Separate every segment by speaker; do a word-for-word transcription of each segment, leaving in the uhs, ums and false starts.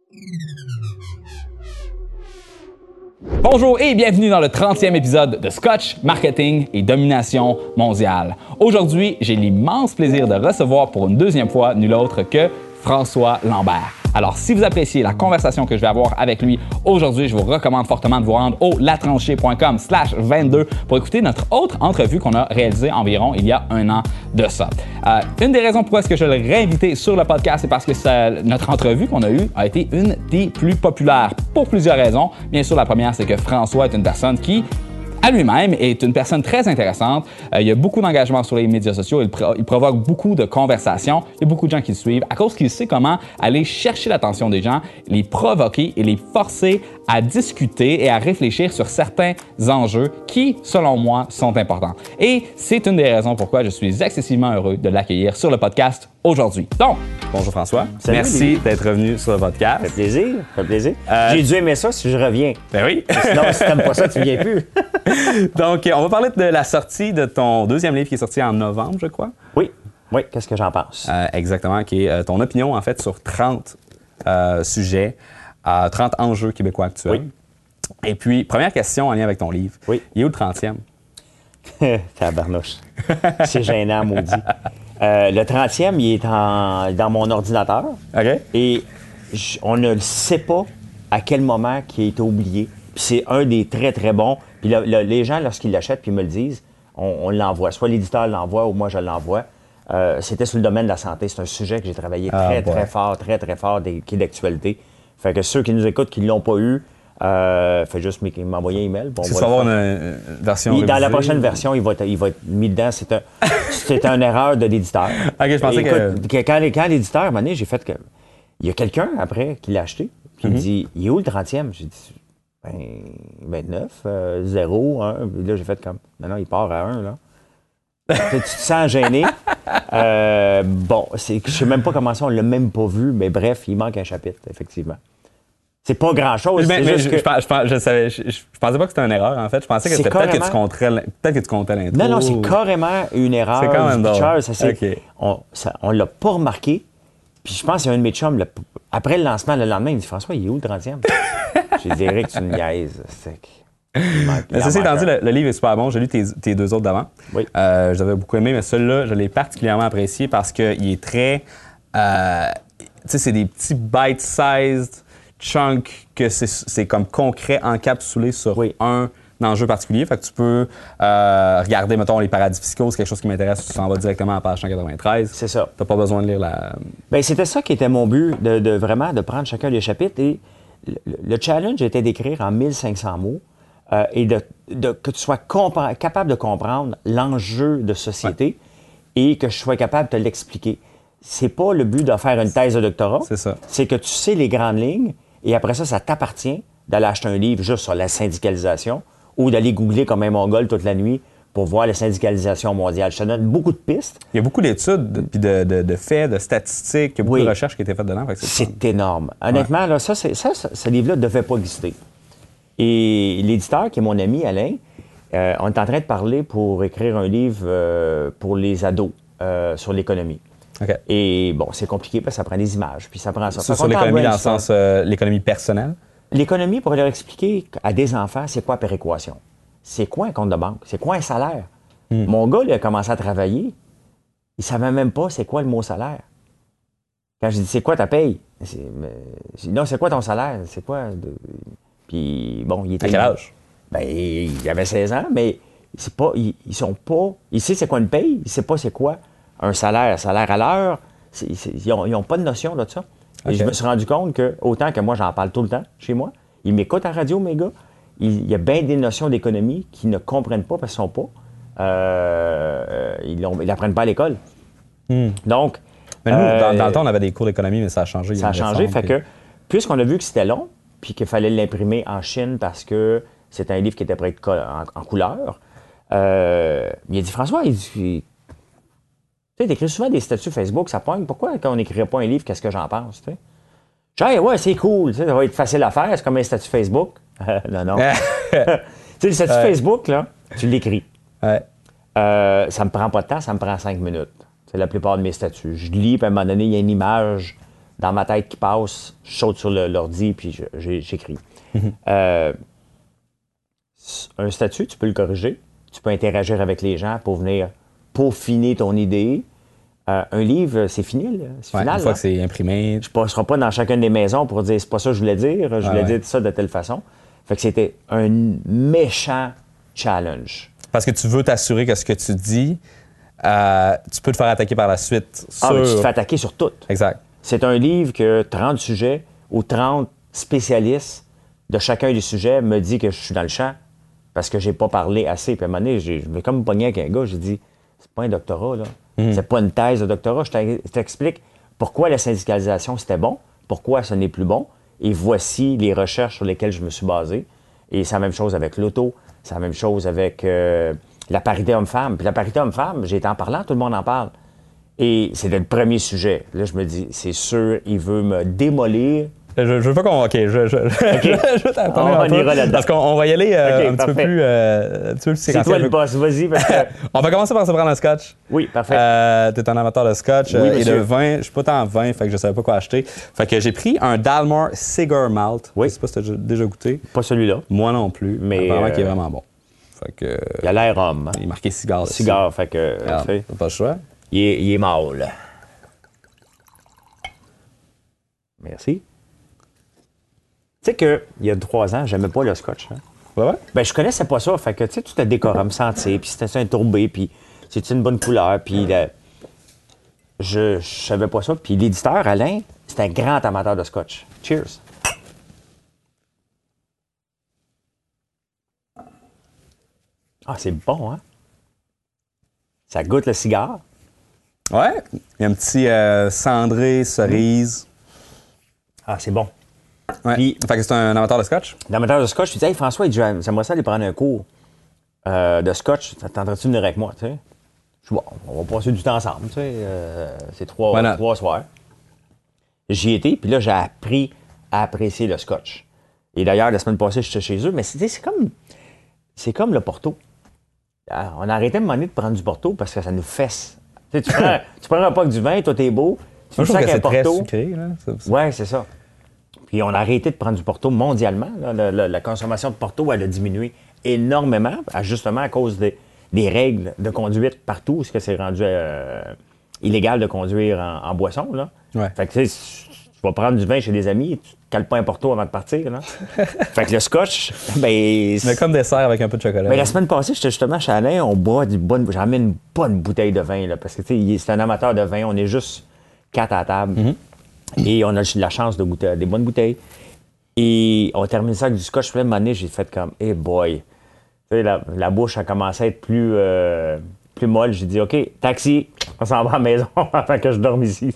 Speaker 1: Bonjour et bienvenue dans le trentième épisode de Scotch, Marketing et Domination mondiale. Aujourd'hui, j'ai l'immense plaisir de recevoir pour une deuxième fois nul autre que François Lambert. Alors, si vous appréciez la conversation que je vais avoir avec lui aujourd'hui, je vous recommande fortement de vous rendre au latranchée point com slash vingt-deux pour écouter notre autre entrevue qu'on a réalisée environ il y a un an de ça. Euh, une des raisons pourquoi est-ce que je l'ai réinvité sur le podcast, c'est parce que ça, notre entrevue qu'on a eue a été une des plus populaires pour plusieurs raisons. Bien sûr, la première, c'est que François est une personne qui, à lui-même, est une personne très intéressante. Euh, il y a beaucoup d'engagement sur les médias sociaux. Il, pro- il provoque beaucoup de conversations. Il y a beaucoup de gens qui le suivent à cause qu'il sait comment aller chercher l'attention des gens, les provoquer et les forcer à discuter et à réfléchir sur certains enjeux qui, selon moi, sont importants. Et c'est une des raisons pourquoi je suis excessivement heureux de l'accueillir sur le podcast aujourd'hui. Donc, bonjour François.
Speaker 2: Salut,
Speaker 1: merci
Speaker 2: Lévi.
Speaker 1: d'être revenu sur le podcast.
Speaker 2: Ça fait plaisir, ça fait plaisir.
Speaker 1: Euh,
Speaker 2: J'ai dû aimer ça si je reviens.
Speaker 1: Ben oui.
Speaker 2: Sinon, si t'aimes pas ça, tu viens plus.
Speaker 1: Donc, on va parler de la sortie de ton deuxième livre qui est sorti en novembre, je crois.
Speaker 2: Oui, oui, qu'est-ce que j'en pense?
Speaker 1: Euh, exactement, qui est euh, ton opinion, en fait, sur trente euh, sujets, euh, trente enjeux québécois actuels.
Speaker 2: Oui.
Speaker 1: Et puis, première question en lien avec ton livre.
Speaker 2: Oui.
Speaker 1: Il est où le trentième?
Speaker 2: Tabarnouche. C'est gênant, maudit. Euh, le trentième, il est en, dans mon ordinateur.
Speaker 1: OK.
Speaker 2: Et j- on ne le sait pas à quel moment il a été oublié. Puis c'est un des très, très bons. Puis le- le- les gens, lorsqu'ils l'achètent puis ils me le disent, on, on l'envoie. Soit l'éditeur l'envoie ou moi, je l'envoie. Euh, c'était sur le domaine de la santé. C'est un sujet que j'ai travaillé
Speaker 1: Ah,
Speaker 2: très,
Speaker 1: boy.
Speaker 2: très fort, très, très fort, des- qui est d'actualité. Fait que ceux qui nous écoutent, qui ne l'ont pas eu, euh, fait juste m'é- m'envoyer un email. Bon,
Speaker 1: Est-ce que
Speaker 2: on
Speaker 1: tu
Speaker 2: va
Speaker 1: vas
Speaker 2: le
Speaker 1: avoir
Speaker 2: faire.
Speaker 1: une, une version
Speaker 2: Il- dans la
Speaker 1: révisée?
Speaker 2: prochaine version, il va être, il va être mis dedans. C'est un, c'est une erreur de l'éditeur.
Speaker 1: OK, je pensais
Speaker 2: Écoute,
Speaker 1: que-
Speaker 2: Quand, quand l'éditeur, à un moment donné, j'ai fait que. Il y a quelqu'un après qui l'a acheté, puis
Speaker 1: Mm-hmm.
Speaker 2: il me dit il est où le trentième? J'ai dit ben, vingt-neuf, euh, zéro, un. Puis là, j'ai fait comme non, non, il part à un, là. Tu te sens gêné. Euh, bon, c'est, je sais même pas comment ça, on l'a même pas vu, mais bref, il manque un chapitre, effectivement. C'est pas grand-chose.
Speaker 1: Mais,
Speaker 2: c'est
Speaker 1: mais
Speaker 2: juste
Speaker 1: je,
Speaker 2: que...
Speaker 1: je, pense- je, pense- je savais, je, je- je pensais pas que c'était une erreur, en fait. Je pensais que
Speaker 2: C'est
Speaker 1: c'était peut-être que tu
Speaker 2: carrément-
Speaker 1: comptais, l'in- peut-être que tu comptais l'intro.
Speaker 2: Non, non, c'est carrément une erreur.
Speaker 1: C'est quand même
Speaker 2: du
Speaker 1: drôle.
Speaker 2: pitcher. Ça, c'est-
Speaker 1: OK.
Speaker 2: On ça- on l'a pas remarqué. Puis je pense qu'il y a un de mes chums, le- après le lancement, le lendemain, il me dit François, il est où le trentième? J'ai dit Eric, tu me niaises. C'est que- il manque- il
Speaker 1: Mais
Speaker 2: en
Speaker 1: ceci
Speaker 2: manque
Speaker 1: étant dit,
Speaker 2: un.
Speaker 1: le, le livre est super bon. J'ai lu tes, tes deux autres d'avant.
Speaker 2: Oui.
Speaker 1: Euh, je l'avais beaucoup aimé, mais celui-là, je l'ai particulièrement apprécié parce qu'il est très. euh, tu sais, c'est des petits bite-sized chunks que c'est, c'est comme concret, encapsulé sur
Speaker 2: Oui.
Speaker 1: un enjeu particulier. Fait que tu peux euh, regarder, mettons, les paradis fiscaux, c'est quelque chose qui m'intéresse, tu t'en vas directement à la page cent quatre-vingt-treize.
Speaker 2: C'est ça.
Speaker 1: T'as pas besoin de lire la.
Speaker 2: Ben, c'était ça qui était mon but, de, de vraiment de prendre chacun des chapitres. Et le, le challenge était d'écrire en mille cinq cents mots euh, et de, de- que tu sois compre- capable de comprendre l'enjeu de société et que je sois capable de te l'expliquer. C'est pas le but de faire une thèse de doctorat.
Speaker 1: C'est ça.
Speaker 2: C'est que tu sais les grandes lignes et après ça, ça t'appartient d'aller acheter un livre juste sur la syndicalisation ou d'aller googler comme un mongol toute la nuit pour voir la syndicalisation mondiale. Je te donne beaucoup de pistes.
Speaker 1: Il y a beaucoup d'études, de- puis de, de, de faits, de statistiques, il y a beaucoup
Speaker 2: Oui.
Speaker 1: de recherches qui ont été faites dedans. Fait que c'est le fun.
Speaker 2: C'est énorme. Honnêtement, là, ça, c'est- ça, ça, ce livre-là ne devait pas exister. Et l'éditeur, qui est mon ami Alain, euh, on est en train de parler pour écrire un livre euh, pour les ados euh, sur l'économie.
Speaker 1: OK.
Speaker 2: Et bon, c'est compliqué parce que ça prend des images, puis ça prend ça.
Speaker 1: C'est
Speaker 2: Fait
Speaker 1: sur
Speaker 2: qu'on
Speaker 1: l'économie dans le
Speaker 2: brainstorm.
Speaker 1: sens euh, l'économie personnelle.
Speaker 2: L'économie, pour leur expliquer à des enfants, c'est quoi la péréquation? C'est quoi un compte de banque? C'est quoi un salaire? Mon gars, il a commencé à travailler, il savait même pas c'est quoi le mot salaire. Quand je dis c'est quoi ta paye? C'est, mais- j'ai dit, non, c'est quoi ton salaire? C'est quoi? de- Puis bon, il était.
Speaker 1: À quel âge?
Speaker 2: Ben, il avait seize ans, mais c'est pas, ils, ils sont pas. Il sait c'est quoi une paye, il sait pas c'est quoi un salaire, salaire à l'heure. C'est- c'est- ils n'ont pas de notion là, de ça. Et
Speaker 1: OK.
Speaker 2: je me suis rendu compte que, autant que moi, j'en parle tout le temps chez moi, ils m'écoutent à la radio, mes gars. Il il y a bien des notions d'économie qu'ils ne comprennent pas parce qu'ils ne sont pas. Euh, ils n'apprennent pas à l'école. Donc,
Speaker 1: Mais nous,
Speaker 2: euh,
Speaker 1: dans, dans le temps, on avait des cours d'économie, mais ça a changé. il y
Speaker 2: ça a
Speaker 1: une
Speaker 2: changé.
Speaker 1: récente,
Speaker 2: Fait
Speaker 1: puis-
Speaker 2: que, puisqu'on a vu que c'était long, puis qu'il fallait l'imprimer en Chine parce que c'était un livre qui était prêt être co- en, en couleur, euh, il a dit François, il dit, tu sais, t'écris souvent des statuts Facebook, ça pogne. Pourquoi quand on n'écrirait pas un livre, qu'est-ce que j'en pense? Tu sais? Je dis, hey, ouais, c'est cool, tu sais, ça va être facile à faire, c'est comme un statut Facebook. non, non. tu sais, le statut
Speaker 1: Ouais.
Speaker 2: Facebook, là, tu l'écris.
Speaker 1: Ouais.
Speaker 2: Euh, ça me prend pas de temps, ça me prend cinq minutes. C'est la plupart de mes statuts. Je lis, puis à un moment donné, il y a une image dans ma tête qui passe, je saute sur le- l'ordi puis je- j'ai- j'écris. Mm-hmm. euh, un statut, tu peux le corriger. Tu peux interagir avec les gens pour venir peaufiner ton idée. Euh, un livre, c'est fini, là. C'est
Speaker 1: Ouais,
Speaker 2: final.
Speaker 1: une fois
Speaker 2: là.
Speaker 1: que c'est imprimé.
Speaker 2: Je ne passerai pas dans chacune des maisons pour dire c'est pas ça que je voulais dire, je
Speaker 1: Ah
Speaker 2: voulais
Speaker 1: ouais.
Speaker 2: dire ça de telle façon. Fait que c'était un méchant challenge.
Speaker 1: Parce que tu veux t'assurer que ce que tu dis, euh, tu peux te faire attaquer par la suite.
Speaker 2: Ah,
Speaker 1: sur...
Speaker 2: mais tu te fais attaquer sur tout.
Speaker 1: Exact.
Speaker 2: C'est un livre que trente sujets ou trente spécialistes de chacun des sujets me disent que je suis dans le champ parce que j'ai pas parlé assez. Puis à un moment donné, j'ai- je vais comme pogner avec un gars, j'ai dit c'est pas un doctorat, là.
Speaker 1: Mm. C'est
Speaker 2: pas une thèse de doctorat. Je t'ex- je t'explique pourquoi la syndicalisation c'était bon, pourquoi ce n'est plus bon, et voici les recherches sur lesquelles je me suis basé. Et c'est la même chose avec l'auto, c'est la même chose avec euh, la parité homme-femme. Puis la parité homme-femme, j'ai été en parlant, tout le monde en parle. Et c'était le premier sujet. Là, je me dis, c'est sûr, il veut me démolir.
Speaker 1: Je, je veux pas qu'on. OK, je, je, je veux t'attendre
Speaker 2: On
Speaker 1: un peu,
Speaker 2: ira là-dedans.
Speaker 1: parce qu'on on va y aller euh,
Speaker 2: OK,
Speaker 1: un, petit peu
Speaker 2: parfait.
Speaker 1: plus, euh, un petit peu plus
Speaker 2: C'est
Speaker 1: séquentiel.
Speaker 2: toi le boss, vas-y. Parce que...
Speaker 1: On va commencer par se prendre un scotch.
Speaker 2: Oui, parfait.
Speaker 1: Euh, T'es un amateur de scotch
Speaker 2: Oui,
Speaker 1: euh, et
Speaker 2: monsieur.
Speaker 1: de vin. Je suis pas tant vin, fait que je savais pas quoi acheter. Fait que j'ai pris un Dalmore Cigar Malt.
Speaker 2: Oui.
Speaker 1: Je sais pas si t'as déjà goûté.
Speaker 2: Pas celui-là.
Speaker 1: Moi non plus.
Speaker 2: Mais,
Speaker 1: Mais vraiment
Speaker 2: euh,
Speaker 1: qui est vraiment bon. Fait que.
Speaker 2: Il a l'air homme. hein.
Speaker 1: Il est marqué cigare. dessus.
Speaker 2: Cigare, fait que.
Speaker 1: Regarde,
Speaker 2: tu sais,
Speaker 1: t'as pas le choix.
Speaker 2: il, est, il est mâle. Merci. Tu sais qu'il y a trois ans, j'aimais pas le scotch. Hein?
Speaker 1: Ouais, ouais.
Speaker 2: Ben, je connaissais pas ça. Fait que, tu sais, tout le décorum sentir, puis c'était un tourbé, puis c'était une bonne couleur, puis la- je, je savais pas ça. Puis l'éditeur, Alain, c'est un grand amateur de scotch. Cheers. Ah, c'est bon, hein? Ça goûte le cigare.
Speaker 1: Ouais. Il y a un petit euh, cendré, cerise.
Speaker 2: Ah, c'est bon.
Speaker 1: Ouais.
Speaker 2: Puis-
Speaker 1: Fait que c'est un amateur de scotch.
Speaker 2: L'amateur de scotch, je lui dis, hey François, il dit, j'aimerais ça aller prendre un cours euh, de scotch. T'entendrais-tu venir avec moi, tu sais? Je dis, bon, on va passer du temps ensemble, tu sais. euh, c'est trois,
Speaker 1: Voilà.
Speaker 2: trois soirs. J'y étais, puis là, j'ai appris à apprécier le scotch. Et d'ailleurs, la semaine passée, j'étais chez eux, mais c'est c'est comme, c'est comme le Porto. Ah, on a arrêté à un moment donné de prendre du Porto parce que ça nous fesse. Tu sais, tu prends, tu prends un pack du vin, toi, t'es beau. Tu
Speaker 1: Moi, je
Speaker 2: sens
Speaker 1: trouve que
Speaker 2: qu'un
Speaker 1: c'est très
Speaker 2: Porto.
Speaker 1: sucré. Là. C'est- c'est-
Speaker 2: Oui, c'est ça. Puis on a arrêté de prendre du Porto mondialement. là. La, la- la consommation de Porto, elle a diminué énormément, à- justement à cause des, des règles de conduite partout, parce que c'est rendu euh, illégal de conduire en, en boisson. Là.
Speaker 1: Ouais.
Speaker 2: Fait que tu sais, tu vas prendre du vin chez des amis, tu ne cales pas un Porto avant de partir. Là. Fait que le scotch, ben,
Speaker 1: Mais comme dessert avec un peu de chocolat.
Speaker 2: ben, la semaine passée, j'étais justement chez Alain, on boit du bon. J'en mets une bonne bouteille de vin, là, parce que tu sais, il est- c'est un amateur de vin, on est juste quatre à la table. Et on a la chance de goûter à des bonnes bouteilles. Et on termine ça avec du scotch. Puis là, à un moment donné, j'ai fait comme, hey boy. Tu sais, la, la bouche a commencé à être plus, euh, plus molle. J'ai dit, OK, taxi, on s'en va à la maison avant que je dorme ici.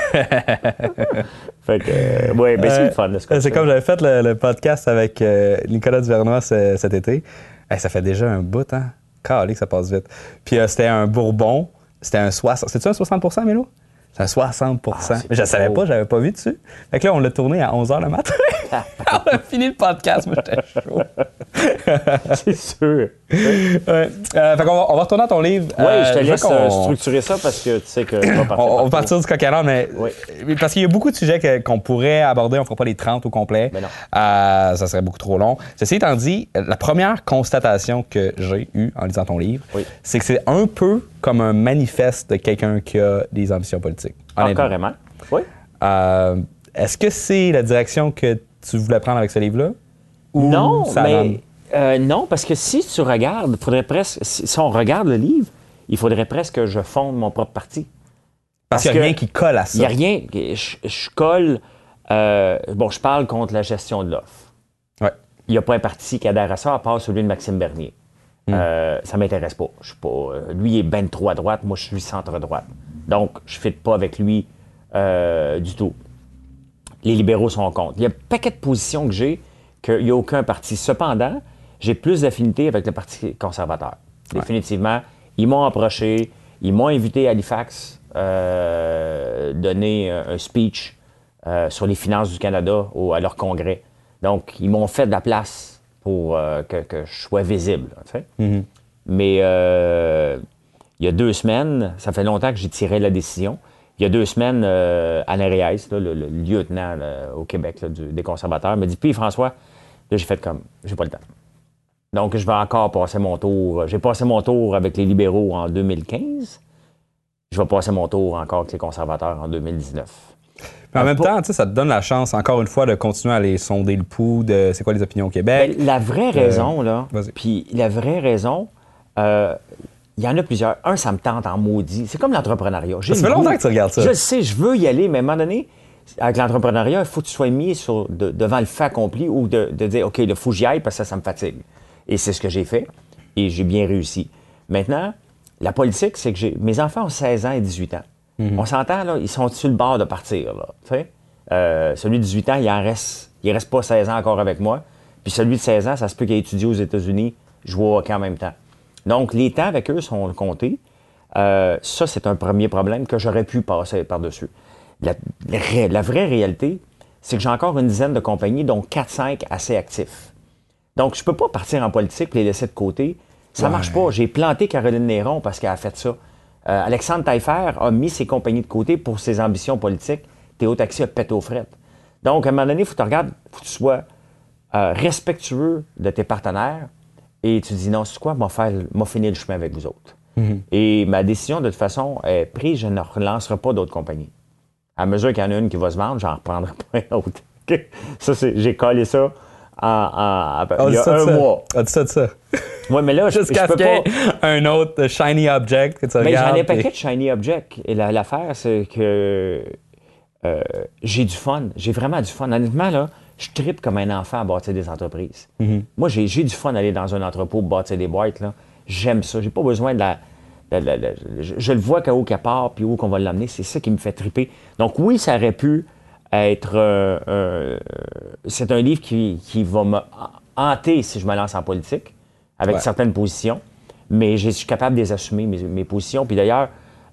Speaker 2: Fait que, euh, ouais, ben c'est
Speaker 1: Euh,
Speaker 2: le fun, le scotch.
Speaker 1: C'est comme j'avais fait le, le podcast avec euh, Nicolas Duvernois ce- cet été. Hey, ça fait déjà un bout, hein? Calé que ça passe vite. Puis euh, c'était un Bourbon. C'était un soixante. C'est-tu un soixante pour cent, Mélo? C'est un soixante pour cent.
Speaker 2: Ah, c'est
Speaker 1: Mais je ne savais
Speaker 2: trop.
Speaker 1: pas, j'avais pas vu dessus. Fait que là, on l'a tourné à onze heures le matin. On a fini le podcast, moi, j'étais chaud.
Speaker 2: C'est sûr.
Speaker 1: Ouais. Euh, fait qu'on va, on va retourner à ton livre.
Speaker 2: Oui,
Speaker 1: Euh,
Speaker 2: je te
Speaker 1: veux
Speaker 2: laisse
Speaker 1: qu'on-
Speaker 2: euh, structurer ça parce que tu sais que je vais partir.
Speaker 1: On, on va
Speaker 2: partout.
Speaker 1: partir du coq à l'âne, mais
Speaker 2: Oui.
Speaker 1: mais parce qu'il y a beaucoup de sujets que- qu'on pourrait aborder. On ne fera pas les trente au complet.
Speaker 2: Ben non.
Speaker 1: Euh, ça serait beaucoup trop long. Ceci étant dit, la première constatation que j'ai eue en lisant ton livre,
Speaker 2: Oui.
Speaker 1: c'est que c'est un peu comme un manifeste de quelqu'un qui a des ambitions politiques.
Speaker 2: Ah,
Speaker 1: honnêtement.
Speaker 2: carrément. Oui.
Speaker 1: Euh, Est-ce que c'est la direction que tu voulais prendre avec ce livre-là? Ou
Speaker 2: Non,
Speaker 1: ça donne-
Speaker 2: mais euh, non, parce que si tu regardes, faudrait presque, si, si on regarde le livre, il faudrait presque que je fonde mon propre parti.
Speaker 1: Parce qu'il n'y a
Speaker 2: que
Speaker 1: rien qui colle à
Speaker 2: Il n'y
Speaker 1: ça.
Speaker 2: a rien. Je, je colle. euh, bon, je parle contre la gestion de l'offre.
Speaker 1: Ouais.
Speaker 2: Il n'y a pas un parti qui adhère à ça, à part celui de Maxime Bernier. Euh, ça ne m'intéresse pas. Je suis pas euh, lui, il est ben trop à droite, moi, je suis centre-droite. Donc, je ne fit pas avec lui euh, du tout. Les libéraux sont contre. Il y a un paquet de positions que j'ai qu'il n'y a aucun parti. Cependant, j'ai plus d'affinité avec le Parti conservateur. Définitivement. Ils m'ont approché, ils m'ont invité à Halifax euh, donner un, un speech euh, sur les finances du Canada au- à leur congrès. Donc, ils m'ont fait de la place pour euh, que, que je sois visible. Tu sais.
Speaker 1: Mhm.
Speaker 2: Mais euh, il y a deux semaines, ça fait longtemps que j'ai tiré la décision. il y a deux semaines, euh, Alain Reyes, là, le, le lieutenant là, au Québec là, du, des conservateurs, m'a dit « Puis François, là, j'ai fait comme, j'ai pas le temps. Donc, je vais encore passer mon tour. J'ai passé mon tour avec les libéraux en deux mille quinze. Je vais passer mon tour encore avec les conservateurs en deux mille dix-neuf. »
Speaker 1: Mais en même temps, ça te donne la chance, encore une fois, de continuer à aller sonder le pouls de c'est quoi les opinions au Québec.
Speaker 2: Ben, la vraie raison, euh, là, puis la vraie raison, euh, il y en a plusieurs. Un, ça me tente en maudit. C'est comme l'entrepreneuriat.
Speaker 1: Ça fait longtemps que tu regardes ça.
Speaker 2: Je le sais, je veux y aller, mais à un moment donné, avec l'entrepreneuriat, il faut que tu sois mis sur, de, devant le fait accompli ou de, de dire, OK, il faut que j'y aille parce que ça, ça me fatigue. Et c'est ce que j'ai fait et j'ai bien réussi. Maintenant, la politique, c'est que j'ai, mes enfants ont seize ans et dix-huit ans. Mm-hmm. On s'entend, là, ils sont sur le bord de partir, là, tu sais. Euh, celui de dix-huit ans, il en reste, il reste pas seize ans encore avec moi. Puis celui de seize ans, ça se peut qu'il ait étudié aux États-Unis, jouer au hockey en même temps. Donc, les temps avec eux sont comptés. Euh, ça, c'est un premier problème que j'aurais pu passer par-dessus. La, la, la vraie réalité, c'est que j'ai encore une dizaine de compagnies, dont quatre cinq assez actifs. Donc, je peux pas partir en politique et les laisser de côté. Ça ouais. marche pas. J'ai planté Caroline Néron parce qu'elle a fait ça. Euh, Alexandre Taillefer a mis ses compagnies de côté pour ses ambitions politiques. Théo Taxi a pété aux frettes. Donc, à un moment donné, il faut que tu regardes, il faut que tu sois euh, respectueux de tes partenaires et tu dis non, c'est quoi, m'a faire, m'a fini le chemin avec vous autres. Mm-hmm. Et ma décision, de toute façon, est prise, je ne relancerai pas d'autres compagnies. À mesure qu'il y en a une qui va se vendre, j'en reprendrai pas une autre. Ça, c'est, j'ai collé ça en, en, en il y a un mois.
Speaker 1: Ah, tu sais de ça?
Speaker 2: Oui, mais là, je,
Speaker 1: Jusqu'à
Speaker 2: je peux
Speaker 1: ce
Speaker 2: pas...
Speaker 1: un autre shiny object que tu
Speaker 2: mais
Speaker 1: regardes.
Speaker 2: j'en ai pas
Speaker 1: et...
Speaker 2: de shiny object. Et la, l'affaire, c'est que euh, j'ai du fun. J'ai vraiment du fun. Honnêtement, là, je trippe comme un enfant à bâtir des entreprises. Mm-hmm. Moi, j'ai, j'ai du fun d'aller dans un entrepôt, bâtir des boîtes. Là. J'aime ça. J'ai pas besoin de la... La, la, la, je, je le vois qu'à quelque part, puis où qu'on va l'amener, c'est ça qui me fait triper. Donc oui, ça aurait pu être... Euh, euh, c'est un livre qui, qui va me hanter si je me lance en politique, avec ouais. certaines positions, mais je suis capable de les assumer, mes, mes positions. Puis d'ailleurs,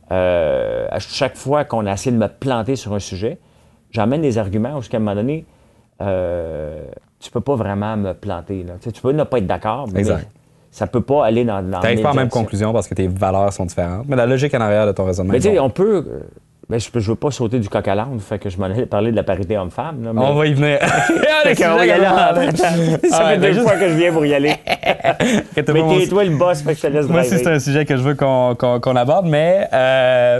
Speaker 2: euh, à chaque fois qu'on a essayé de me planter sur un sujet, j'emmène des arguments jusqu'à un moment donné, euh, tu peux pas vraiment me planter. Là. Tu sais, tu peux ne pas être d'accord, mais... Exact. Ça peut pas aller dans... dans
Speaker 1: tu n'arrives pas à la même conclusion parce que tes valeurs sont différentes. Mais la logique en arrière de ton raisonnement...
Speaker 2: Mais tu sais, on peut... Ben, je ne veux pas sauter du coq à l'âne, fait que je m'en allais parler de la parité homme-femme. Là, mais...
Speaker 1: On va y venir.
Speaker 2: Fait qu'on va y aller en... Ça ah, fait deux juste... fois que je viens pour y aller. Mais t'es toi le boss, fait que je te laisse
Speaker 1: Moi aussi, c'est un sujet que je veux qu'on, qu'on, qu'on aborde, mais... Euh...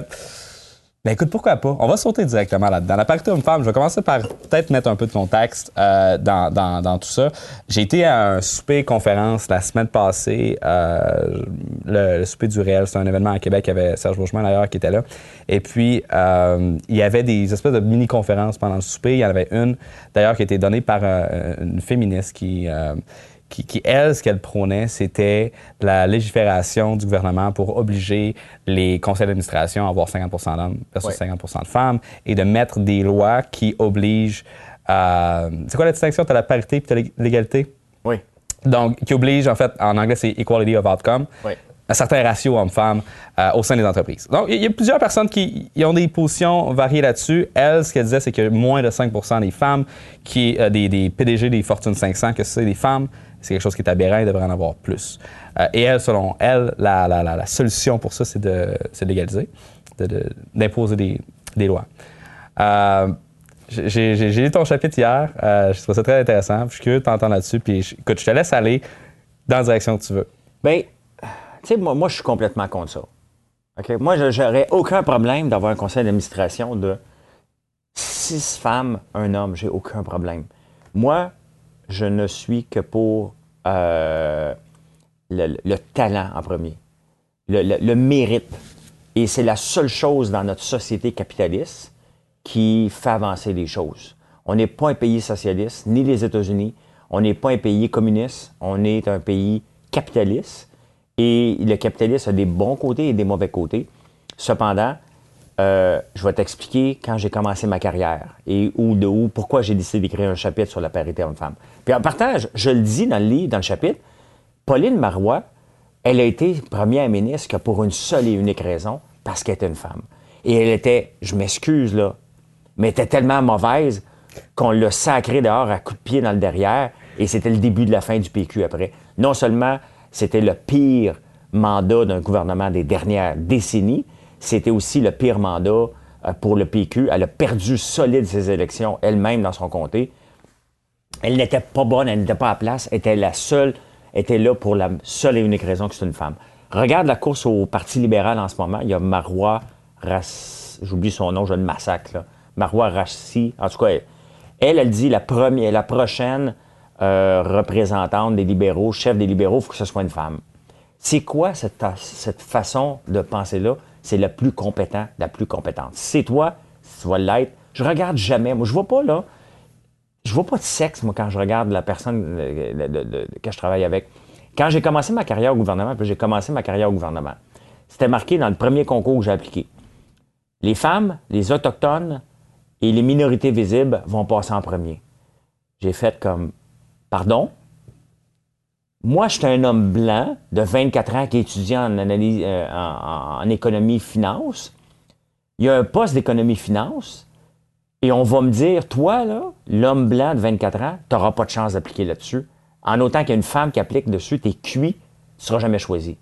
Speaker 1: Ben écoute, pourquoi pas? On va sauter directement là-dedans. La parité homme-femme, je vais commencer par peut-être mettre un peu de contexte euh, dans, dans, dans tout ça. J'ai été à un souper conférence la semaine passée, euh, le, le souper du réel, c'est un événement à Québec, il y avait Serge Beauchemin d'ailleurs qui était là. Et puis, euh, il y avait des espèces de mini-conférences pendant le souper. Il y en avait une d'ailleurs qui a été donnée par euh, une féministe qui... Euh, Qui, qui, elle, ce qu'elle prônait, c'était la légifération du gouvernement pour obliger les conseils d'administration à avoir cinquante pour cent d'hommes versus ouais. cinquante pour cent de femmes et de mettre des lois qui obligent... Euh, c'est quoi la distinction? Tu as la parité et tu as l'égalité?
Speaker 2: Oui.
Speaker 1: Donc, qui oblige, en fait, en anglais, c'est equality of outcome.
Speaker 2: Oui.
Speaker 1: Un certain ratio homme-femme euh, au sein des entreprises. Donc, il y a plusieurs personnes qui ont des positions variées là-dessus. Elle, ce qu'elle disait, c'est que moins de cinq pour cent des femmes, qui, euh, des, des P D G des Fortune cinq cents, que c'est des femmes, c'est quelque chose qui est aberrant, il devrait en avoir plus. Euh, et elle, selon elle, la, la, la, la solution pour ça, c'est de, c'est de légaliser, de, de, d'imposer des, des lois. Euh, j'ai, j'ai, j'ai lu ton chapitre hier, euh, je trouve ça très intéressant, je suis curieux de t'entendre là-dessus, puis je, écoute, je te laisse aller dans la direction que tu veux.
Speaker 2: Bien, tu sais, moi, moi, je suis complètement contre ça. Okay? Moi, je n'aurais aucun problème d'avoir un conseil d'administration de six femmes, un homme. J'ai aucun problème. Moi, je ne suis que pour euh, le, le talent en premier, le, le, le mérite. Et c'est la seule chose dans notre société capitaliste qui fait avancer les choses. On n'est pas un pays socialiste, ni les États-Unis. On n'est pas un pays communiste. On est un pays capitaliste. Et le capitalisme a des bons côtés et des mauvais côtés. Cependant, euh, je vais t'expliquer quand j'ai commencé ma carrière et où, de où, pourquoi j'ai décidé d'écrire un chapitre sur la parité homme-femme. Puis en partant, je, je le dis dans le livre, dans le chapitre, Pauline Marois, elle a été première ministre que pour une seule et unique raison, parce qu'elle était une femme. Et elle était, je m'excuse là, mais elle était tellement mauvaise qu'on l'a sacrée dehors à coups de pied dans le derrière et c'était le début de la fin du P Q après. Non seulement c'était le pire mandat d'un gouvernement des dernières décennies, c'était aussi le pire mandat euh, pour le P Q. Elle a perdu solide ses élections elle-même dans son comté. Elle n'était pas bonne, elle n'était pas à place, elle était la seule, était là pour la seule et unique raison que c'est une femme. Regarde la course au Parti libéral en ce moment. Il y a Marois Rassi, j'oublie son nom, je le massacre, là. Marois Rassi, en tout cas, elle, elle, elle dit la première, la prochaine euh, représentante des libéraux, chef des libéraux, il faut que ce soit une femme. C'est quoi cette, cette façon de penser-là? C'est la plus compétente, la plus compétente. Si c'est toi, si tu vas l'être, je regarde jamais. Moi, je vois pas, là, je vois pas de sexe, moi, quand je regarde la personne de, de, de, de, que je travaille avec. Quand j'ai commencé ma carrière au gouvernement, puis j'ai commencé ma carrière au gouvernement, c'était marqué dans le premier concours que j'ai appliqué. Les femmes, les Autochtones et les minorités visibles vont passer en premier. J'ai fait comme, pardon? Moi, je suis un homme blanc de vingt-quatre ans qui étudie en, analyse, euh, en, en économie-finance. Il y a un poste d'économie-finance et on va me dire, toi, là, l'homme blanc de vingt-quatre ans, tu n'auras pas de chance d'appliquer là-dessus. En autant qu'il y a une femme qui applique dessus, tu es cuit, tu ne seras jamais choisi.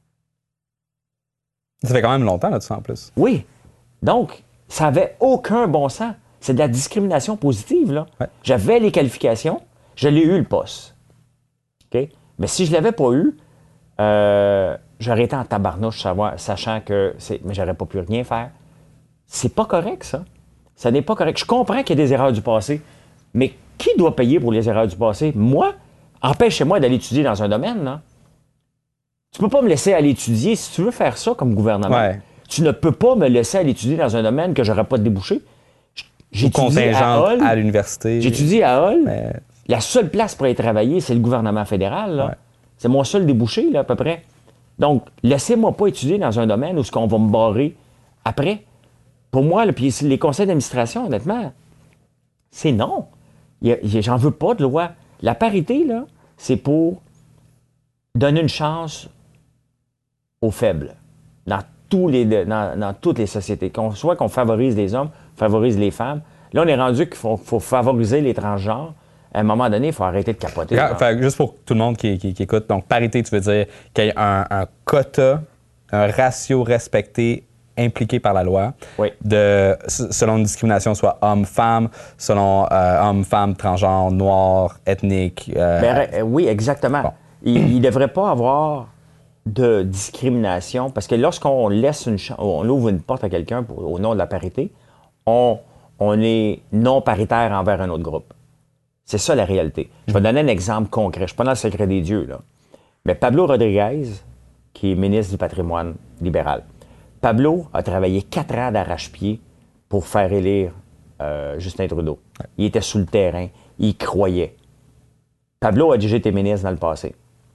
Speaker 1: Ça fait quand même longtemps là-dessus, en plus.
Speaker 2: Oui. Donc, ça n'avait aucun bon sens. C'est de la discrimination positive, là.
Speaker 1: Ouais. J'avais
Speaker 2: les qualifications, je l'ai eu, le poste. OK? Mais si je ne l'avais pas eu, euh, j'aurais été en tabarnouche, savoir, sachant que c'est, mais j'aurais pas pu rien faire. C'est pas correct, ça. Ça n'est pas correct. Je comprends qu'il y a des erreurs du passé, mais qui doit payer pour les erreurs du passé? Moi? Empêchez-moi d'aller étudier dans un domaine, là. Tu peux pas me laisser aller étudier. Si tu veux faire ça comme gouvernement,
Speaker 1: ouais.
Speaker 2: tu ne peux pas me laisser aller étudier dans un domaine que j'aurais pas de débouché.
Speaker 1: J'étudie à Hull, à l'université.
Speaker 2: J'étudie à Hull.
Speaker 1: Mais...
Speaker 2: La seule place pour y travailler, c'est le gouvernement fédéral, là. Ouais. C'est mon seul débouché, là, à peu près. Donc, laissez-moi pas étudier dans un domaine où ce qu'on va me barrer après. Pour moi, là, puis les conseils d'administration, honnêtement, c'est non. Il y a, j'en veux pas de loi. La parité, là, c'est pour donner une chance aux faibles dans, tous les, dans, dans toutes les sociétés. Qu'on, soit qu'on favorise les hommes, favorise les femmes. Là, on est rendu qu'il faut, faut favoriser les transgenres. À un moment donné, il faut arrêter de capoter.
Speaker 1: Regarde, fait, juste pour tout le monde qui, qui, qui écoute, donc parité, tu veux dire qu'il y ait un, un quota, un ratio respecté, impliqué par la loi,
Speaker 2: oui.
Speaker 1: de, selon une discrimination, soit homme-femme, selon euh, homme-femme, transgenre, noir, ethnique. Euh,
Speaker 2: ben, euh, oui, exactement. Bon. Il ne devrait pas avoir de discrimination, parce que lorsqu'on laisse une on ouvre une porte à quelqu'un pour, au nom de la parité, on, on est non paritaire envers un autre groupe. C'est ça la réalité. Je vais donner un exemple concret. Je ne suis pas dans le secret des dieux, là. Mais Pablo Rodriguez, qui est ministre du patrimoine libéral, Pablo a travaillé quatre ans d'arrache-pied pour faire élire euh, Justin Trudeau. Ouais. Il était sous le terrain. Il croyait. Pablo a déjà été ministre dans le passé.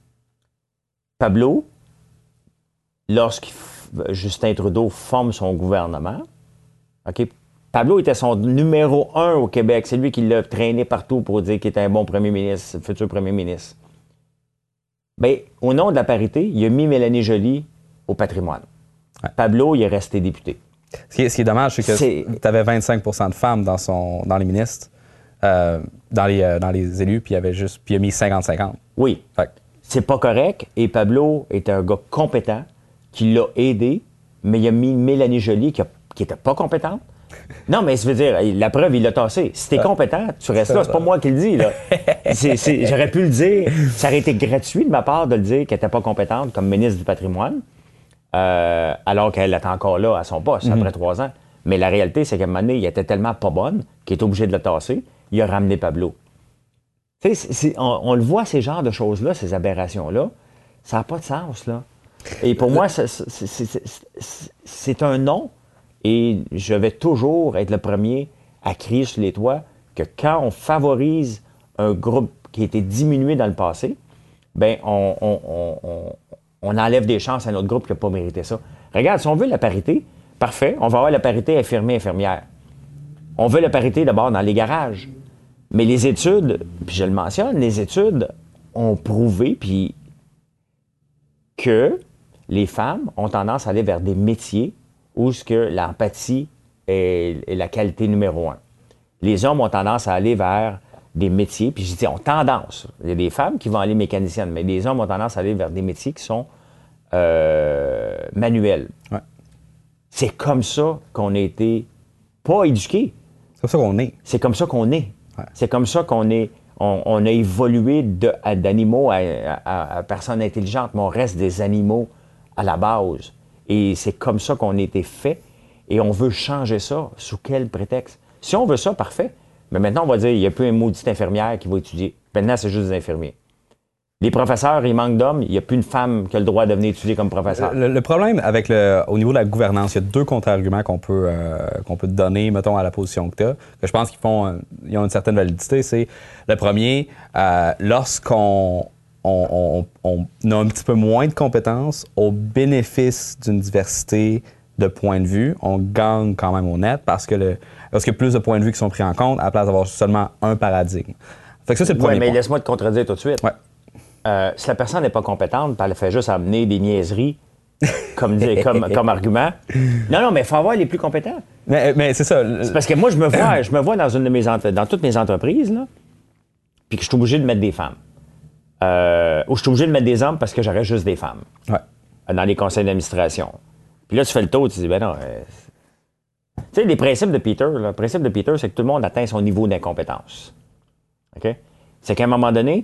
Speaker 2: Pablo, lorsque Justin Trudeau forme son gouvernement, OK, Pablo était son numéro un au Québec. C'est lui qui l'a traîné partout pour dire qu'il était un bon premier ministre, futur premier ministre. Bien, au nom de la parité, il a mis Mélanie Joly au patrimoine. Ouais. Pablo, il est resté député.
Speaker 1: Ce qui est, ce qui est dommage, c'est que tu avais vingt-cinq pour cent de femmes dans, son, dans les ministres, euh, dans, les, euh, dans les élus, puis il, avait juste, puis il a mis cinquante cinquante.
Speaker 2: Oui. Fait. C'est pas correct. Et Pablo est un gars compétent qui l'a aidé, mais il a mis Mélanie Joly qui n'était pas compétente. Non, mais ça veut dire, la preuve, il l'a tassé. Si t'es ah, compétent, tu restes là. C'est pas moi qui le dis, là. c'est, c'est, j'aurais pu le dire. Ça aurait été gratuit de ma part de le dire qu'elle n'était pas compétente comme ministre du patrimoine, euh, alors qu'elle est encore là à son poste, mm-hmm. après trois ans. Mais la réalité, c'est qu'à un moment donné, il était tellement pas bonne qu'il est obligé de le tasser. Il a ramené Pablo. Tu sais, on, on le voit, ces genres de choses-là, ces aberrations-là, ça n'a pas de sens, là. Et pour moi, c'est, c'est, c'est, c'est, c'est un non. Et je vais toujours être le premier à crier sur les toits que quand on favorise un groupe qui a été diminué dans le passé, bien, on, on, on, on enlève des chances à notre groupe qui n'a pas mérité ça. Regarde, si on veut la parité, parfait, on va avoir la parité infirmier-infirmière. On veut la parité d'abord dans les garages. Mais les études, puis je le mentionne, les études ont prouvé puis que les femmes ont tendance à aller vers des métiers où ce que l'empathie est, est la qualité numéro un. Les hommes ont tendance à aller vers des métiers, puis je dis, ont tendance. Il y a des femmes qui vont aller mécaniciennes, mais les hommes ont tendance à aller vers des métiers qui sont euh, manuels.
Speaker 1: Ouais.
Speaker 2: C'est comme ça qu'on a été pas éduqués.
Speaker 1: C'est comme ça qu'on est.
Speaker 2: C'est comme ça qu'on est.
Speaker 1: Ouais.
Speaker 2: C'est comme ça qu'on est. On, on a évolué de, à, d'animaux à, à, à personnes intelligentes, mais on reste des animaux à la base. Et c'est comme ça qu'on a été fait. Et on veut changer ça. Sous quel prétexte? Si on veut ça, parfait. Mais maintenant, on va dire, il n'y a plus un maudit infirmière qui va étudier. Maintenant, c'est juste des infirmiers. Les professeurs, il manque d'hommes. Il n'y a plus une femme qui a le droit de venir étudier comme professeur.
Speaker 1: Le, le problème avec le, au niveau de la gouvernance, il y a deux contre-arguments qu'on peut, euh, qu'on peut donner, mettons, à la position que tu as, que je pense qu'ils font, euh, ils ont une certaine validité. C'est le premier, euh, lorsqu'on on, on, on a un petit peu moins de compétences au bénéfice d'une diversité de points de vue, on gagne quand même au net parce que le, parce qu'il y a plus de points de vue qui sont pris en compte à la place d'avoir seulement un paradigme. Fait que ça, c'est le premier
Speaker 2: Oui, mais
Speaker 1: point.
Speaker 2: laisse-moi te contredire tout de suite.
Speaker 1: Ouais.
Speaker 2: Euh, si la personne n'est pas compétente, elle fait juste amener des niaiseries comme, comme, comme argument. Non, non, mais il faut avoir les plus compétents.
Speaker 1: Mais, mais c'est ça.
Speaker 2: C'est parce que moi, je me vois, je me vois dans, une de mes entre- dans toutes mes entreprises, là, puis que je suis obligé de mettre des femmes. Euh, ou je suis obligé de mettre des hommes parce que j'aurais juste des femmes.
Speaker 1: Ouais.
Speaker 2: Dans les conseils d'administration. Puis là, tu fais le tour, tu te dis, ben non. Euh, tu sais, les principes de Peter, là, le principe de Peter, c'est que tout le monde atteint son niveau d'incompétence. OK? C'est qu'à un moment donné,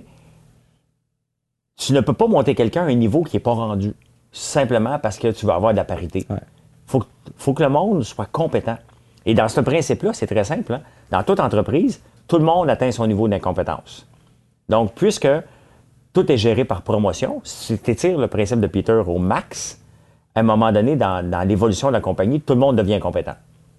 Speaker 2: tu ne peux pas monter quelqu'un à un niveau qui n'est pas rendu. Simplement parce que tu vas avoir de la parité. Il
Speaker 1: Ouais.
Speaker 2: faut, faut que le monde soit compétent. Et dans ce principe-là, c'est très simple. Hein? Dans toute entreprise, tout le monde atteint son niveau d'incompétence. Donc, puisque tout est géré par promotion, si tu étires le principe de Peter au max, à un moment donné, dans, dans l'évolution de la compagnie, tout le monde devient compétent.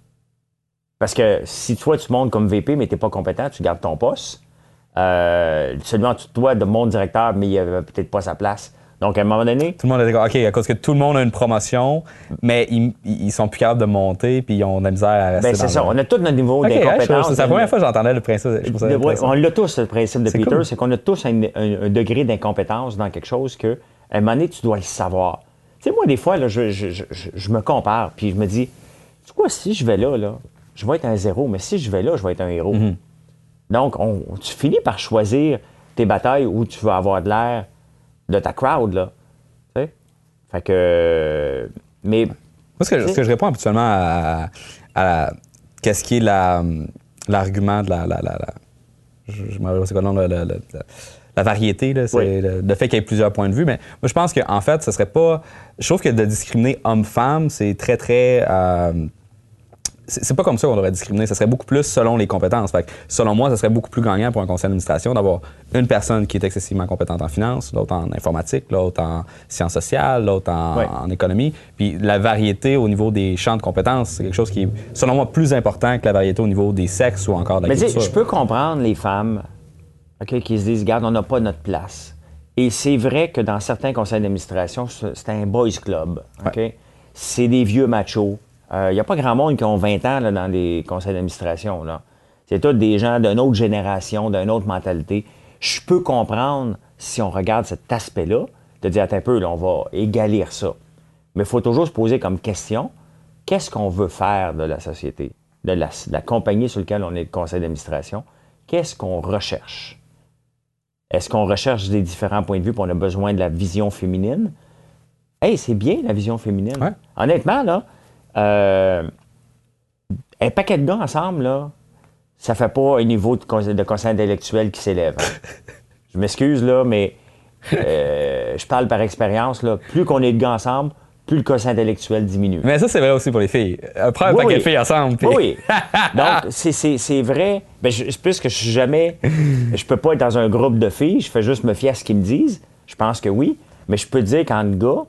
Speaker 2: Parce que si toi, tu montes comme V P, mais tu n'es pas compétent, tu gardes ton poste. Euh, seulement toi, de mon directeur, mais il n'y avait peut-être pas sa place. Donc, à un moment donné...
Speaker 1: Tout le monde est d'accord. OK, à cause que tout le monde a une promotion, mais ils, ils sont plus capables de monter puis ils ont de la misère à rester
Speaker 2: Ben, c'est
Speaker 1: dans
Speaker 2: ça.
Speaker 1: le...
Speaker 2: On a tout notre niveau
Speaker 1: OK,
Speaker 2: d'incompétence.
Speaker 1: ouais, c'est la première fois que j'entendais le principe. Je trouve ça
Speaker 2: De- ouais,
Speaker 1: intéressant.
Speaker 2: on l'a tous, le principe de
Speaker 1: C'est
Speaker 2: Peter,
Speaker 1: cool.
Speaker 2: c'est qu'on a tous un, un- un degré d'incompétence dans quelque chose que, à un moment donné, tu dois le savoir. Tu sais, moi, des fois, là, je, je, je, je me compare, puis je me dis, tu sais quoi, si je vais là, là, je vais être un zéro, mais si je vais là, je vais être un héros.
Speaker 1: Mm-hmm.
Speaker 2: Donc, on, tu finis par choisir tes batailles où tu vas avoir de l'air de ta crowd, là. Tu sais? Fait que... Mais...
Speaker 1: Moi, ce que, ce que je réponds habituellement à, à la- qu'est-ce qui est la, l'argument de la... la, la, la je, je me rappelle, c'est quoi le nom, la, la, la, la variété, là, c'est
Speaker 2: Oui.
Speaker 1: le, le fait qu'il y ait plusieurs points de vue. Mais moi, je pense qu'en fait, ce serait pas... Je trouve que de discriminer homme-femme, c'est très, très... Euh, c'est, c'est pas comme ça qu'on devrait discriminer. Ça serait beaucoup plus selon les compétences. Fait que, selon moi, ça serait beaucoup plus gagnant pour un conseil d'administration d'avoir une personne qui est excessivement compétente en finance, l'autre en informatique, l'autre en sciences sociales, l'autre en,
Speaker 2: Oui.
Speaker 1: en économie. Puis la variété au niveau des champs de compétences, c'est quelque chose qui est, selon moi, plus important que la variété au niveau des sexes ou encore de la
Speaker 2: Mais tu sais,
Speaker 1: culture.
Speaker 2: je peux comprendre les femmes okay, qui se disent, regarde, on n'a pas notre place. Et c'est vrai que dans certains conseils d'administration, c'est c'est un boys club. Okay? C'est des vieux machos. Il euh, n'y a pas grand monde qui ont vingt ans là, dans les conseils d'administration. Là. C'est tous des gens d'une autre génération, d'une autre mentalité. Je peux comprendre, si on regarde cet aspect-là, de dire, attends un peu, là, on va égaler ça. Mais il faut toujours se poser comme question, qu'est-ce qu'on veut faire de la société, de la, de la compagnie sur laquelle on est le conseil d'administration? Qu'est-ce qu'on recherche? Est-ce qu'on recherche des différents points de vue et on a besoin de la vision féminine? Hey, c'est bien la vision féminine.
Speaker 1: Ouais.
Speaker 2: Honnêtement, là, euh, un paquet de gars ensemble, là, ça fait pas un niveau de, conseil, de conseil intellectuel qui s'élève. Hein. Je m'excuse, là, mais euh, je parle par expérience. Là, plus qu'on est de gars ensemble, plus le quotient intellectuel diminue.
Speaker 1: Mais ça, c'est vrai aussi pour les filles. Euh, Prends un
Speaker 2: Oui,
Speaker 1: paquet
Speaker 2: oui.
Speaker 1: de filles ensemble. Puis...
Speaker 2: Oui, oui. Donc, c'est, c'est, c'est vrai. Ben, je, plus que je suis jamais... Je peux pas être dans un groupe de filles. Je fais juste me fier à ce qu'ils me disent. Je pense que oui. Mais je peux te dire qu'en gars,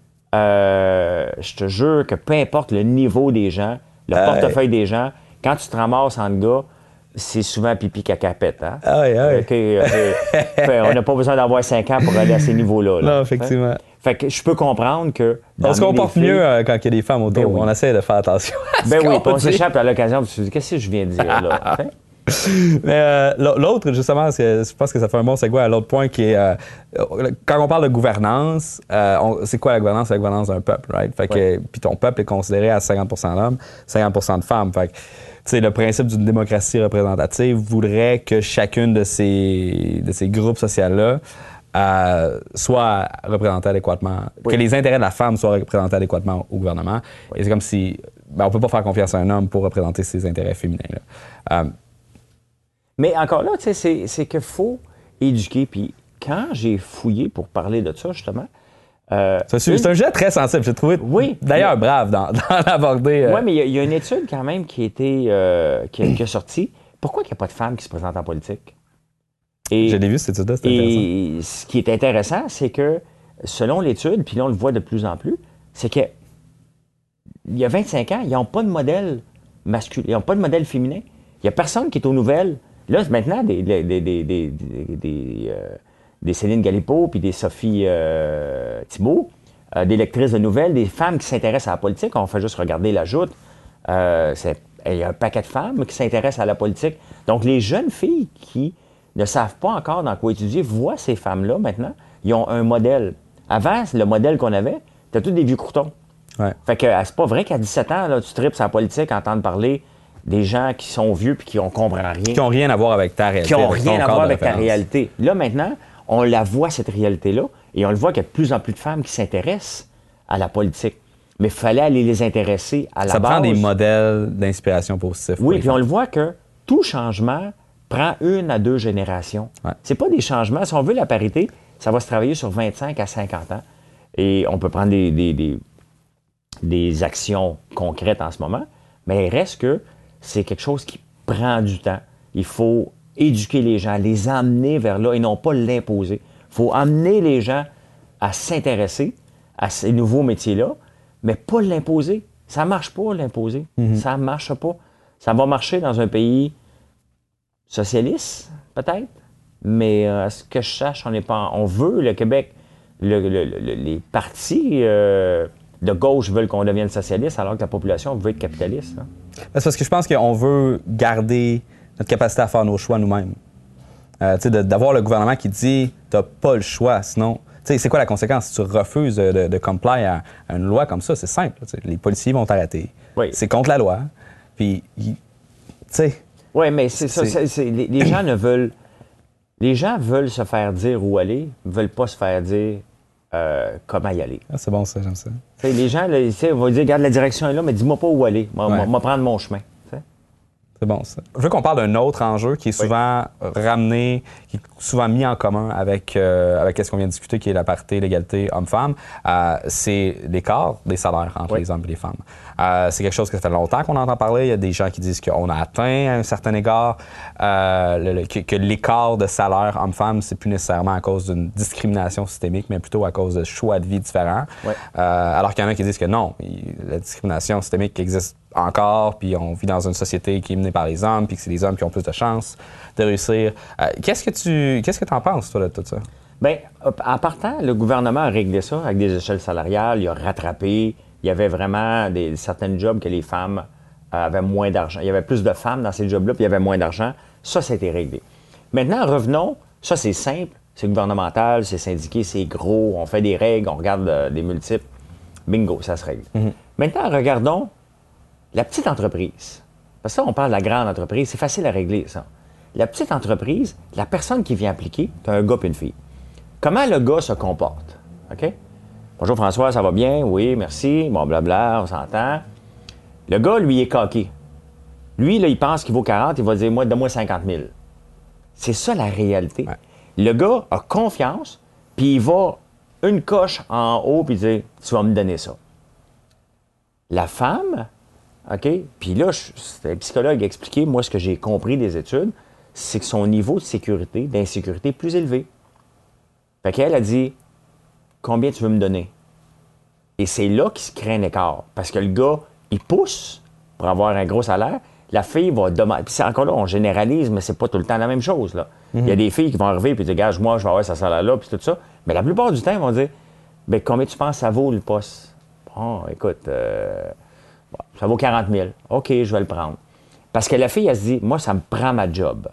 Speaker 2: euh, je te jure que peu importe le niveau des gens, le
Speaker 1: Euh,
Speaker 2: portefeuille des gens, quand tu te ramasses en gars, c'est souvent pipi cacapette. Hein?
Speaker 1: Ah oui, ah oui.
Speaker 2: OK, OK. Fait, on n'a pas besoin d'avoir cinq ans pour aller à ces niveaux-là. là.
Speaker 1: Non, effectivement.
Speaker 2: Fait que je peux comprendre que...
Speaker 1: On se
Speaker 2: d'emmener
Speaker 1: comporte
Speaker 2: des filles-
Speaker 1: mieux euh, quand il y a des femmes autour.
Speaker 2: Ben oui.
Speaker 1: On essaie de faire attention à ce
Speaker 2: Ben oui,
Speaker 1: qu'on
Speaker 2: puis on
Speaker 1: dit.
Speaker 2: s'échappe à l'occasion, tu te dis, qu'est-ce que je viens de dire là? T'sais?
Speaker 1: Mais euh, l'autre, justement, c'est- je pense que ça fait un bon segue à l'autre point qui est... euh, quand on parle de gouvernance, euh, on- c'est quoi la gouvernance? C'est la gouvernance d'un peuple, right? Fait que,
Speaker 2: Ouais.
Speaker 1: puis ton peuple est considéré à cinquante pour cent d'hommes, cinquante pour cent de femmes. Fait que, tu sais, le principe d'une démocratie représentative voudrait que chacune de ces, de ces groupes sociaux-là euh, soit représenté adéquatement,
Speaker 2: Oui.
Speaker 1: que les intérêts de la femme soient représentés adéquatement au gouvernement. Et c'est comme si ben, on peut pas faire confiance à un homme pour représenter ses intérêts féminins. Euh,
Speaker 2: Mais encore là, tu sais, c'est, c'est qu'il faut éduquer. Puis quand j'ai fouillé pour parler de ça, justement. Euh,
Speaker 1: c'est,
Speaker 2: une...
Speaker 1: c'est un sujet très sensible. J'ai trouvé
Speaker 2: oui,
Speaker 1: d'ailleurs
Speaker 2: mais...
Speaker 1: brave dans, dans l'aborder. Euh...
Speaker 2: Oui, mais il y, y a une étude quand même qui a été euh, qui, qui a sorti. Pourquoi il n'y a pas de femmes qui se présentent en politique? Et,
Speaker 1: je l'ai vu, cette étude-là, c'est
Speaker 2: et
Speaker 1: intéressant.
Speaker 2: ce qui est intéressant, c'est que selon l'étude, puis là on le voit de plus en plus, c'est que il y a vingt-cinq ans, ils n'ont pas de modèle masculin, ils n'ont pas de modèle féminin. Il n'y a personne qui est aux nouvelles. Là, maintenant, des, des, des, des, des, des, des, euh, des Céline Galipo puis des Sophie euh, Thibault, euh, des lectrices de nouvelles, des femmes qui s'intéressent à la politique. On fait juste regarder la joute. Euh, c'est, il y a un paquet de femmes qui s'intéressent à la politique. Donc, les jeunes filles qui ne savent pas encore dans quoi étudier voient ces femmes-là maintenant. Ils ont un modèle. Avant, le modèle qu'on avait, c'était tous des vieux croutons.
Speaker 1: Ouais.
Speaker 2: Fait que c'est pas vrai qu'à dix-sept ans, là, tu tripes sur la politique, entendre parler des gens qui sont vieux puis qui ne comprennent rien.
Speaker 1: Qui n'ont rien à voir avec ta réalité.
Speaker 2: Qui n'ont rien à voir avec ta réalité. Là, maintenant, on la voit, cette réalité-là, et on le voit qu'il y a de plus en plus de femmes qui s'intéressent à la politique. Mais il fallait aller les intéresser à la
Speaker 1: Ça
Speaker 2: base.
Speaker 1: prend des modèles d'inspiration positifs.
Speaker 2: Oui, puis on le voit que tout changement prend une à deux générations.
Speaker 1: Ouais.
Speaker 2: C'est pas des changements. Si on veut la parité, ça va se travailler sur vingt-cinq à cinquante ans. Et on peut prendre des, des, des, des actions concrètes en ce moment, mais il reste que c'est quelque chose qui prend du temps. Il faut éduquer les gens, les emmener vers là et non pas l'imposer. Il faut amener les gens à s'intéresser à ces nouveaux métiers-là, mais pas l'imposer. Ça ne marche pas, l'imposer. Mm-hmm. Ça ne marche pas. Ça va marcher dans un pays socialiste, peut-être, mais euh, à ce que je sache, on n'est pas. On veut, le Québec, le, le, le, les partis euh, de gauche veulent qu'on devienne socialiste, alors que la population veut être capitaliste. Hein.
Speaker 1: C'est parce que je pense qu'on veut garder notre capacité à faire nos choix nous-mêmes. Euh, tu sais, de, d'avoir le gouvernement qui dit « t'as pas le choix, sinon... » Tu sais, c'est quoi la conséquence? Si tu refuses de, de, de comply à, à une loi comme ça, c'est simple. Tu sais, les policiers vont t'arrêter.
Speaker 2: Oui.
Speaker 1: C'est contre la loi. Puis, tu sais...
Speaker 2: Oui, mais c'est ça. C'est, c'est, les, les gens ne veulent... Les gens veulent se faire dire où aller, ne veulent pas se faire dire euh, comment y aller.
Speaker 1: Ah, c'est bon, ça, j'aime ça.
Speaker 2: T'sais, les gens, là, on va dire, regarde, la direction est là, mais dis-moi pas où aller. Moi, ouais. moi prendre mon chemin. T'sais.
Speaker 1: C'est bon, ça. Je veux qu'on parle d'un autre enjeu qui est souvent oui. ramené, qui est souvent mis en commun avec, euh, avec ce qu'on vient de discuter, qui est la parité, l'égalité homme-femme. Euh, c'est l'écart des salaires entre oui. les hommes et les femmes. Euh, c'est quelque chose que ça fait longtemps qu'on entend parler. Il y a des gens qui disent qu'on a atteint à un certain égard, euh, le, le, que, que l'écart de salaire homme-femme, c'est plus nécessairement à cause d'une discrimination systémique, mais plutôt à cause de choix de vie différents. Oui. Euh, alors qu'il y en a qui disent que non, la discrimination systémique existe encore, puis on vit dans une société qui est menée par les hommes, puis que c'est les hommes qui ont plus de chances de réussir. Euh, qu'est-ce que tu qu'est-ce que tu en penses, toi, de tout ça?
Speaker 2: Bien, en partant, le gouvernement a réglé ça avec des échelles salariales, il a rattrapé. Il y avait vraiment des, certains jobs que les femmes avaient moins d'argent. Il y avait plus de femmes dans ces jobs-là, puis il y avait moins d'argent. Ça, ça a été réglé. Maintenant, revenons. Ça, c'est simple. C'est gouvernemental, c'est syndiqué, c'est gros. On fait des règles, on regarde euh, des multiples. Bingo, ça se règle. Mm-hmm. Maintenant, regardons la petite entreprise. Parce que là, on parle de la grande entreprise. C'est facile à régler, ça. La petite entreprise, la personne qui vient appliquer, c'est un gars et une fille. Comment le gars se comporte? OK? Bonjour François, ça va bien? Oui, merci. Bon, blabla, on s'entend. Le gars, lui, il est coqué. Lui, là, il pense qu'il vaut quarante, il va dire, moi, donne-moi cinquante mille. C'est ça la réalité. Ouais. Le gars a confiance, puis il va une coche en haut, puis il dit, tu vas me donner ça. La femme, OK? Puis là, je, un psychologue a expliqué, moi, ce que j'ai compris des études, c'est que son niveau de sécurité, d'insécurité est plus élevé. Fait qu'elle a dit, combien tu veux me donner? Et c'est là qu'il se crée un écart. Parce que le gars, il pousse pour avoir un gros salaire. La fille va demander. Puis c'est encore là, on généralise, mais c'est pas tout le temps la même chose. Là. Mm-hmm. Il y a des filles qui vont arriver et dire, gage, moi, je vais avoir ce salaire-là, puis tout ça. Mais la plupart du temps, ils vont dire, bien, combien tu penses que ça vaut le poste? Bon, écoute, euh, bon, ça vaut quarante mille. OK, je vais le prendre. Parce que la fille, elle se dit, moi, ça me prend ma job.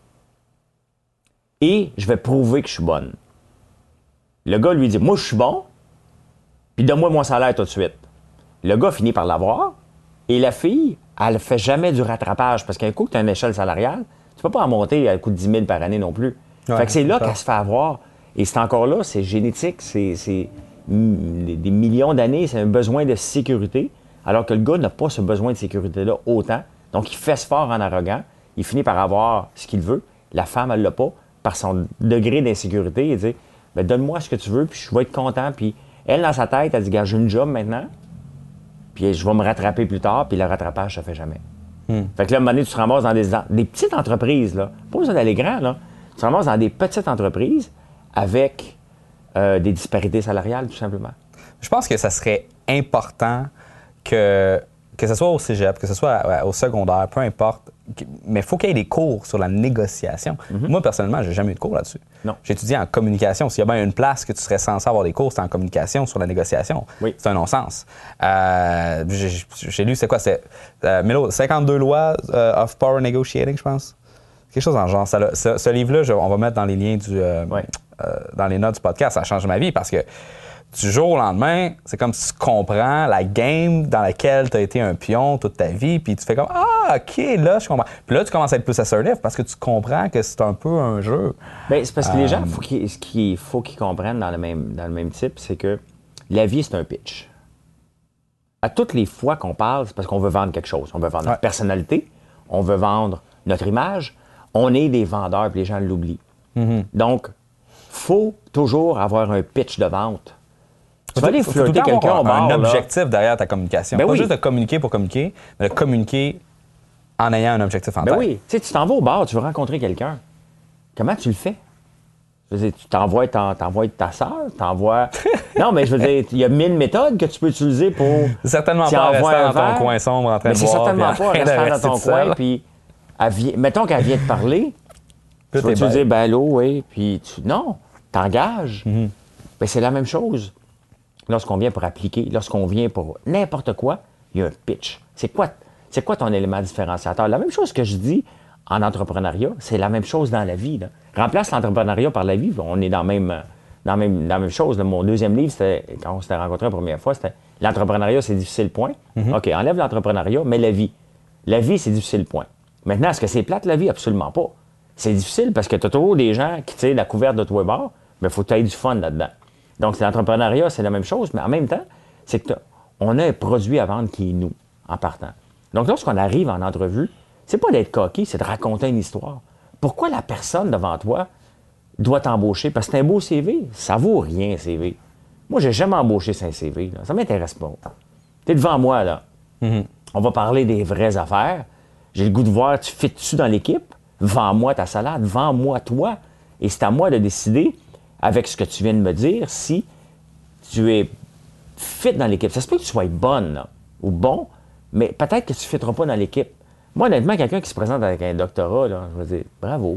Speaker 2: Et je vais prouver que je suis bonne. Le gars lui dit, moi, je suis bon, puis donne-moi mon salaire tout de suite. Le gars finit par l'avoir, et la fille, elle ne fait jamais du rattrapage, parce qu'un coup que tu as une échelle salariale, tu ne peux pas en monter à un coût de dix mille par année non plus. Ouais, fait que c'est là qu'elle se fait avoir. Et c'est encore là, c'est génétique, c'est, c'est des millions d'années, c'est un besoin de sécurité. alors que le gars n'a pas ce besoin de sécurité-là autant. Donc, il fesse fort en arrogant. Il finit par avoir ce qu'il veut. La femme, elle l'a pas. Par son degré d'insécurité, elle dit ben, donne-moi ce que tu veux, puis je vais être content. Puis elle, dans sa tête, elle dit gars, j'ai une job maintenant, puis je vais me rattraper plus tard, puis le rattrapage, ça ne fait jamais. Hmm. Fait que là, à un moment donné, tu te ramasses dans des, des petites entreprises, là. Pas besoin d'aller grand, là. Tu te ramasses dans des petites entreprises avec euh, des disparités salariales, tout simplement.
Speaker 1: Je pense que ça serait important que, que ce soit au cégep, que ce soit ouais, au secondaire, peu importe, que, mais il faut qu'il y ait des cours sur la négociation. Mm-hmm. Moi, personnellement, j'ai jamais eu de cours là-dessus.
Speaker 2: Non.
Speaker 1: J'ai étudié en communication. S'il y a bien une place que tu serais censé avoir des cours, c'est en communication sur la négociation.
Speaker 2: Oui.
Speaker 1: C'est un non-sens. Euh, j'ai, j'ai lu, c'est quoi? C'est euh, Milo, cinquante-deux lois euh, of power negotiating, je pense. Quelque chose en genre. Ça, ce, ce livre-là, je, on va mettre dans les liens du... Euh,
Speaker 2: oui.
Speaker 1: euh, dans les notes du podcast. Ça change ma vie parce que du jour au lendemain, c'est comme si tu comprends la game dans laquelle tu as été un pion toute ta vie, puis tu fais comme « Ah, OK, là, je comprends. » Puis là, tu commences à être plus assertif parce que tu comprends que c'est un peu un jeu.
Speaker 2: Bien, c'est parce que
Speaker 1: euh...
Speaker 2: les gens, faut qu'ils, ce qu'il faut qu'ils comprennent dans le même, dans le même type, c'est que la vie, c'est un pitch. À toutes les fois qu'on parle, c'est parce qu'on veut vendre quelque chose. On veut vendre notre ouais. personnalité, on veut vendre notre image. On est des vendeurs, puis les gens l'oublient. Mm-hmm. Donc, il faut toujours avoir un pitch de vente. Tu vas aller flirter quelqu'un au bar,
Speaker 1: un objectif
Speaker 2: là.
Speaker 1: Derrière ta communication.
Speaker 2: Ben
Speaker 1: pas
Speaker 2: oui.
Speaker 1: juste de communiquer pour communiquer, mais de communiquer en ayant un objectif en
Speaker 2: ben
Speaker 1: tête.
Speaker 2: Oui. Tu sais, tu t'en vas au bar, tu veux rencontrer quelqu'un. Comment tu le fais? Je veux dire, tu t'envoies, t'envoies ta sœur, t'envoies... Non, mais je veux dire, il y a mille méthodes que tu peux utiliser pour...
Speaker 1: C'est certainement pas en restant dans ton coin sombre en train
Speaker 2: mais
Speaker 1: de
Speaker 2: c'est
Speaker 1: boire.
Speaker 2: certainement pas en restant dans ton coin, puis... Vi... Mettons qu'elle vient te parler, tu vas te dire, ben allô, oui, puis tu... Non, t'engages. Mm-hmm. Ben c'est la même chose. Lorsqu'on vient pour appliquer, lorsqu'on vient pour n'importe quoi, il y a un pitch. C'est quoi, c'est quoi ton élément différenciateur? La même chose que je dis en entrepreneuriat, c'est la même chose dans la vie. Là. Remplace l'entrepreneuriat par la vie, on est dans, même, dans, même, dans la même chose. Là. Mon deuxième livre, c'était, quand on s'était rencontrés la première fois, c'était l'entrepreneuriat, c'est difficile, point. Mm-hmm. OK, enlève l'entrepreneuriat, mais la vie. La vie, c'est difficile, point. Maintenant, est-ce que c'est plate, la vie? Absolument pas. C'est difficile parce que tu as toujours des gens qui tirent la couverte de toi et bord, mais il faut que tu aies du fun là-dedans. Donc, c'est l'entrepreneuriat, c'est la même chose, mais en même temps, c'est qu'on a un produit à vendre qui est nous, en partant. Donc, lorsqu'on arrive en entrevue, c'est pas d'être coquille, c'est de raconter une histoire. Pourquoi la personne devant toi doit t'embaucher? Parce que c'est un beau C V. Ça vaut rien, un C V. Moi, j'ai jamais embauché sur un C V. Là. Ça m'intéresse pas. Tu es devant moi, là. Mm-hmm. On va parler des vraies affaires. J'ai le goût de voir, tu fites-tu dans l'équipe? Vends-moi ta salade, vends-moi toi. Et c'est à moi de décider, avec ce que tu viens de me dire, si tu es fit dans l'équipe. Ça se peut que tu sois bonne là, ou bon, mais peut-être que tu ne fitteras pas dans l'équipe. Moi, honnêtement, quelqu'un qui se présente avec un doctorat, là, je vais dire bravo.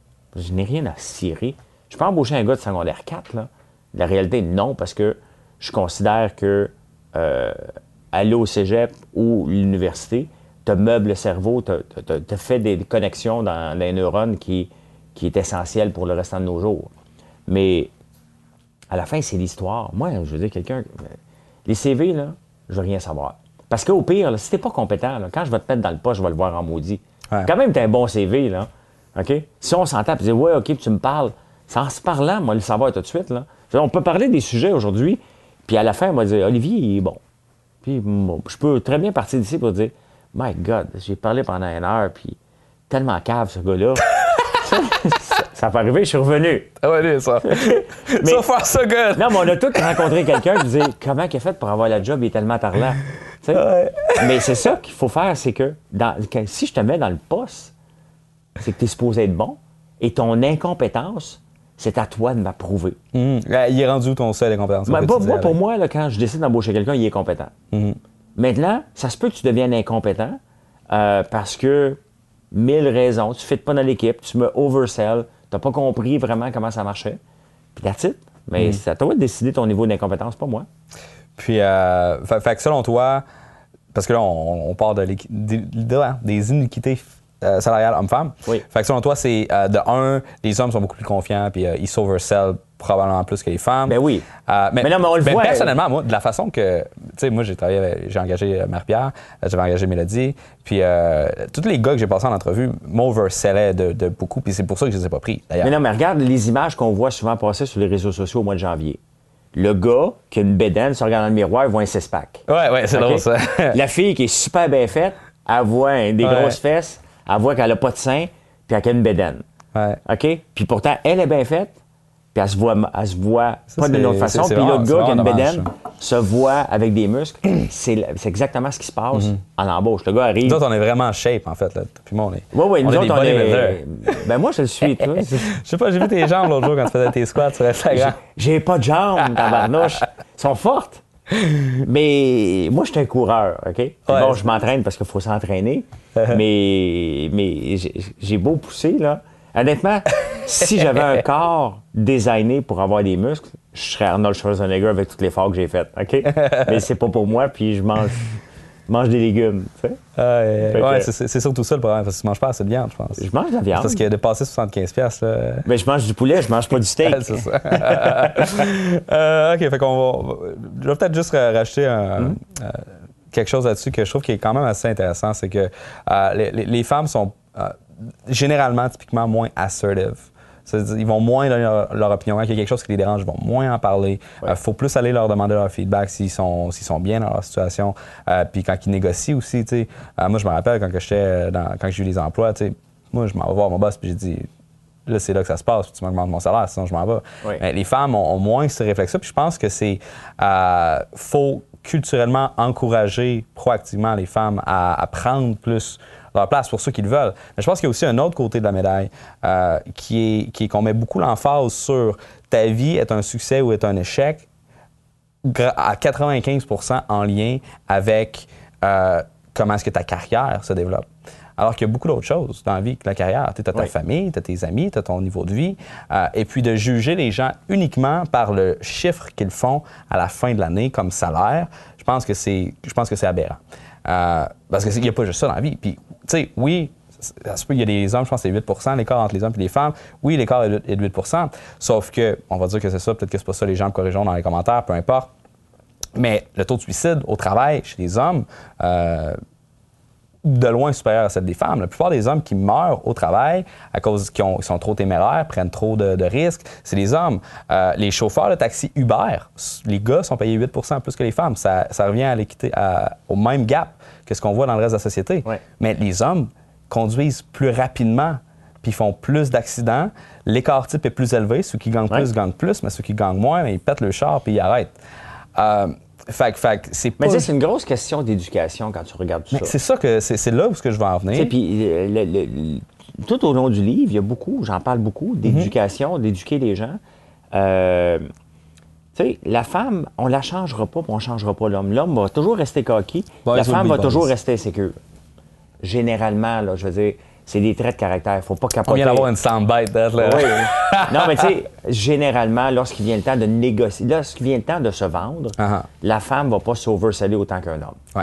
Speaker 2: Je n'ai rien à cirer. Je peux embaucher un gars de secondaire quatre. Là. La réalité, non, parce que je considère que euh, aller au cégep ou l'université te meuble le cerveau, te, te, te fait des connexions dans les neurones qui, qui est essentiel pour le restant de nos jours. Mais à la fin, c'est l'histoire. Moi, je veux dire, quelqu'un... Les C V, là, je veux rien savoir. Parce qu'au pire, là, si t'es pas compétent, là, quand je vais te mettre dans le poste, je vais le voir en maudit. Ouais. Quand même, t'as un bon C V, là. OK? Si on s'entend et dire, ouais, OK, puis tu me parles, c'est en se parlant, moi, le savoir tout de suite, là. On peut parler des sujets aujourd'hui, puis à la fin, on va dire, Olivier, il est bon. Puis bon, je peux très bien partir d'ici pour dire, my God, j'ai parlé pendant une heure, puis tellement cave, ce gars-là. ça, ça peut arriver, je suis revenu.
Speaker 1: Ah ouais, ça. Mais, ça va faire ça, gars.
Speaker 2: Non, mais on a tous rencontré quelqu'un qui disait, comment il a fait pour avoir la job, il est tellement tarlant. Ouais. Mais c'est ça qu'il faut faire, c'est que, dans, que si je te mets dans le poste, c'est que tu es supposé être bon, et ton incompétence, c'est à toi de m'approuver.
Speaker 1: Mmh. Il est rendu où ton seul incompétence?
Speaker 2: Ben, moi, moi pour moi, là, quand je décide d'embaucher quelqu'un, il est compétent. Mmh. Maintenant, ça se peut que tu deviennes incompétent euh, parce que mille raisons, tu ne fites pas dans l'équipe, tu me oversell, tu n'as pas compris vraiment comment ça marchait. Puis that's it. Mais mmh. c'est à toi de décider ton niveau d'incompétence, pas moi.
Speaker 1: Puis, euh, fait, fait que selon toi, parce que là, on, on part de des, des iniquités euh, salariales hommes-femmes.
Speaker 2: Oui.
Speaker 1: Fait que selon toi, c'est euh, de un, les hommes sont beaucoup plus confiants, puis euh, ils s'oversell probablement plus que les femmes.
Speaker 2: Ben oui.
Speaker 1: Euh, mais,
Speaker 2: mais non, mais on le
Speaker 1: ben,
Speaker 2: voit.
Speaker 1: Personnellement, moi, de la façon que, tu sais, moi, j'ai travaillé, avec, j'ai engagé Marie-Pierre, j'avais engagé Mélodie, puis euh, tous les gars que j'ai passés en entrevue m'oversellaient de, de beaucoup, puis c'est pour ça que je les ai pas pris, d'ailleurs.
Speaker 2: Mais non, mais regarde les images qu'on voit souvent passer sur les réseaux sociaux au mois de janvier. Le gars qui a une bédaine, se regarde dans le miroir, il voit un six-pack.
Speaker 1: Ouais, ouais, c'est
Speaker 2: OK?
Speaker 1: drôle, ça.
Speaker 2: La fille qui est super bien faite, elle voit hein, des
Speaker 1: Ouais.
Speaker 2: grosses fesses, elle voit qu'elle n'a pas de sein, puis elle a une bédaine.
Speaker 1: Ouais.
Speaker 2: OK? Puis pourtant, elle est bien faite, puis elle se voit, elle se voit
Speaker 1: Ça,
Speaker 2: pas d'une
Speaker 1: c'est-
Speaker 2: autre façon.
Speaker 1: c'est- c'est
Speaker 2: Puis
Speaker 1: vraiment-
Speaker 2: l'autre
Speaker 1: c'est
Speaker 2: gars qui a une
Speaker 1: vraiment dommage,
Speaker 2: bédaine se voit avec des muscles. c'est c'est exactement ce qui se passe en embauche. Le gars arrive.
Speaker 1: Nous autres, on est vraiment shape, en fait. Là. Puis moi, on est.
Speaker 2: Oui, oui,
Speaker 1: on
Speaker 2: nous
Speaker 1: est
Speaker 2: autres,
Speaker 1: des
Speaker 2: on
Speaker 1: bodybuilders.
Speaker 2: est. Ben moi, je le suis, toi.
Speaker 1: Je sais pas, j'ai vu tes jambes l'autre jour quand tu faisais tes squats sur Instagram.
Speaker 2: J'ai pas de jambes, tabarnouche. Elles sont fortes. Mais moi, je suis un coureur, OK? Puis
Speaker 1: Ouais.
Speaker 2: Bon, je m'entraîne parce qu'il faut s'entraîner. mais mais j'ai j'ai beau pousser, là. Honnêtement, si j'avais un corps designé pour avoir des muscles, je serais Arnold Schwarzenegger avec tout l'effort que j'ai fait, OK? Mais c'est pas pour moi, puis je mange, je mange des légumes, tu sais?
Speaker 1: Ouais,
Speaker 2: Fait que-
Speaker 1: ouais, c'est c'est surtout ça le problème, parce que tu manges pas assez de viande, je pense.
Speaker 2: Je mange de la viande.
Speaker 1: Parce que de passer soixante-quinze piastres, là.
Speaker 2: Mais je mange du poulet, je mange pas du steak.
Speaker 1: c'est ça. Euh, OK, fait qu'on va. Je vais peut-être juste ra- rajouter un,
Speaker 2: Mm-hmm.
Speaker 1: euh, quelque chose là-dessus que je trouve qui est quand même assez intéressant, c'est que euh, les, les- les femmes sont euh, généralement, typiquement, moins assertives. C'est-à-dire, ils vont moins donner leur, leur opinion. Quand il y a quelque chose qui les dérange, ils vont moins en parler. Il
Speaker 2: Ouais.
Speaker 1: faut plus aller leur demander leur feedback s'ils sont, s'ils sont bien dans leur situation. Euh, puis quand ils négocient aussi, tu sais. Euh, moi, je me rappelle quand que j'étais dans, quand j'ai eu les emplois, tu sais, moi, je m'en vais voir mon boss puis j'ai dit, là, c'est là que ça se passe, puis tu m'augmentes mon salaire, sinon je m'en vais.
Speaker 2: Oui.
Speaker 1: Mais les femmes ont, ont moins ce réflexe-là, puis je pense que c'est... Euh, faut culturellement encourager proactivement les femmes à, à prendre plus leur place pour ceux qui le veulent. Mais je pense qu'il y a aussi un autre côté de la médaille euh, qui est, qui est qu'on met beaucoup l'emphase sur ta vie est un succès ou est un échec gra- à quatre-vingt-quinze pour cent en lien avec euh, comment est-ce que ta carrière se développe. Alors qu'il y a beaucoup d'autres choses dans la vie que la carrière. Tu as ta
Speaker 2: Oui.
Speaker 1: famille, tu as tes amis, tu as ton niveau de vie. Euh, et puis de juger les gens uniquement par le chiffre qu'ils font à la fin de l'année comme salaire, je pense que c'est, je pense que c'est aberrant. Euh, parce qu'il n'y a pas juste ça dans la vie. Puis, tu sais, oui, ça se peut, il y a des hommes, je pense que c'est huit pour cent l'écart entre les hommes et les femmes. Oui, l'écart est de huit pour cent. Sauf que, on va dire que c'est ça, peut-être que c'est pas ça, les gens me corrigeront dans les commentaires, peu importe. Mais le taux de suicide au travail chez les hommes, euh, de loin supérieur à celle des femmes. La plupart des hommes qui meurent au travail à cause qu'ils ont- ils sont trop téméraires, prennent trop de, de risques, c'est les hommes. Euh, les chauffeurs de taxi Uber, les gars sont payés huit pour cent plus que les femmes. Ça, ça revient à l'équité, à- au même gap que ce qu'on voit dans le reste de la société.
Speaker 2: Ouais.
Speaker 1: Mais les hommes conduisent plus rapidement puis font plus d'accidents. L'écart type est plus élevé. Ceux qui gagnent
Speaker 2: Ouais.
Speaker 1: plus gagnent plus, mais ceux qui gagnent moins, ils pètent le char puis ils arrêtent. Euh, fait, que- fait que c'est pas...
Speaker 2: Mais tu sais, c'est une grosse question d'éducation quand tu regardes tout
Speaker 1: Mais
Speaker 2: ça.
Speaker 1: c'est ça que c'est, c'est là où ce que je veux en venir.
Speaker 2: Tu sais, puis euh, le- le- le- tout au long du livre, il y a beaucoup, j'en parle beaucoup, d'éducation, d'éduquer les gens. Euh, tu sais, la femme, on la changera pas, puis on changera pas l'homme. L'homme va toujours rester coquille,
Speaker 1: Boys
Speaker 2: la
Speaker 1: will
Speaker 2: femme
Speaker 1: be
Speaker 2: va
Speaker 1: boys.
Speaker 2: toujours rester insécure. Généralement, là, je veux dire, c'est des traits de caractère. Faut pas
Speaker 1: On
Speaker 2: capoter.
Speaker 1: vient d'avoir une soundbite d'être là.
Speaker 2: Oui, oui. Non, mais tu sais, généralement, lorsqu'il vient le temps de négocier, lorsqu'il vient le temps de se vendre,
Speaker 1: Uh-huh.
Speaker 2: la femme va pas s'overseller autant qu'un homme.
Speaker 1: Ouais.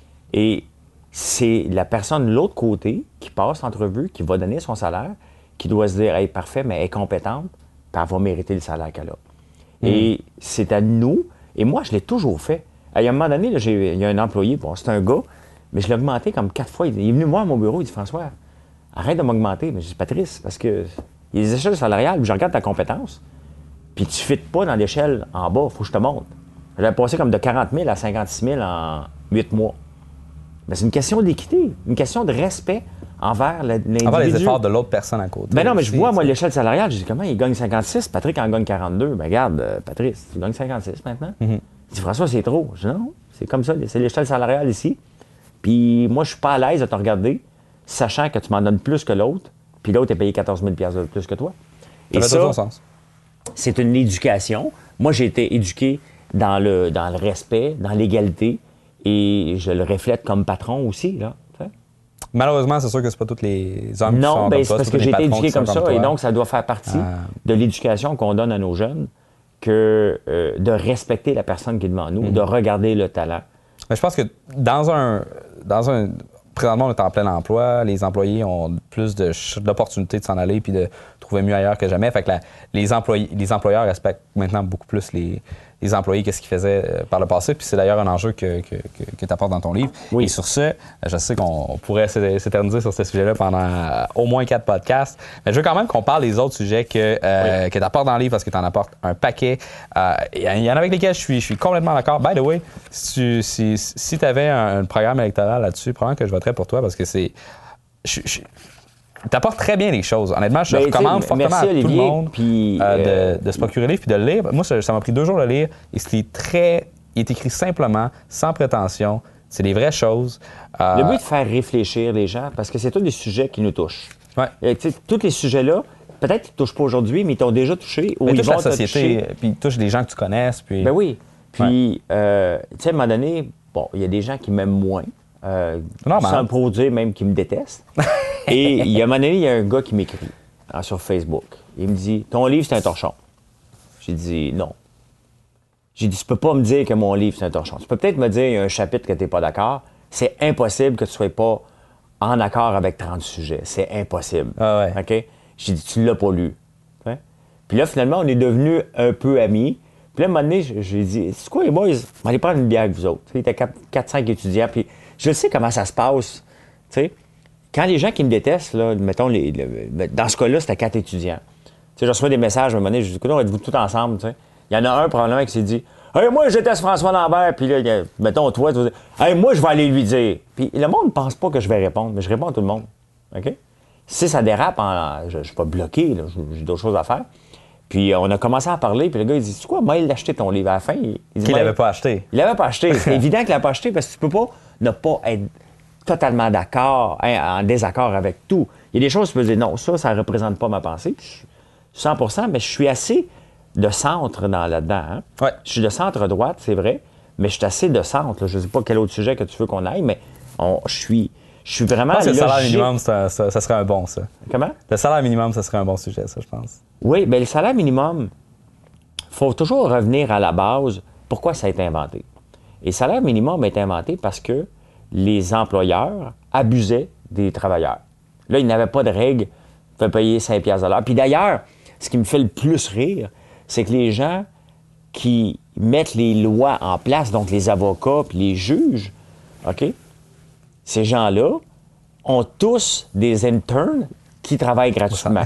Speaker 2: Et c'est la personne de l'autre côté qui passe l'entrevue, qui va donner son salaire, qui doit se dire, hey, parfait, mais elle est compétente, puis elle va mériter le salaire qu'elle a. Et c'est à nous, et moi, je l'ai toujours fait. À un moment donné, là, j'ai- il y a un employé, bon, c'est un gars, mais je l'ai augmenté comme quatre fois. Il est venu voir à mon bureau, il dit, François, arrête de m'augmenter. Mais je dis, Patrice, parce que il y a des échelles salariales, puis je regarde ta compétence, puis tu ne fites pas dans l'échelle en bas, il faut que je te montre. J'avais passé comme de quarante mille à cinquante-six mille en huit mois. Mais c'est une question d'équité, une question de respect envers la- l'individu.
Speaker 1: Avant les efforts de l'autre personne à côté.
Speaker 2: Ben non, mais je
Speaker 1: aussi,
Speaker 2: vois, moi,
Speaker 1: tu sais.
Speaker 2: l'échelle salariale, je dis, comment il gagne cinquante-six, Patrick en gagne quarante-deux. Ben regarde, euh, Patrice, tu gagnes cinquante-six maintenant.
Speaker 1: Mm-hmm.
Speaker 2: Il dit, François, c'est trop. Je dis, non, c'est comme ça, c'est l'échelle salariale ici. Puis moi, je suis pas à l'aise de te regarder, sachant que tu m'en donnes plus que l'autre, puis l'autre est payé quatorze mille de plus que toi.
Speaker 1: Ça
Speaker 2: Et
Speaker 1: fait tout
Speaker 2: ça,
Speaker 1: son sens.
Speaker 2: c'est une éducation. Moi, j'ai été éduqué dans le, dans le respect, dans l'égalité, et je le reflète comme patron aussi, là. tu sais.
Speaker 1: Malheureusement, c'est sûr que c'est pas tous les hommes qui sont
Speaker 2: Non,
Speaker 1: comme
Speaker 2: ben,
Speaker 1: toi,
Speaker 2: c'est parce
Speaker 1: pas
Speaker 2: que
Speaker 1: tous
Speaker 2: j'ai
Speaker 1: les
Speaker 2: été
Speaker 1: patrons
Speaker 2: éduqué
Speaker 1: qui sont
Speaker 2: comme ça,
Speaker 1: toi.
Speaker 2: et donc ça doit faire partie
Speaker 1: Ah.
Speaker 2: de l'éducation qu'on donne à nos jeunes, que euh, de respecter la personne qui est devant nous,
Speaker 1: Mm-hmm.
Speaker 2: de regarder le talent.
Speaker 1: Mais je pense que dans un, dans un. Présentement, on est en plein emploi. Les employés ont plus de ch- d'opportunités de s'en aller puis de trouver mieux ailleurs que jamais. Fait que la- les, employés, les employeurs respectent maintenant beaucoup plus les, les employés, qu'est-ce qu'ils faisaient euh, par le passé. Puis c'est d'ailleurs un enjeu que, que, que, que tu apportes dans ton livre.
Speaker 2: Oui.
Speaker 1: Et sur ce, je sais qu'on pourrait s'éterniser sur ce sujet-là pendant euh, au moins quatre podcasts. Mais je veux quand même qu'on parle des autres sujets que, euh, oui. que tu apportes dans le livre parce que tu en apportes un paquet. Euh, Il y en a avec lesquels je suis, je suis complètement d'accord. By the way, si tu si, si avais un, un programme électoral là-dessus, probablement que je voterais pour toi parce que c'est. Je, je, t'apportes très bien les choses. Honnêtement, je ben, recommande fortement merci, à tout Olivier, le monde puis, euh, de, de se procurer le livre et de le lire. Moi, ça, ça m'a pris deux jours de le lire. Il se lit très... Il est écrit simplement, sans prétention. C'est des vraies choses.
Speaker 2: Euh... Le but est de faire réfléchir les gens parce que c'est tous des sujets qui nous touchent.
Speaker 1: Ouais.
Speaker 2: Et, tous les sujets-là, peut-être qu'ils ne touchent pas aujourd'hui, mais ils t'ont déjà touché. Ou
Speaker 1: ils
Speaker 2: ils
Speaker 1: touchent
Speaker 2: vont
Speaker 1: la société, puis ils touchent des gens que tu connaisses. Puis...
Speaker 2: Ben oui. Puis, ouais. euh, tu sais, à un moment donné, bon, il y a des gens qui m'aiment moins. Euh, sans pour dire même qu'ils me détestent. Et il y a un moment donné, il y a un gars qui m'écrit hein, sur Facebook. Il me dit « Ton livre, c'est un torchon. » J'ai dit « Non. » J'ai dit « Tu peux pas me dire que mon livre, c'est un torchon. Tu peux peut-être me dire qu'il y a un chapitre que tu n'es pas d'accord. C'est impossible que tu sois pas en accord avec trente sujets. C'est impossible.
Speaker 1: Ah ouais.
Speaker 2: OK? » J'ai dit « Tu l'as pas lu. Hein? » Puis là, finalement, on est devenus un peu amis. Puis là, à un moment donné, j'ai dit « C'est quoi les boys? On va aller prendre une bière avec vous autres. » Il y était quatre cinq étudiants. Puis je sais comment ça se passe. Tu sais, quand les gens qui me détestent, là, mettons, les, le, dans ce cas-là, c'était quatre étudiants. Tu sais, je reçois des messages à un moment donné, je dis, écoute, êtes-vous tous ensemble? Tu sais? Il y en a un probablement qui s'est dit, hey, moi, je déteste François Lambert. Puis là, mettons, toi, tu vas dire, hey, moi, je vais aller lui dire. Puis le monde ne pense pas que je vais répondre, mais je réponds à tout le monde. OK? Si ça dérape, en, je ne suis pas bloqué, là, j'ai d'autres choses à faire. Puis on a commencé à parler, puis le gars, il dit, c'est quoi, Maël d'acheter ton livre à la fin? Il dit,
Speaker 1: qu'il l'avait pas acheté.
Speaker 2: Il l'avait pas acheté. C'est évident qu'il l'a pas acheté parce que tu peux pas ne pas être totalement d'accord, hein, en désaccord avec tout. Il y a des choses que tu peux dire, non, ça, ça ne représente pas ma pensée. Je suis cent pour cent, mais je suis assez de centre dans, là-dedans. Hein?
Speaker 1: Ouais.
Speaker 2: Je suis de centre-droite, c'est vrai, mais je suis assez de centre. Là. Je ne sais pas quel autre sujet que tu veux qu'on aille, mais on, je suis... Je suis vraiment
Speaker 1: je pense que le salaire minimum, ça, ça, ça serait un bon, ça.
Speaker 2: Comment?
Speaker 1: Le salaire minimum, ça serait un bon sujet, ça, je pense.
Speaker 2: Oui, bien, le salaire minimum, il faut toujours revenir à la base. Pourquoi ça a été inventé? Et le salaire minimum a été inventé parce que les employeurs abusaient des travailleurs. Là, ils n'avaient pas de règles. Ils pouvaient payer cinq piastres de l'heure. Puis d'ailleurs, ce qui me fait le plus rire, c'est que les gens qui mettent les lois en place, donc les avocats puis les juges, OK? Ces gens-là ont tous des internes qui travaillent gratuitement.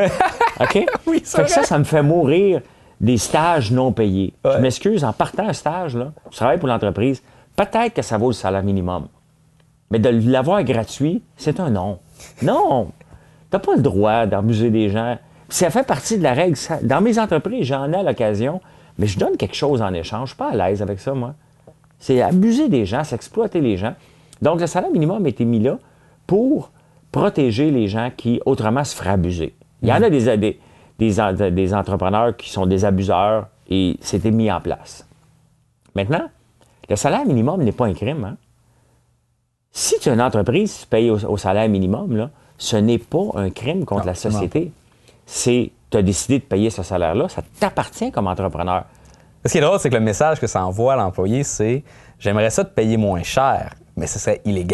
Speaker 2: OK?
Speaker 1: Oui,
Speaker 2: fait que ça, ça me fait mourir des stages non payés.
Speaker 1: Ouais.
Speaker 2: Je m'excuse, en partant un stage, là, je travaille pour l'entreprise, peut-être que ça vaut le salaire minimum. Mais de l'avoir gratuit, c'est un non. Non! T'as pas le droit d'abuser des gens. Puis ça fait partie de la règle. Ça, dans mes entreprises, j'en ai à l'occasion, mais je donne quelque chose en échange. Je suis pas à l'aise avec ça, moi. C'est abuser des gens, c'est exploiter les gens. Donc, le salaire minimum a été mis là pour protéger les gens qui, autrement, se feraient abuser. Il y en a des, des, des, des entrepreneurs qui sont des abuseurs et c'était mis en place. Maintenant, le salaire minimum n'est pas un crime. Hein? Si tu as une entreprise qui paye au, au salaire minimum, là, ce n'est pas un crime contre non, la société. C'est, tu as décidé de payer ce salaire-là, ça t'appartient comme entrepreneur.
Speaker 1: Ce qui est drôle, c'est que le message que ça envoie à l'employé, c'est « J'aimerais ça te payer moins cher, mais ce serait illégal. »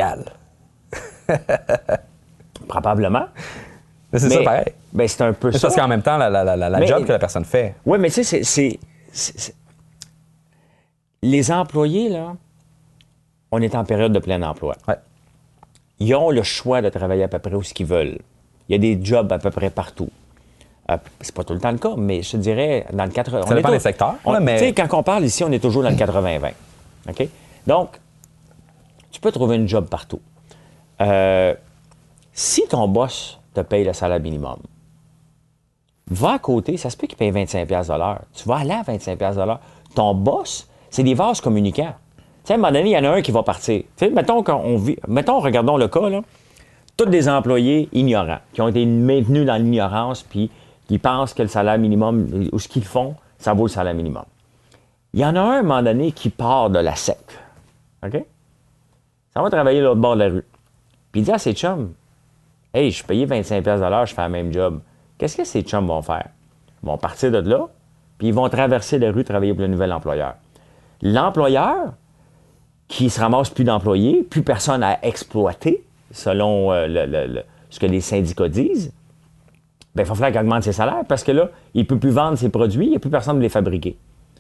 Speaker 2: Probablement.
Speaker 1: Mais c'est mais, ça pareil.
Speaker 2: Ben c'est un peu
Speaker 1: mais
Speaker 2: ça.
Speaker 1: Parce qu'en même temps, la, la, la, la mais, job que la personne fait.
Speaker 2: Oui, mais tu sais, c'est, c'est, c'est, c'est... Les employés, là, on est en période de plein emploi.
Speaker 1: Ouais.
Speaker 2: Ils ont le choix de travailler à peu près où ce qu'ils veulent. Il y a des jobs à peu près partout. Euh, c'est pas tout le temps le cas, mais je te dirais, dans le quatre-vingts...
Speaker 1: Ça dépend
Speaker 2: des
Speaker 1: secteurs.
Speaker 2: On,
Speaker 1: mais...
Speaker 2: Tu sais, quand on parle ici, on est toujours dans le quatre-vingts vingt. OK? Donc, tu peux trouver une job partout. Euh, si ton boss te paye le salaire minimum, va à côté, ça se peut qu'il paye vingt-cinq piastres de l'heure. Tu vas aller à vingt-cinq piastres de l'heure. Ton boss, c'est des vases communicants. Tu sais, à un moment donné, il y en a un qui va partir. Tu sais, mettons, quand on vit, mettons, regardons le cas, là, tous des employés ignorants, qui ont été maintenus dans l'ignorance, puis qui pensent que le salaire minimum, ou ce qu'ils font, ça vaut le salaire minimum. Il y en a un, à un moment donné, qui part de la secte. OK? Ça va travailler de l'autre bord de la rue. Puis il dit à ses chums, « Hey, je suis payé vingt-cinq piastres de l'heure, je fais le même job. » Qu'est-ce que ces chums vont faire? Ils vont partir de là, puis ils vont traverser la rue travailler pour le nouvel employeur. L'employeur, qui se ramasse plus d'employés, plus personne à exploiter, selon euh, le, le, le, ce que les syndicats disent, bien, il va falloir qu'il augmente ses salaires parce que là, il ne peut plus vendre ses produits, il n'y a plus personne pour les fabriquer.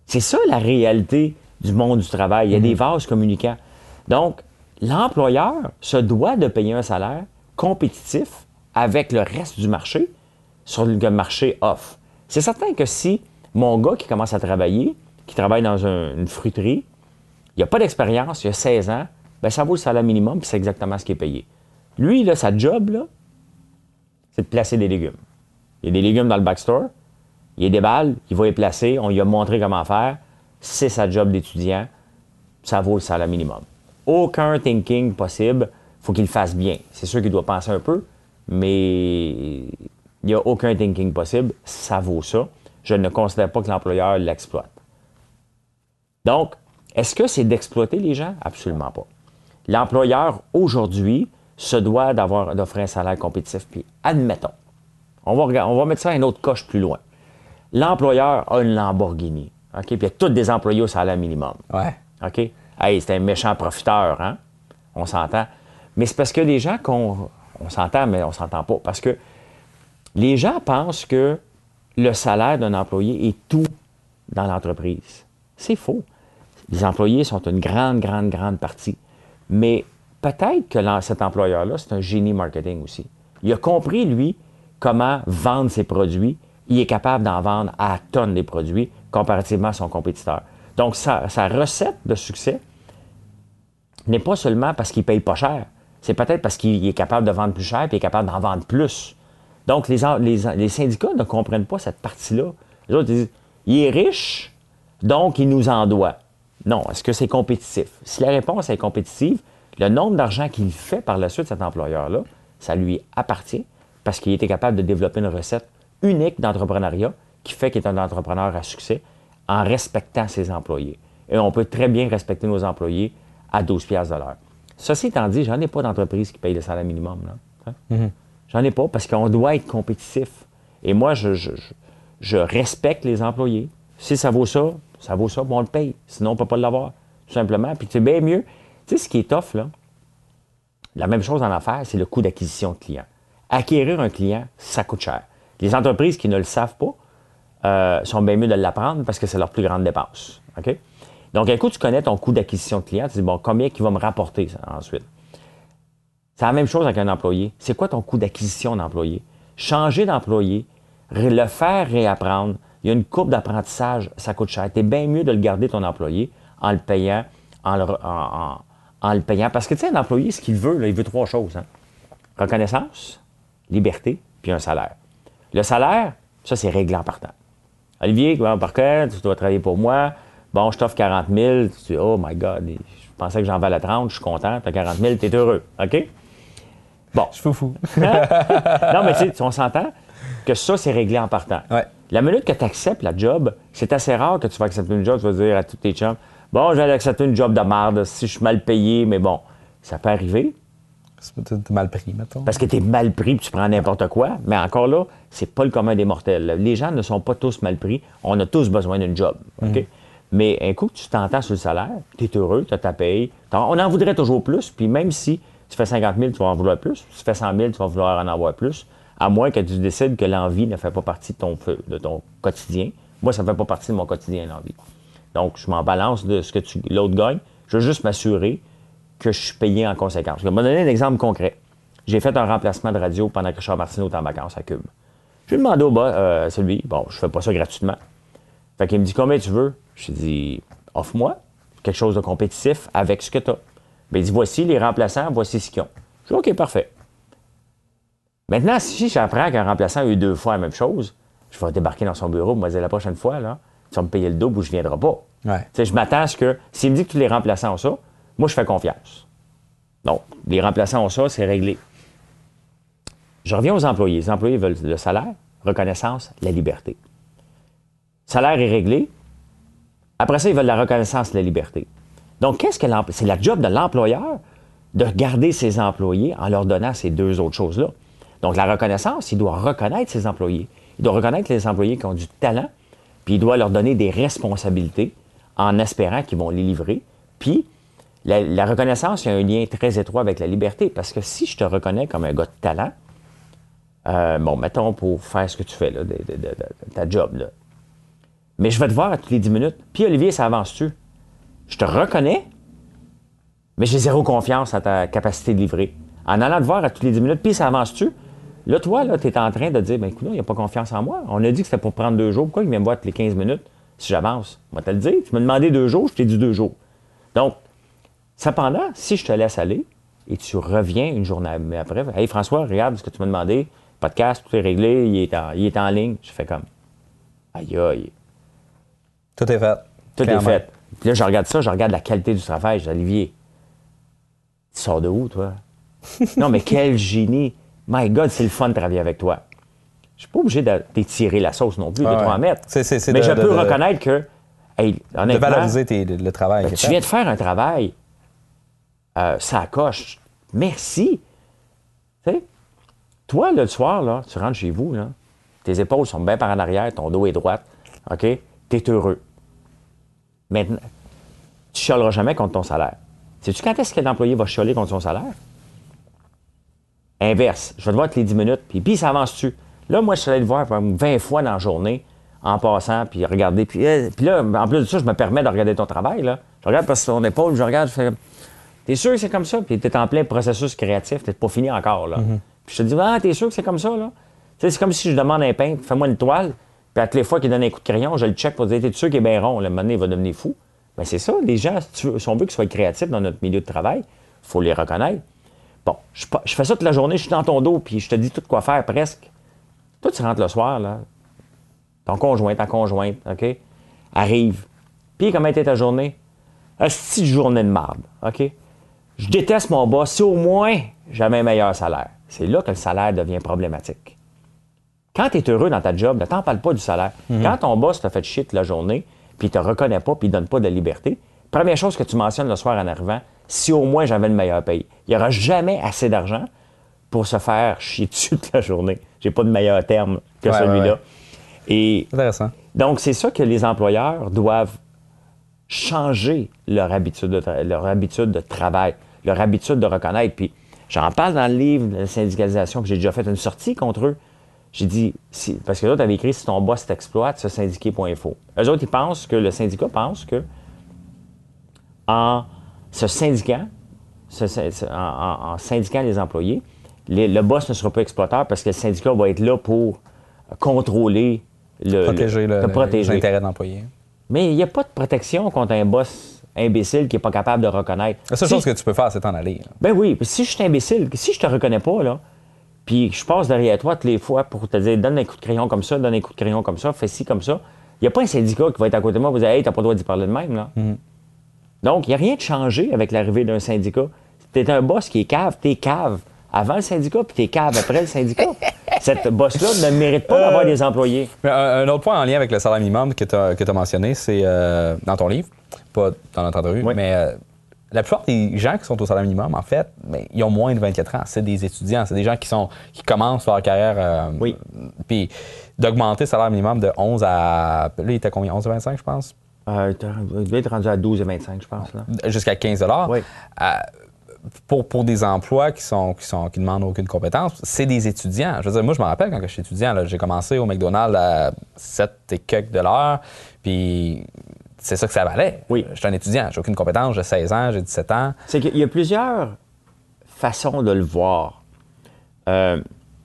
Speaker 2: C'est ça la réalité du monde du travail. Il y a mm-hmm. des vases communicants. Donc, l'employeur se doit de payer un salaire compétitif avec le reste du marché sur le marché offre. C'est certain que si mon gars qui commence à travailler, qui travaille dans un, une fruiterie, il n'a pas d'expérience, il a seize ans, bien, ça vaut le salaire minimum, puis c'est exactement ce qui est payé. Lui, là, sa job, là, c'est de placer des légumes. Il y a des légumes dans le backstore, il y a des balles, il va les placer, on lui a montré comment faire, c'est sa job d'étudiant, ça vaut le salaire minimum. Aucun thinking possible, il faut qu'il le fasse bien. C'est sûr qu'il doit penser un peu, mais il n'y a aucun thinking possible, ça vaut ça. Je ne considère pas que l'employeur l'exploite. Donc, est-ce que c'est d'exploiter les gens? Absolument pas. L'employeur, aujourd'hui, se doit d'avoir, d'offrir un salaire compétitif. Puis, admettons, on va, regarder, on va mettre ça à une autre coche plus loin. L'employeur a une Lamborghini. OK? Puis, il y a tous des employés au salaire minimum.
Speaker 1: Ouais.
Speaker 2: OK? Hey, c'est un méchant profiteur, hein? On s'entend. Mais c'est parce que les gens qu'on... On s'entend, mais on s'entend pas. Parce que les gens pensent que le salaire d'un employé est tout dans l'entreprise. C'est faux. Les employés sont une grande, grande, grande partie. Mais peut-être que cet employeur-là, c'est un génie marketing aussi. Il a compris, lui, comment vendre ses produits. Il est capable d'en vendre à tonnes des produits comparativement à son compétiteur. Donc, sa, sa recette de succès n'est pas seulement parce qu'il ne paye pas cher. C'est peut-être parce qu'il est capable de vendre plus cher et il est capable d'en vendre plus. Donc, les, les, les syndicats ne comprennent pas cette partie-là. Les autres disent, il est riche, donc il nous en doit. Non, est-ce que c'est compétitif? Si la réponse est compétitive, le nombre d'argent qu'il fait par la suite, cet employeur-là, ça lui appartient parce qu'il était capable de développer une recette unique d'entrepreneuriat qui fait qu'il est un entrepreneur à succès en respectant ses employés. Et on peut très bien respecter nos employés à douze piastres de l'heure. Ceci étant dit, j'en ai pas d'entreprise qui paye le salaire minimum. Là. Hein? Mm-hmm. J'en ai pas parce qu'on doit être compétitif. Et moi, je, je, je, je respecte les employés. Si ça vaut ça, ça vaut ça, bon, on le paye. Sinon, on ne peut pas l'avoir, tout simplement. Puis c'est bien mieux. Tu sais, ce qui est tough, là, la même chose en affaires, c'est le coût d'acquisition de clients. Acquérir un client, ça coûte cher. Les entreprises qui ne le savent pas euh, sont bien mieux de l'apprendre parce que c'est leur plus grande dépense. OK? Donc, un coup, tu connais ton coût d'acquisition de client, tu dis, bon, combien il va me rapporter ça, ensuite? C'est la même chose avec un employé. C'est quoi ton coût d'acquisition d'employé? Changer d'employé, le faire réapprendre, il y a une courbe d'apprentissage, ça coûte cher. C'est bien mieux de le garder, ton employé, en le payant, en le, en, en, en le payant. Parce que, tu sais, un employé, ce qu'il veut, là, il veut trois choses. Hein? Reconnaissance, liberté, puis un salaire. Le salaire, ça, c'est réglé en partant. Olivier, par contre, tu dois travailler pour moi. Bon, je t'offre quarante mille. Tu dis, oh my God, je pensais que j'en valais trente, je suis content. Tu as quarante mille, tu es heureux. OK? Bon.
Speaker 1: Je suis fou fou.
Speaker 2: Non, mais tu sais, on s'entend que ça, c'est réglé en partant.
Speaker 1: Ouais.
Speaker 2: La minute que tu acceptes la job, c'est assez rare que tu vas accepter une job, tu vas dire à tous tes chums, bon, je vais accepter une job de merde, si je suis mal payé, mais bon, ça peut arriver.
Speaker 1: T'es mal pris, mettons.
Speaker 2: Parce que t'es mal pris et tu prends n'importe quoi. Mais encore là, c'est pas le commun des mortels. Les gens ne sont pas tous mal pris. On a tous besoin d'une job. OK? Mm. Mais un coup que tu t'entends sur le salaire, tu es heureux, tu as ta paye. On en voudrait toujours plus. Puis même si tu fais cinquante mille, tu vas en vouloir plus. Si tu fais cent mille, tu vas vouloir en avoir plus. À moins que tu décides que l'envie ne fait pas partie de ton, de ton quotidien. Moi, ça ne fait pas partie de mon quotidien, l'envie. Donc, je m'en balance de ce que tu, l'autre gagne. Je veux juste m'assurer que je suis payé en conséquence. Je vais me donner un exemple concret. J'ai fait un remplacement de radio pendant que Richard Martineau était en vacances à Cube. Je lui ai demandé au bas, euh, celui, bon, je fais pas ça gratuitement. Fait qu'il me dit, combien tu veux? Je lui ai dit, offre-moi quelque chose de compétitif avec ce que tu as. Bien, il dit, voici les remplaçants, voici ce qu'ils ont. Je dis, OK, parfait. Maintenant, si j'apprends qu'un remplaçant a eu deux fois la même chose, je vais débarquer dans son bureau, me dire la prochaine fois, là, tu vas me payer le double ou je ne viendrai pas.
Speaker 1: Ouais.
Speaker 2: Tu sais, je m'attends à ce que, s'il me dit que tous les remplaçants ont ça, moi, je fais confiance. Donc, les remplaçants ont ça, c'est réglé. Je reviens aux employés. Les employés veulent le salaire, reconnaissance, la liberté. Salaire est réglé. Après ça, ils veulent la reconnaissance, la liberté. Donc, qu'est-ce que l'employé... C'est la job de l'employeur de garder ses employés en leur donnant ces deux autres choses-là. Donc, la reconnaissance, il doit reconnaître ses employés. Il doit reconnaître les employés qui ont du talent, puis il doit leur donner des responsabilités en espérant qu'ils vont les livrer. Puis, la, la reconnaissance, il y a un lien très étroit avec la liberté, parce que si je te reconnais comme un gars de talent, euh, bon, mettons pour faire ce que tu fais, là, de, de, de, de ta job, là. mais je vais te voir à toutes les dix minutes. Puis Olivier, ça avance-tu? Je te reconnais, mais j'ai zéro confiance à ta capacité de livrer. En allant te voir à toutes les dix minutes, puis ça avance-tu? Là, toi, là, tu es en train de dire, ben écoute, il n'y a pas confiance en moi. On a dit que c'était pour prendre deux jours. Pourquoi il vient me voir toutes les quinze minutes si j'avance? On va te le dire. Tu m'as demandé deux jours, je t'ai dit deux jours. Donc, cependant, si je te laisse aller et tu reviens une journée après, hey François, regarde ce que tu m'as demandé, podcast, tout est réglé, il est en, il est en ligne. Je fais comme, aïe aïe.
Speaker 1: Tout est fait.
Speaker 2: Tout
Speaker 1: Clairement.
Speaker 2: est fait. Puis là, je regarde ça, je regarde la qualité du travail. Je dis, Olivier, tu sors de où, toi? Non, mais quel génie! My God, c'est le fun de travailler avec toi. Je suis pas obligé de- d'étirer la sauce non plus,
Speaker 1: Ah
Speaker 2: de trop
Speaker 1: ouais.
Speaker 2: en mettre.
Speaker 1: C'est- c'est- c'est
Speaker 2: mais
Speaker 1: de-
Speaker 2: je
Speaker 1: de-
Speaker 2: peux
Speaker 1: de-
Speaker 2: reconnaître que, hey,
Speaker 1: De
Speaker 2: honnêtement,
Speaker 1: valoriser tes- le travail.
Speaker 2: ben,
Speaker 1: qui est
Speaker 2: tu
Speaker 1: fait.
Speaker 2: viens de faire un travail, euh, ça coche. Merci. Tu sais, toi, le soir, là, tu rentres chez vous, là, tes épaules sont bien par en arrière, ton dos est droit, OK? Tu es heureux. Maintenant, tu ne chialeras jamais contre ton salaire. Sais-tu quand est-ce que l'employé va chialer contre son salaire? Inverse. Je vais te voir toutes les dix minutes, puis, puis ça avance-tu? Là, moi, je suis allé le voir vingt fois dans la journée, en passant, puis regarder. Puis, euh, puis là, en plus de ça, je me permets de regarder ton travail. Là. Je regarde parce que ton épaule, je regarde, je fais. T'es sûr que c'est comme ça? Puis t'es en plein processus créatif, t'es pas fini encore. Là.
Speaker 1: Mm-hmm.
Speaker 2: Puis je te dis, ah, t'es sûr que c'est comme ça? Là? Tu sais, c'est comme si je demande à un peintre, fais-moi une toile, puis à toutes les fois qu'il donne un coup de crayon, je le check pour dire, t'es sûr qu'il est bien rond? Là, un moment donné, il va devenir fou. Bien, c'est ça, les gens, si, tu veux, si on veut qu'ils soient créatifs dans notre milieu de travail, il faut les reconnaître. Bon, je, je fais ça toute la journée, je suis dans ton dos, puis je te dis tout quoi faire presque. Toi, tu rentres le soir, là. Ton conjoint, ta conjointe, OK? Arrive. Puis, comment était ta journée? Une petite journée de marde, OK? Je déteste mon boss. Si au moins j'avais un meilleur salaire. C'est là que le salaire devient problématique. Quand tu es heureux dans ta job, ne t'en parle pas du salaire. Mm-hmm. Quand ton boss t'a fait chier toute la journée, puis il te reconnaît pas, puis il donne pas de liberté, première chose que tu mentionnes le soir en arrivant, si au moins j'avais le meilleur paye. Il n'y aura jamais assez d'argent pour se faire chier dessus toute la journée. J'ai pas de meilleur terme que
Speaker 1: ouais,
Speaker 2: celui-là.
Speaker 1: Ouais, ouais.
Speaker 2: Et
Speaker 1: intéressant.
Speaker 2: donc, c'est ça que les employeurs doivent changer leur habitude de, tra- leur habitude de travail, leur habitude de reconnaître. Puis, j'en parle dans le livre de la syndicalisation, que j'ai déjà fait une sortie contre eux. J'ai dit, si, parce que là, tu avais écrit, si ton boss t'exploite, se syndiquer point info. Eux autres, ils pensent que le syndicat pense que en se syndiquant, se, se, en, en, en syndiquant les employés, les, le boss ne sera pas exploiteur parce que le syndicat va être là pour contrôler le,
Speaker 1: protéger, le,
Speaker 2: le,
Speaker 1: le,
Speaker 2: protéger.
Speaker 1: les intérêts de l'employé.
Speaker 2: Mais il n'y a pas de protection contre un boss imbécile qui n'est pas capable de reconnaître.
Speaker 1: La seule
Speaker 2: si,
Speaker 1: chose que tu peux faire, c'est t'en aller. Là.
Speaker 2: Ben oui, si je suis imbécile, si je te reconnais pas, là, puis je passe derrière toi toutes les fois pour te dire donne un coup de crayon comme ça, donne un coup de crayon comme ça, fais ci comme ça, il n'y a pas un syndicat qui va être à côté de moi et vous dire hey, t'as pas le droit d'y parler de même. Là. Mm-hmm. Donc, il n'y a rien de changé avec l'arrivée d'un syndicat. T'es un boss qui est cave, t'es cave avant le syndicat, puis t'es cave après le syndicat. Cette boss-là ne mérite pas d'avoir euh, des employés.
Speaker 1: Un, un autre point en lien avec le salaire minimum que tu as mentionné, c'est euh, dans ton livre, pas dans notre entrevue, oui. mais euh, la plupart des gens qui sont au salaire minimum, en fait, ben, ils ont moins de vingt-quatre ans. C'est des étudiants, c'est des gens qui sont qui commencent leur carrière. Euh,
Speaker 2: oui.
Speaker 1: Puis d'augmenter le salaire minimum de onze à... Là, il était combien? onze à vingt-cinq, je pense?
Speaker 2: Euh, il doit être rendu à douze et vingt-cinq, je pense.
Speaker 1: Jusqu'à quinze dollars.
Speaker 2: Oui.
Speaker 1: Euh, Pour, pour des emplois qui sont qui sont qui demandent aucune compétence, c'est des étudiants. Je veux dire, moi, je me rappelle quand j'étais étudiant, là, j'ai commencé au McDonald's à sept et quelques de l'heure, puis c'est ça que ça valait.
Speaker 2: Oui.
Speaker 1: J'étais un étudiant, j'ai aucune compétence, j'ai seize ans, j'ai dix-sept ans.
Speaker 2: C'est qu'il y a plusieurs façons de le voir. Euh,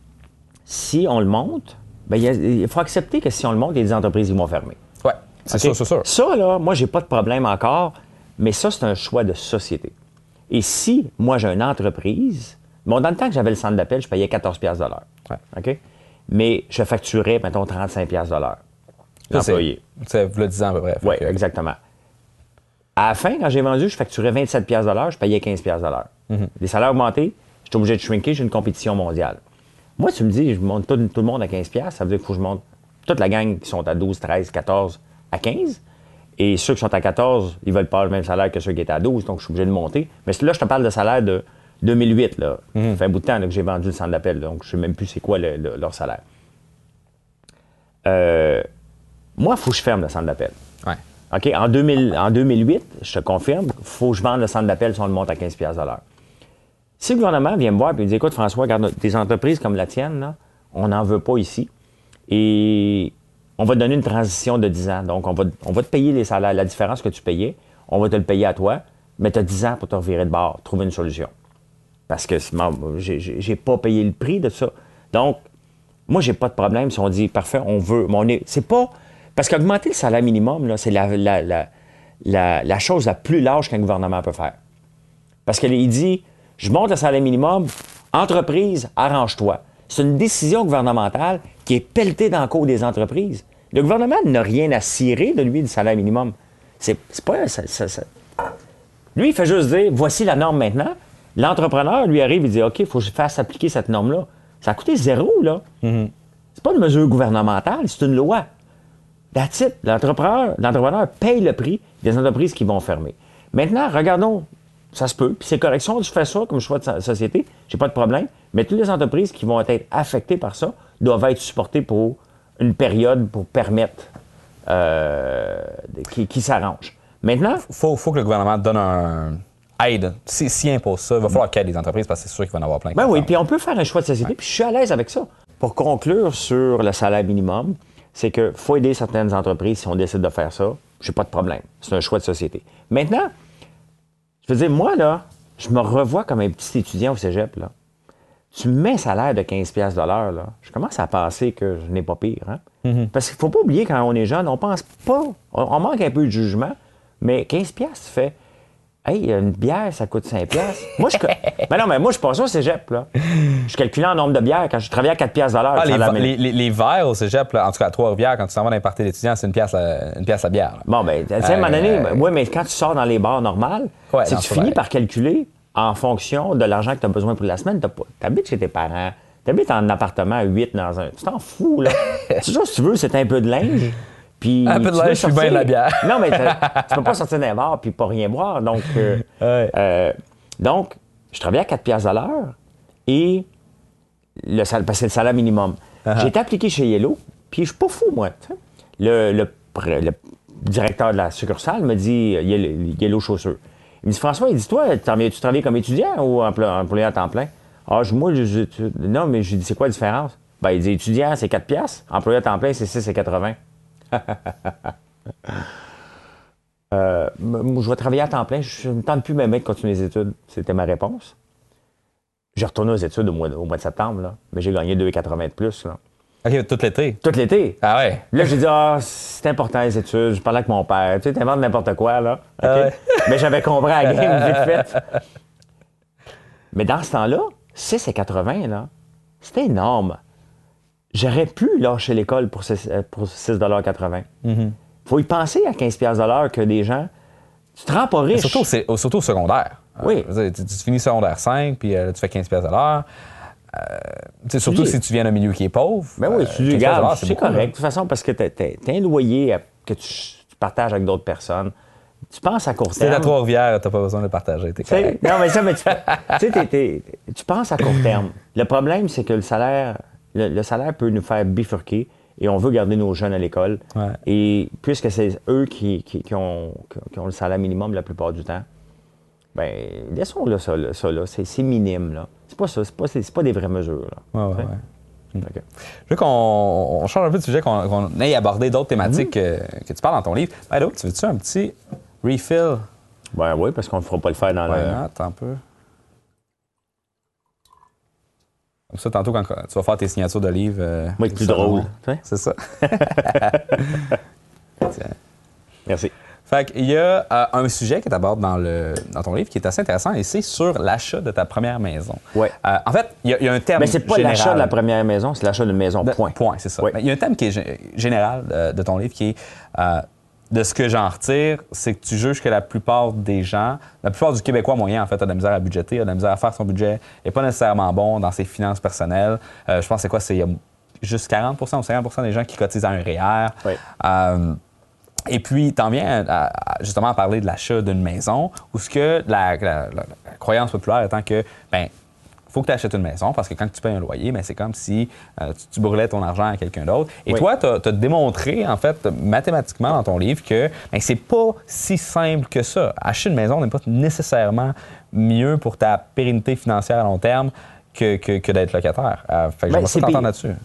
Speaker 2: si on le monte, ben, il, y a, il faut accepter que si on le monte, il y a des entreprises qui vont fermer.
Speaker 1: Oui, c'est
Speaker 2: okay?
Speaker 1: sûr, c'est sûr.
Speaker 2: Ça, là, moi, j'ai pas de problème encore, mais ça, c'est un choix de société. Et si, moi, j'ai une entreprise, bon, dans le temps que j'avais le centre d'appel, je payais quatorze piastres de l'heure.
Speaker 1: Ouais.
Speaker 2: OK? Mais je facturais, mettons, trente-cinq piastres de l'heure. L'employé.
Speaker 1: C'est le dix ans à peu près.
Speaker 2: Oui, que... exactement. À la fin, quand j'ai vendu, je facturais vingt-sept piastres de l'heure, je payais quinze piastres de l'heure. Mm-hmm. Les salaires augmentés, j'étais obligé de shrinker, j'ai une compétition mondiale. Moi, tu me dis, je monte tout, tout le monde à quinze piastres, ça veut dire qu'il faut que je monte toute la gang qui sont à douze, treize, quatorze à quinze. Et ceux qui sont à quatorze, ils veulent pas le même salaire que ceux qui étaient à douze, donc je suis obligé de monter. Mais là, je te parle de salaire de deux mille huit. Là. Mm-hmm. Ça fait un bout de temps là, que j'ai vendu le centre d'appel, donc je ne sais même plus c'est quoi le, le, leur salaire. Euh, moi, il faut que je ferme le centre d'appel.
Speaker 1: Ouais.
Speaker 2: OK? En, deux mille, en deux mille huit, je te confirme, il faut que je vende le centre d'appel si on le monte à quinze piastres de l'heure. Si le gouvernement vient me voir et me dit écoute, François, regarde, des entreprises comme la tienne, là, on n'en veut pas ici. Et on va te donner une transition de dix ans. Donc, on va, on va te payer les salaires, la différence que tu payais, on va te le payer à toi, mais tu as dix ans pour te revirer de bord, trouver une solution. Parce que j'ai pas payé le prix de ça. Donc, moi, j'ai pas de problème si on dit, parfait, on veut, mais on est, c'est pas... Parce qu'augmenter le salaire minimum, c'est la, la, la, la, la chose la plus large qu'un gouvernement peut faire. Parce qu'il dit, je monte le salaire minimum, entreprise, arrange-toi. C'est une décision gouvernementale qui est pelletée dans le cours des entreprises. Le gouvernement n'a rien à cirer de lui du salaire minimum. C'est pas... Ça, ça, ça. Lui, il fait juste dire, voici la norme maintenant. L'entrepreneur, lui, arrive et dit, OK, il faut que je fasse appliquer cette norme-là. Ça a coûté zéro, là. Mm-hmm. C'est pas une mesure gouvernementale, c'est une loi. That's it. L'entrepreneur, l'entrepreneur paye le prix des entreprises qui vont fermer. Maintenant, regardons, ça se peut, puis c'est correction, je fais ça comme choix de société, j'ai pas de problème, mais toutes les entreprises qui vont être affectées par ça doivent être supportées pour une période pour permettre euh, qui, qui s'arrange. Maintenant...
Speaker 1: Il faut, faut que le gouvernement donne un... aide. S'il si impose ça, il va falloir qu'il y ait des entreprises parce que c'est sûr qu'il va en avoir plein.
Speaker 2: Ben oui, puis on peut faire un choix de société, ouais. Puis je suis à l'aise avec ça. Pour conclure sur le salaire minimum, c'est qu'il faut aider certaines entreprises si on décide de faire ça. J'ai pas de problème. C'est un choix de société. Maintenant, je veux dire, moi, là, je me revois comme un petit étudiant au cégep, là. Tu me mets un salaire de quinze piastres de l'heure, là. Je commence à penser que je n'ai pas pire, hein? Mm-hmm. Parce qu'il faut pas oublier, quand on est jeune, on pense pas... On, on manque un peu de jugement, mais quinze piastres, tu fais... Hey, une bière, ça coûte cinq piastres. Moi, je... mais non, mais moi, je pense au cégep, là. Je calculais en nombre de bières quand je travaillais à quatre piastres de l'heure.
Speaker 1: Ah, les, la... les, les, les verres au cégep, là, en tout cas à Trois-Rivières, quand tu s'en vas dans les parties d'étudiants, c'est une pièce la, une pièce la bière. Là.
Speaker 2: Bon, bien, tu sais, à un moment donné, euh... oui, mais quand tu sors dans les bars normales, ouais, c'est que tu finis vrai. par calculer en fonction de l'argent que tu as besoin pour la semaine. Tu habites chez tes parents, tu habites en appartement à huit dans un... Tu t'en fous, là. Tu sais, si tu veux, c'est un peu de linge. Puis,
Speaker 1: un peu de linge, je suis bien de la bière.
Speaker 2: Non, mais tu peux pas sortir d'un bar puis pas rien boire. Donc, euh, ouais. euh, donc je travaillais à quatre piastres de l'heure et le salaire, parce que c'est le salaire minimum. Uh-huh. J'ai été appliqué chez Yellow, puis je suis pas fou, moi. Le, le, le directeur de la succursale me dit Yellow, Yellow Chaussures. Il me dit, François, il dit, toi, tu travailles comme étudiant ou employé à temps plein? Ah, moi, je, je, non, mais je dis, c'est quoi la différence? Ben, il dit, étudiant, c'est quatre piastres. Employé à temps plein, c'est six et quatre-vingts. euh, je vais travailler à temps plein. Je ne tente plus même de continuer les études. C'était ma réponse. J'ai retourné aux études au mois, au mois de septembre, là, mais j'ai gagné deux virgule quatre-vingts de plus. Là.
Speaker 1: OK, tout l'été?
Speaker 2: Tout l'été.
Speaker 1: Ah ouais?
Speaker 2: Là, j'ai dit, ah, c'est important les études. Je parlais avec mon père. Tu sais, t'inventes n'importe quoi, là. Okay? Ah ouais. Mais j'avais compris à la game vite fait. Mais dans ce temps-là, six et quatre-vingts, là, c'était énorme. J'aurais pu lâcher l'école pour six virgule quatre-vingts. Mm-hmm. Faut y penser à quinze piastres de l'heure que des gens... Tu te rends pas riche.
Speaker 1: Surtout, surtout au secondaire.
Speaker 2: Oui.
Speaker 1: Euh, tu, tu finis secondaire cinq, puis euh, tu fais quinze piastres de l'heure. Euh, surtout si tu viens d'un milieu qui est pauvre.
Speaker 2: Ben oui, tu dis, regarde, c'est correct. Là. De toute façon, parce que tu as un loyer que tu, tu partages avec d'autres personnes. Tu penses à court terme.
Speaker 1: Si t'es à Trois-Rivières, t'as pas besoin de le partager. T'es correct.
Speaker 2: Non, mais ça, mais tu, t'es, t'es, tu penses à court terme. Le problème, c'est que le salaire... Le, le salaire peut nous faire bifurquer et on veut garder nos jeunes à l'école. Ouais. Et puisque c'est eux qui, qui, qui, ont, qui ont le salaire minimum la plupart du temps, bien, laissons-le ça, là, ça là, c'est, c'est minime. Là. C'est pas ça, c'est pas, c'est, c'est pas des vraies mesures. Là.
Speaker 1: Ouais, ouais, ouais. Okay. Je veux qu'on on change un peu de sujet, qu'on, qu'on aille aborder d'autres thématiques mm-hmm. que, que tu parles dans ton livre. Ben, tu veux-tu un petit refill?
Speaker 2: Ben oui, parce qu'on ne fera pas le faire dans
Speaker 1: ouais,
Speaker 2: le...
Speaker 1: Non, attends un peu. Comme ça, tantôt, quand tu vas faire tes signatures de livres... Euh,
Speaker 2: Moi, c'est plus drôle.
Speaker 1: C'est ça.
Speaker 2: Merci.
Speaker 1: Fait qu'il y a euh, un sujet que tu abordes dans, le, dans ton livre qui est assez intéressant, et c'est sur l'achat de ta première maison.
Speaker 2: Oui.
Speaker 1: Euh, en fait, il y, y a un thème.
Speaker 2: Mais c'est pas
Speaker 1: général.
Speaker 2: L'achat de la première maison, c'est l'achat d'une maison,
Speaker 1: de,
Speaker 2: point.
Speaker 1: Point, c'est ça.
Speaker 2: Oui.
Speaker 1: Il y a un thème qui est g- général de, de ton livre qui est... Euh, de ce que j'en retire, c'est que tu juges que la plupart des gens, la plupart du Québécois moyen, en fait, a de la misère à budgéter, a de la misère à faire son budget, n'est pas nécessairement bon dans ses finances personnelles. Euh, je pense que c'est quoi? C'est il y a juste quarante pour cent ou cinquante pour cent des gens qui cotisent à un R E E R.
Speaker 2: Oui.
Speaker 1: Euh, et puis, t'en viens à, à, justement à parler de l'achat d'une maison, où ce que la, la, la, la croyance populaire étant que, ben, faut que tu achètes une maison parce que quand tu payes un loyer, ben, c'est comme si euh, tu, tu brûlais ton argent à quelqu'un d'autre. Et oui. toi, tu as démontré, en fait, mathématiquement dans ton livre que ben, c'est pas si simple que ça. Acheter une maison n'est pas nécessairement mieux pour ta pérennité financière à long terme que, que, que d'être locataire. Euh, fait que
Speaker 2: ben,
Speaker 1: j'aimerais ça t'entendre là-dessus.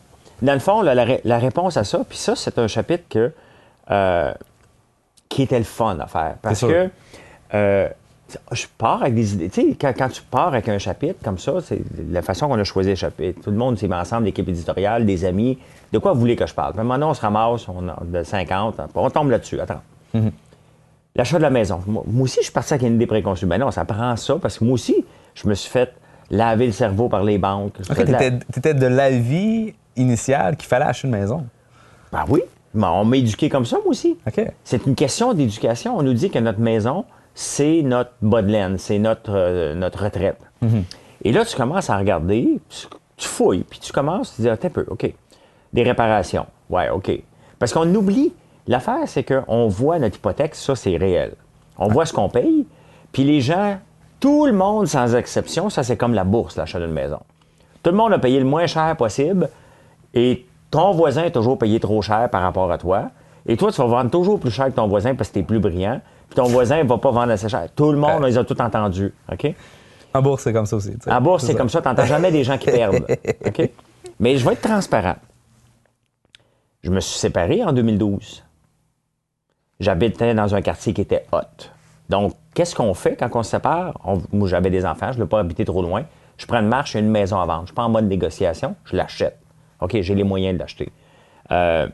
Speaker 2: dans le fond, là, la, la réponse à ça, puis ça, c'est un chapitre que, euh, qui était le fun à faire. Parce que euh, je pars avec des idées. Tu sais, quand, quand tu pars avec un chapitre comme ça, c'est la façon qu'on a choisi le chapitre. Tout le monde s'est mis ensemble, l'équipe éditoriale, des amis. De quoi vous voulez que je parle? Puis maintenant, on se ramasse, on a de cinquante, on tombe là-dessus. Attends. Mm-hmm. L'achat de la maison. Moi, moi aussi, je suis parti avec une idée préconçue. Ben non, ça prend ça, parce que moi aussi, je me suis fait laver le cerveau par les banques.
Speaker 1: OK, t'étais, la... t'étais de l'avis initial qu'il fallait acheter une maison.
Speaker 2: Ben oui. Ben, on m'a éduqué comme ça, moi aussi.
Speaker 1: OK.
Speaker 2: C'est une question d'éducation. On nous dit que notre maison, c'est notre bas de laine, c'est notre, euh, notre retraite. Mm-hmm. Et là, tu commences à regarder, tu, tu fouilles, puis tu commences à te dire, attends un peu, OK. Des réparations. Ouais, OK. Parce qu'on oublie. L'affaire, c'est qu'on voit notre hypothèque, ça, c'est réel. On voit ce qu'on paye, puis les gens, tout le monde, sans exception, ça, c'est comme la bourse, l'achat d'une maison. Tout le monde a payé le moins cher possible, et ton voisin a toujours payé trop cher par rapport à toi, et toi, tu vas vendre toujours plus cher que ton voisin parce que tu es plus brillant, puis ton voisin ne va pas vendre assez cher. Tout le monde, euh... ils ont tout entendu, OK?
Speaker 1: En bourse, c'est comme ça aussi. T'sais.
Speaker 2: En bourse, c'est, c'est comme ça. Tu n'entends jamais des gens qui perdent, OK? Mais je vais être transparent. Je me suis séparé en deux mille douze. J'habitais dans un quartier qui était hot. Donc, qu'est-ce qu'on fait quand on se sépare? On, moi, j'avais des enfants, je ne veux pas habiter trop loin. Je prends une marche, j'ai une maison à vendre. Je ne suis pas en mode négociation, je l'achète. OK, j'ai les moyens de l'acheter. Euh,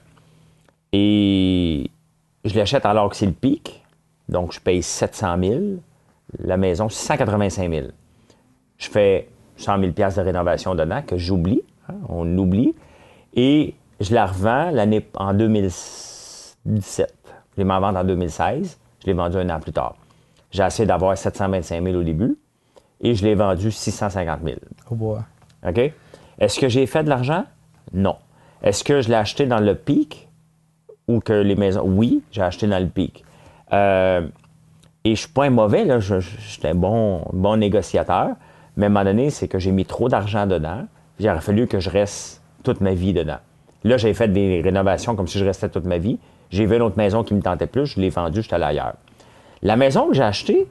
Speaker 2: et je l'achète alors que c'est le pic. Donc, je paye sept cent mille. La maison, six cent quatre-vingt-cinq mille. Je fais cent mille dollars de rénovation dedans que j'oublie. Hein, on oublie. Et je la revends l'année en deux mille dix-sept. Je l'ai mis en vente en deux mille seize. Je l'ai vendu un an plus tard. J'ai essayé d'avoir sept cent vingt-cinq mille au début et je l'ai vendu six cent cinquante mille.
Speaker 1: Oh boy.
Speaker 2: OK? Est-ce que j'ai fait de l'argent? Non. Est-ce que je l'ai acheté dans le pic ou que les maisons... Oui, j'ai acheté dans le pic. Euh, et je ne suis pas un mauvais, là. Je, je, je suis un bon, bon négociateur. Mais à un moment donné, c'est que j'ai mis trop d'argent dedans. Il aurait fallu que je reste toute ma vie dedans. Là, j'ai fait des rénovations comme si je restais toute ma vie. J'ai vu une autre maison qui me tentait plus, je l'ai vendue, j'étais allé ailleurs. La maison que j'ai achetée,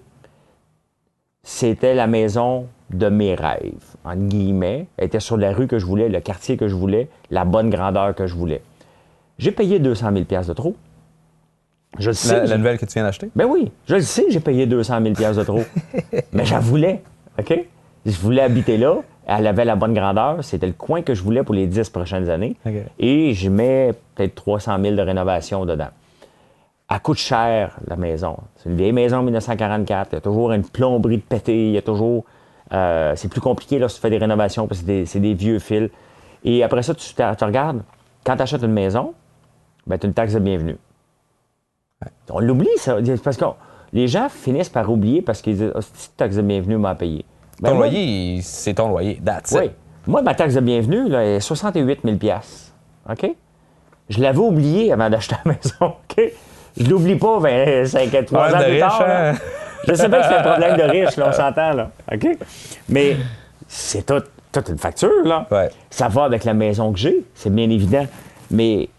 Speaker 2: c'était la maison de mes rêves, entre guillemets. Elle était sur la rue que je voulais, le quartier que je voulais, la bonne grandeur que je voulais. J'ai payé deux cent mille dollars de trop. Je le sais.
Speaker 1: La, la nouvelle que tu viens d'acheter?
Speaker 2: Ben oui, je le sais, j'ai payé deux cent mille dollars de trop. Mais j'en voulais, OK? Je voulais habiter là. Elle avait la bonne grandeur. C'était le coin que je voulais pour les dix prochaines années.
Speaker 1: Okay.
Speaker 2: Et je mets peut-être trois cent mille de rénovation dedans. Elle coûte cher, la maison. C'est une vieille maison dix-neuf cent quarante-quatre. Il y a toujours une plomberie de pété. Il y a toujours... Euh, c'est plus compliqué là, si tu fais des rénovations parce que c'est des, c'est des vieux fils. Et après ça, tu, tu regardes. Quand tu achètes une maison, ben, tu as une taxe de bienvenue. Ouais. On l'oublie, ça. Parce que les gens finissent par oublier parce qu'ils disent oh, cette taxe de bienvenue m'a payé.
Speaker 1: Ben ton moi, loyer, c'est ton loyer. That's
Speaker 2: oui.
Speaker 1: It.
Speaker 2: Moi, ma taxe de bienvenue là, est soixante-huit mille dollars. OK? Je l'avais oublié avant d'acheter la maison. OK? Je ne l'oublie pas vingt-cinq, trois ans plus riche, tard. Hein? Je sais pas que c'est un problème de riche, là, on s'entend. Là. OK? Mais c'est tout, toute une facture. Là.
Speaker 1: Ouais.
Speaker 2: Ça va avec la maison que j'ai, c'est bien évident. Mais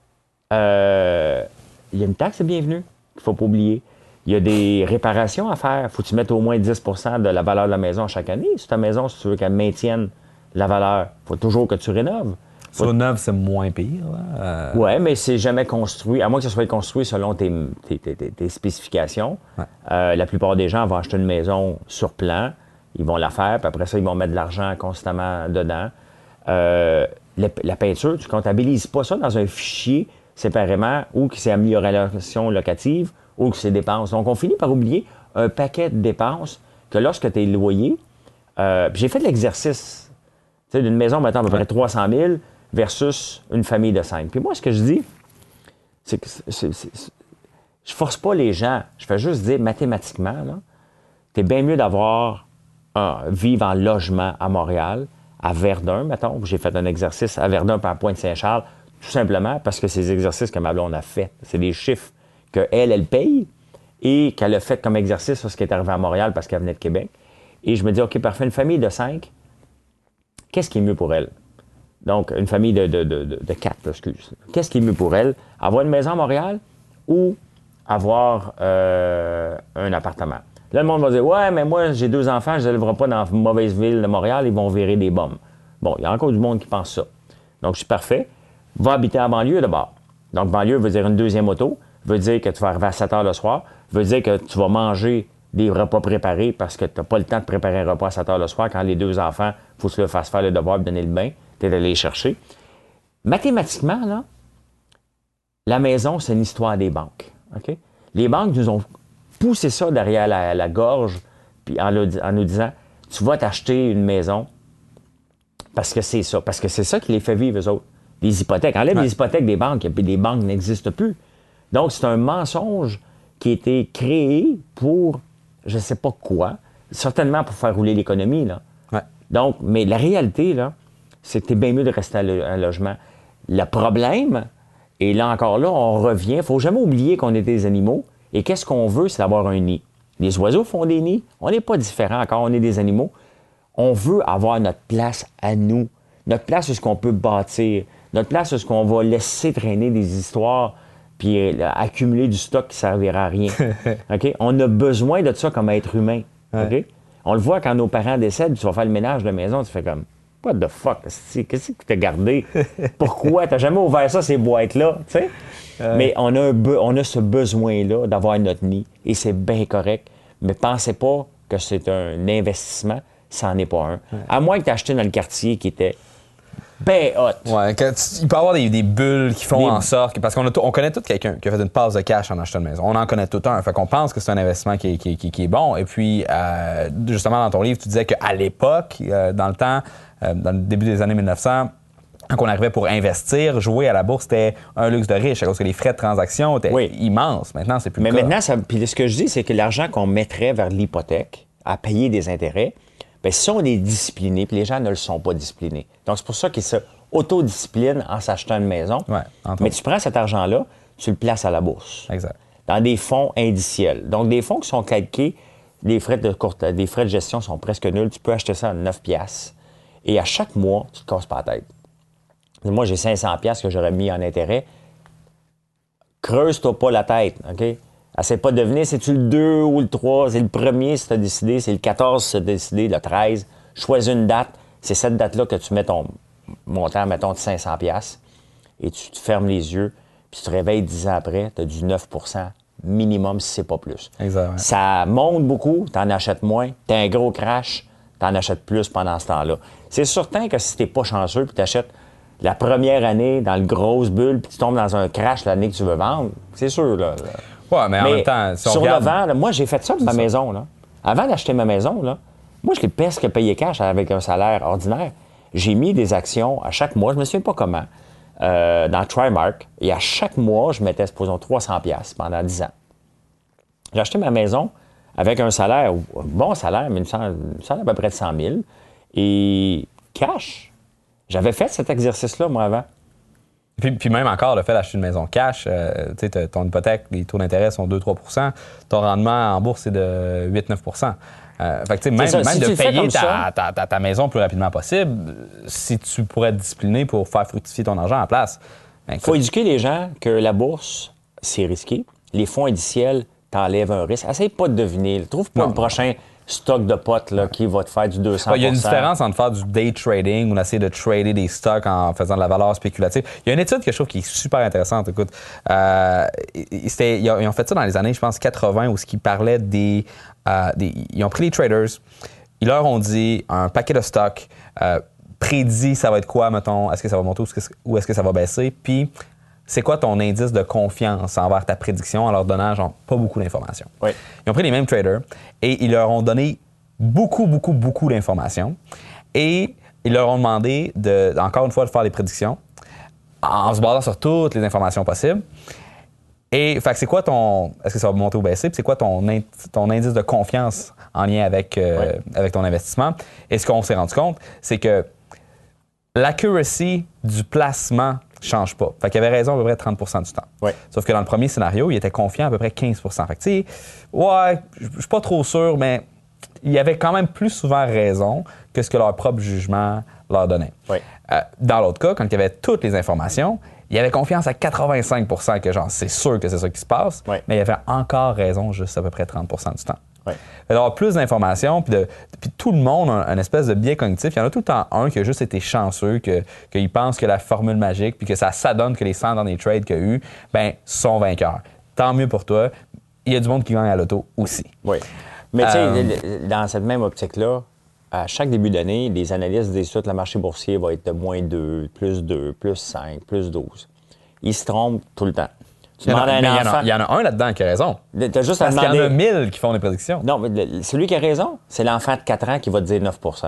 Speaker 2: euh, il y a une taxe de bienvenue qu'il ne faut pas oublier. Il y a des réparations à faire. Faut que tu mettes au moins dix pour cent de la valeur de la maison chaque année. Sur ta maison, si tu veux qu'elle maintienne la valeur, il faut toujours que tu rénoves.
Speaker 1: Sur une neuve, c'est moins pire. Euh...
Speaker 2: Oui, mais c'est jamais construit, à moins que ce soit construit selon tes, tes, tes, tes spécifications. Ouais. Euh, la plupart des gens vont acheter une maison sur plan, ils vont la faire, puis après ça, ils vont mettre de l'argent constamment dedans. Euh, la, la peinture, tu ne comptabilises pas ça dans un fichier séparément, ou que c'est amélioration locative, ou que c'est dépenses. Donc, on finit par oublier un paquet de dépenses que lorsque tu es loyer, euh, j'ai fait de l'exercice, tu sais, d'une maison, maintenant, à peu près trois cent mille versus une famille de cinq. Puis moi, ce que je dis, c'est que c'est, c'est, c'est, je force pas les gens. Je fais juste dire, mathématiquement, tu es bien mieux d'avoir un, vivre en logement à Montréal, à Verdun, mettons. J'ai fait un exercice à Verdun par Pointe-Saint-Charles, tout simplement parce que c'est des exercices que ma blonde a fait. C'est des chiffres qu'elle, elle paye et qu'elle a fait comme exercice sur ce qui est arrivé à Montréal parce qu'elle venait de Québec. Et je me dis, OK, parfait, une famille de cinq, qu'est-ce qui est mieux pour elle? Donc, une famille de, de, de, de, de quatre, excuse. Qu'est-ce qui est mieux pour elle? Avoir une maison à Montréal ou avoir euh, un appartement? Là, le monde va dire, ouais, mais moi, j'ai deux enfants, je ne les élèverai pas dans une mauvaise ville de Montréal, ils vont virer des bombes. Bon, il y a encore du monde qui pense ça. Donc, je suis parfait. va habiter en banlieue d'abord. Donc, banlieue veut dire une deuxième auto, veut dire que tu vas arriver à sept heures le soir, veut dire que tu vas manger des repas préparés parce que tu n'as pas le temps de préparer un repas à sept heures le soir quand les deux enfants, il faut que tu leur fasses faire le devoir et donner le bain, tu es allé les chercher. Mathématiquement, là, la maison, c'est une histoire des banques. Okay? Les banques nous ont poussé ça derrière la, la gorge puis en, le, en nous disant, tu vas t'acheter une maison parce que c'est ça, parce que c'est ça qui les fait vivre, eux autres. Les hypothèques. Enlève ouais. les hypothèques des banques, et puis les banques n'existent plus. Donc, c'est un mensonge qui a été créé pour, je ne sais pas quoi, certainement pour faire rouler l'économie, là.
Speaker 3: Ouais.
Speaker 2: Donc, mais la réalité, là, c'est que t'es bien mieux de rester à un logement. Le problème, et là encore là, on revient, il ne faut jamais oublier qu'on est des animaux, et qu'est-ce qu'on veut, c'est d'avoir un nid. Les oiseaux font des nids, on n'est pas différents encore, on est des animaux. On veut avoir notre place à nous, notre place où ce qu'on peut bâtir, notre place où ce qu'on va laisser traîner des histoires puis euh, accumuler du stock qui ne servira à rien. Okay? On a besoin de ça comme être humain.
Speaker 3: Ouais.
Speaker 2: Okay? On le voit quand nos parents décèdent, tu vas faire le ménage de la maison, tu fais comme « What the fuck? Qu'est-ce que tu as gardé? Pourquoi? Tu n'as jamais ouvert ça, ces boîtes-là? » Ouais. Mais on a, un be- on a ce besoin-là d'avoir notre nid et c'est bien correct. Mais pensez pas que c'est un investissement, ça n'en est pas un. Ouais. À moins que tu aies acheté dans le quartier qui était ben hot.
Speaker 3: Ouais, tu, il peut y avoir des, des bulles qui font des... en sorte que, parce qu'on a on connaît tout quelqu'un qui a fait une passe de cash en achetant une maison. On en connaît tout un. Fait qu'on pense que c'est un investissement qui est, qui, qui, qui est bon. Et puis, euh, justement, dans ton livre, tu disais qu'à l'époque, euh, dans le temps, euh, dans le début des années mille neuf cents, quand on arrivait pour investir, jouer à la bourse, c'était un luxe de riche, à cause que les frais de transaction étaient oui. immenses. Maintenant, c'est plus
Speaker 2: Mais
Speaker 3: le cas.
Speaker 2: maintenant, ça, puis ce que je dis, c'est que l'argent qu'on mettrait vers l'hypothèque à payer des intérêts, bien, si on est discipliné, puis les gens ne le sont pas disciplinés. Donc, c'est pour ça qu'ils se autodisciplinent en s'achetant une maison.
Speaker 3: Ouais,
Speaker 2: mais tu prends cet argent-là, tu le places à la bourse.
Speaker 3: Exact.
Speaker 2: Dans des fonds indiciels. Donc, des fonds qui sont calqués, les frais de, courte, des frais de gestion sont presque nuls. Tu peux acheter ça à neuf piastres. Et à chaque mois, tu te casses pas la tête. Moi, j'ai cinq cents piastres que j'aurais mis en intérêt. Creuse-toi pas la tête, OK? Essaie pas de deviner, c'est-tu le deux ou le trois? C'est le premier si tu as décidé, c'est le quatorze si tu as décidé, le treize. Choisis une date. C'est cette date-là que tu mets ton montant, mettons, de cinq cents piastres. Et tu te fermes les yeux, puis tu te réveilles dix ans après, tu as du neuf pour cent minimum si c'est pas plus.
Speaker 3: Exact. Ouais.
Speaker 2: Ça monte beaucoup, tu en achètes moins. Tu as un gros crash, tu en achètes plus pendant ce temps-là. C'est certain que si tu n'es pas chanceux, puis tu achètes la première année dans le grosse bulle, puis tu tombes dans un crash l'année que tu veux vendre, c'est sûr, là.
Speaker 3: Ouais, mais en
Speaker 2: mais
Speaker 3: même temps, si on
Speaker 2: sur
Speaker 3: regarde...
Speaker 2: le vent, là, moi, j'ai fait ça pour ma ça. maison, là. Avant d'acheter ma maison, là, moi, je l'ai presque payé cash avec un salaire ordinaire. J'ai mis des actions à chaque mois, je me souviens pas comment, euh, dans Trimark, et à chaque mois, je mettais, supposons, trois cents piastres pendant dix ans. J'ai acheté ma maison avec un salaire, un bon salaire, mais une salaire à peu près de cent mille, et cash. J'avais fait cet exercice-là, moi, avant.
Speaker 3: Puis, puis même encore, le fait d'acheter une maison cash, euh, tu sais, ton hypothèque, les taux d'intérêt sont deux à trois pour cent, ton rendement en bourse, c'est de huit à neuf pour cent. Euh, fait que, même,
Speaker 2: ça,
Speaker 3: même
Speaker 2: si
Speaker 3: de payer ta,
Speaker 2: ça,
Speaker 3: ta, ta, ta maison le plus rapidement possible, si tu pourrais être discipliné pour faire fructifier ton argent à la place.
Speaker 2: Il faut éduquer les gens que la bourse, c'est risqué. Les fonds indiciels t'enlèvent un risque. Essaye pas de deviner. Trouve pas non. le prochain stock de potes là, qui va te faire du deux cents pour cent.
Speaker 3: Il y a une différence entre faire du day trading ou essayer de trader des stocks en faisant de la valeur spéculative. Il y a une étude que je trouve qui est super intéressante. Écoute, euh, ils ont fait ça dans les années, je pense, quatre-vingts, où ils parlaient des, euh, des... Ils ont pris les traders, ils leur ont dit un paquet de stocks, euh, prédit ça va être quoi, mettons, est-ce que ça va monter ou est-ce que ça va baisser, puis c'est quoi ton indice de confiance envers ta prédiction en leur donnant genre pas beaucoup d'informations.
Speaker 2: Oui.
Speaker 3: Ils ont pris les mêmes traders et ils leur ont donné beaucoup, beaucoup, beaucoup d'informations et ils leur ont demandé, de, encore une fois, de faire des prédictions en se basant sur toutes les informations possibles. Et fait que c'est quoi ton... Est-ce que ça va monter ou baisser? Puis c'est quoi ton, in, ton indice de confiance en lien avec, euh, oui. avec ton investissement? Et ce qu'on s'est rendu compte, c'est que l'accuracy du placement change pas. Fait qu'il avait raison à peu près trente pour cent du temps.
Speaker 2: Oui.
Speaker 3: Sauf que dans le premier scénario, il était confiant à peu près quinze pour cent. Fait que tu sais, ouais, je suis pas trop sûr, mais il avait quand même plus souvent raison que ce que leur propre jugement leur donnait.
Speaker 2: Oui.
Speaker 3: Euh, dans l'autre cas, quand il y avait toutes les informations, il avait confiance à quatre-vingt-cinq pour cent que genre c'est sûr que c'est ça qui se passe,
Speaker 2: oui.
Speaker 3: mais il avait encore raison juste à peu près trente pour cent du temps.
Speaker 2: Ouais.
Speaker 3: D'avoir plus d'informations, puis, de, puis tout le monde a un espèce de biais cognitif. Il y en a tout le temps un qui a juste été chanceux, que, qu'il pense que la formule magique, puis que ça s'adonne que les cent derniers trades qu'il y a eu, ben, sont vainqueurs. Tant mieux pour toi. Il y a du monde qui gagne à l'auto aussi.
Speaker 2: Oui. Mais tu sais,
Speaker 3: Euh,
Speaker 2: dans cette même optique-là, à chaque début d'année, les analystes disent tout, le marché boursier va être de moins deux, plus deux, plus cinq, plus douze. Ils se trompent tout le temps. Tu
Speaker 3: Il y, en a,
Speaker 2: demandes à
Speaker 3: mais
Speaker 2: un
Speaker 3: il, y en
Speaker 2: enfant...
Speaker 3: a, il y en a un là-dedans qui a raison.
Speaker 2: T'as juste à
Speaker 3: Parce qu'il y en a
Speaker 2: demander...
Speaker 3: mille qui font des prédictions.
Speaker 2: Non, mais le- celui qui a raison, c'est l'enfant de quatre ans qui va te dire neuf pour cent.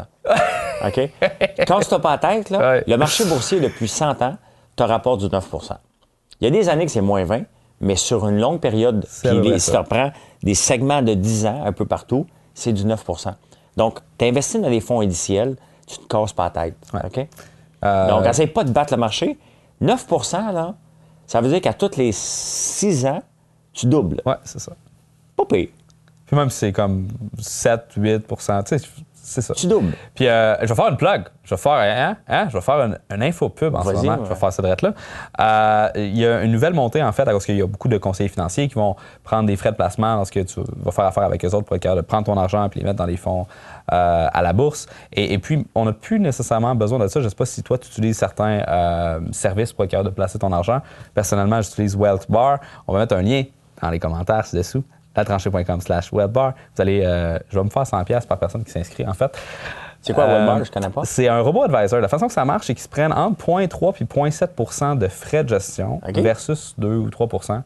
Speaker 2: OK? Casse-toi pas la tête, là.
Speaker 3: Ouais.
Speaker 2: Le marché boursier, depuis cent ans, te rapporte du neuf pour cent. Il y a des années que c'est moins vingt, mais sur une longue période,
Speaker 3: C'est à peu
Speaker 2: puis
Speaker 3: près
Speaker 2: les- si
Speaker 3: ça.
Speaker 2: tu reprends des segments de dix ans un peu partout, c'est du neuf pour cent. Donc, tu investis dans des fonds indiciels, tu te casses pas la tête.
Speaker 3: Ouais.
Speaker 2: OK?
Speaker 3: Euh,
Speaker 2: Donc, essaye pas de battre le marché. neuf pour cent, là, ça veut dire qu'à tous les six ans, tu doubles.
Speaker 3: Ouais, c'est ça.
Speaker 2: Pas pire.
Speaker 3: Puis même si c'est comme sept, huit tu sais, c'est ça.
Speaker 2: Tu doubles.
Speaker 3: Puis euh, je vais faire une plug. Je vais faire, hein, hein, je vais faire une, une info pub en ce
Speaker 2: Vas-y,
Speaker 3: moment.
Speaker 2: ouais.
Speaker 3: Je vais faire ça direct là. Euh, Il y a une nouvelle montée, en fait, parce qu'il y a beaucoup de conseillers financiers qui vont prendre des frais de placement lorsque tu vas faire affaire avec eux autres pour être capable de prendre ton argent et les mettre dans des fonds euh, à la bourse. Et, et puis, on n'a plus nécessairement besoin de ça. Je ne sais pas si toi, tu utilises certains euh, services pour être capable de placer ton argent. Personnellement, j'utilise Wealth Bar. On va mettre un lien dans les commentaires ci-dessous. latranchée.com slash webbar. Vous allez, euh, je vais me faire cent dollars par personne qui s'inscrit, en fait.
Speaker 2: C'est quoi,
Speaker 3: Euh,
Speaker 2: Webbar? Je connais pas.
Speaker 3: C'est un robot advisor. La façon que ça marche, c'est qu'ils se prennent entre zéro virgule trois et zéro virgule sept pour cent de frais de gestion
Speaker 2: OK.
Speaker 3: versus deux ou trois pour cent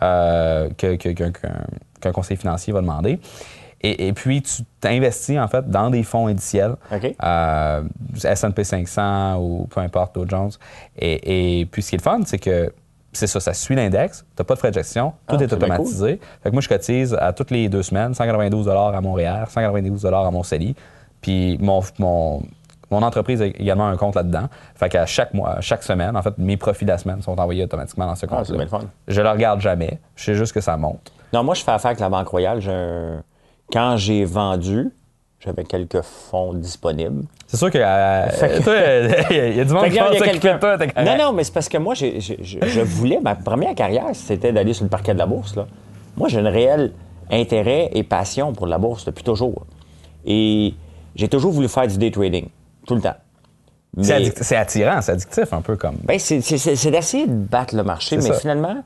Speaker 3: euh, que, que- qu'un, qu'un- qu'un conseiller financier va demander. Et, et puis, tu t'investis, en fait, dans des fonds indiciels,
Speaker 2: OK.
Speaker 3: euh, S and P cinq cents ou peu importe, Dow Jones. Et, et puis, ce qui est le fun, c'est que c'est ça, ça suit l'index, tu n'as pas de frais de gestion, tout
Speaker 2: Ah,
Speaker 3: est
Speaker 2: c'est bien
Speaker 3: automatisé. Fait que moi, je cotise à toutes les deux semaines, cent quatre-vingt-douze à Montréal, cent quatre-vingt-douze à Mont-Célie. Puis mon, mon, mon entreprise a également un compte là-dedans. Fait qu'à chaque mois, chaque semaine, en fait, mes profits de la semaine sont envoyés automatiquement dans ce
Speaker 2: Ah, c'est
Speaker 3: compte-là.
Speaker 2: bien le fun.
Speaker 3: Je le regarde jamais, je sais juste que ça monte.
Speaker 2: Non, moi, je fais affaire avec la Banque Royale. J'ai un- Quand j'ai vendu, j'avais quelques fonds disponibles.
Speaker 3: C'est sûr que euh, toi, il y a du monde
Speaker 2: Fait
Speaker 3: qui
Speaker 2: que là,
Speaker 3: pense
Speaker 2: il y a
Speaker 3: que
Speaker 2: quelqu'un-
Speaker 3: toi, t'es correct.
Speaker 2: Non, non, mais c'est parce que moi, j'ai- j'ai- je, je voulais, ma première carrière, c'était d'aller sur le parquet de la bourse. Là. Moi, j'ai un réel intérêt et passion pour la bourse depuis toujours. Et j'ai toujours voulu faire du day trading, tout le temps.
Speaker 3: C'est,
Speaker 2: Mais-
Speaker 3: addic- c'est attirant, c'est addictif un peu comme.
Speaker 2: Ben, c'est, c'est- c'est- c'est d'essayer de battre le marché,
Speaker 3: C'est
Speaker 2: mais
Speaker 3: ça.
Speaker 2: finalement,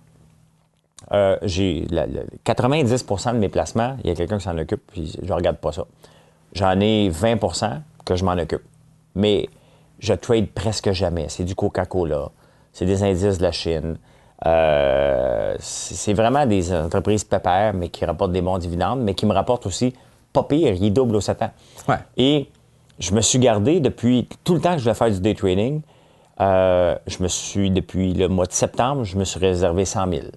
Speaker 2: euh, j'ai la- la- quatre-vingt-dix pour cent de mes placements, il y a quelqu'un qui s'en occupe, puis je regarde pas ça. J'en ai vingt pour cent que je m'en occupe. Mais je trade presque jamais. C'est du Coca-Cola, c'est des indices de la Chine. Euh, c'est, c'est vraiment des entreprises pépères, mais qui rapportent des bons dividendes, mais qui me rapportent aussi pas pire, ils doublent au sept ans.
Speaker 3: Ouais.
Speaker 2: Et je me suis gardé depuis tout le temps que je voulais faire du day trading. Euh, je me suis, depuis le mois de septembre, je me suis réservé cent mille.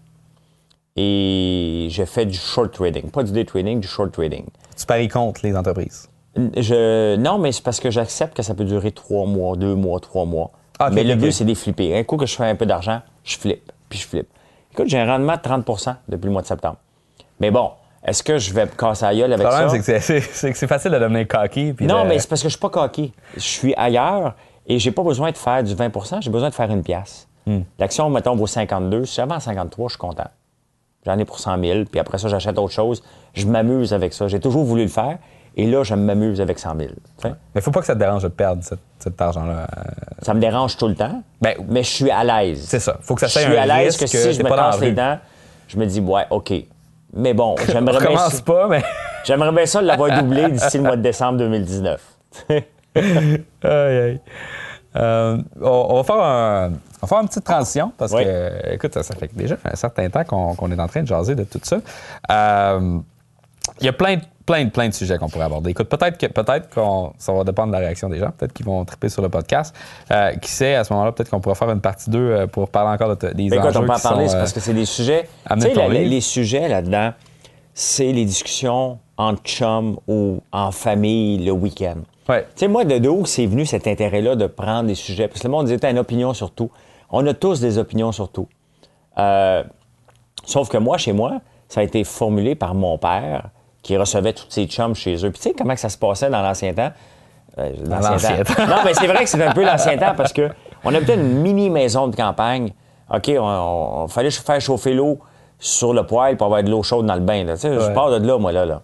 Speaker 2: Et j'ai fait du short trading. Pas du day trading, du short trading.
Speaker 3: Tu paries contre les entreprises.
Speaker 2: Je, non, mais c'est parce que j'accepte que ça peut durer trois mois, deux mois, trois mois.
Speaker 3: Ah, ok,
Speaker 2: mais le
Speaker 3: ok,
Speaker 2: but,
Speaker 3: ok.
Speaker 2: c'est de les flipper. Un coup que je fais un peu d'argent, je flippe, puis je flippe. Écoute, j'ai un rendement de trente pour cent depuis le mois de septembre. Mais bon, est-ce que je vais me casser la gueule avec
Speaker 3: Le problème,
Speaker 2: ça?
Speaker 3: c'est que c'est, c'est- c'est que c'est facile de devenir cocky. puis
Speaker 2: Non,
Speaker 3: de-
Speaker 2: mais c'est parce que je suis pas coquille. Je suis ailleurs et j'ai pas besoin de faire du vingt pour cent, j'ai besoin de faire une pièce.
Speaker 3: Hmm.
Speaker 2: L'action, mettons, vaut cinquante-deux. Si j'avais en cinquante-trois, je suis content. J'en ai pour cent mille, puis après ça, j'achète autre chose. Je m'amuse avec ça. J'ai toujours voulu le faire et là, je m'amuse avec cent mille. tu sais.
Speaker 3: Mais il faut pas que ça te dérange de perdre cet, cet argent-là. Euh,
Speaker 2: Ça me dérange tout le temps,
Speaker 3: Ben,
Speaker 2: mais je suis à l'aise.
Speaker 3: c'est ça. Faut que ça
Speaker 2: Je
Speaker 3: soit
Speaker 2: suis
Speaker 3: un
Speaker 2: à l'aise
Speaker 3: risque
Speaker 2: que
Speaker 3: que
Speaker 2: si je
Speaker 3: t'es
Speaker 2: me
Speaker 3: pas dans la
Speaker 2: casse les
Speaker 3: rue.
Speaker 2: dents, je me dis, ouais, OK. Mais bon,
Speaker 3: On
Speaker 2: j'aimerais bien,
Speaker 3: recommence
Speaker 2: ça-
Speaker 3: pas, mais.
Speaker 2: j'aimerais bien ça l'avoir doublé d'ici le mois de décembre deux mille dix-neuf.
Speaker 3: Aïe, aïe. Euh, on, on va faire un, on va faire une petite transition parce
Speaker 2: Oui.
Speaker 3: que, écoute, ça fait déjà un certain temps qu'on, qu'on est en train de jaser de tout ça. Euh, Il y a plein, de- plein, de- plein de sujets qu'on pourrait aborder. Écoute, peut-être que peut-être qu'on ça va dépendre de la réaction des gens, peut-être qu'ils vont triper sur le podcast. Euh, qui sait, à ce moment-là, peut-être qu'on pourra faire une partie deux euh, pour parler encore de t- des
Speaker 2: Ben
Speaker 3: enjeux
Speaker 2: écoute, on peut en
Speaker 3: qui
Speaker 2: parler,
Speaker 3: sont,
Speaker 2: c'est
Speaker 3: euh,
Speaker 2: parce que c'est des sujets. Tu
Speaker 3: amenés
Speaker 2: sais,
Speaker 3: de ton
Speaker 2: la-
Speaker 3: livre.
Speaker 2: les sujets là-dedans, c'est les discussions entre chums ou en famille le week-end.
Speaker 3: Ouais.
Speaker 2: Tu sais, moi, de, de où c'est venu cet intérêt-là de prendre des sujets? Parce que le monde disait, t'as une opinion sur tout. On a tous des opinions sur tout. Euh, sauf que moi, chez moi, ça a été formulé par mon père qui recevait tous ses chums chez eux. Puis tu sais comment que ça se passait dans l'ancien temps? Euh,
Speaker 3: Dans l'ancien temps.
Speaker 2: Non, mais c'est vrai que c'est un peu l'ancien temps parce que on habitait une mini-maison de campagne. OK, on, on- fallait faire chauffer l'eau sur le poêle pour avoir de l'eau chaude dans le bain. Là. Tu sais, Je
Speaker 3: Ouais.
Speaker 2: pars de là, moi, là. là.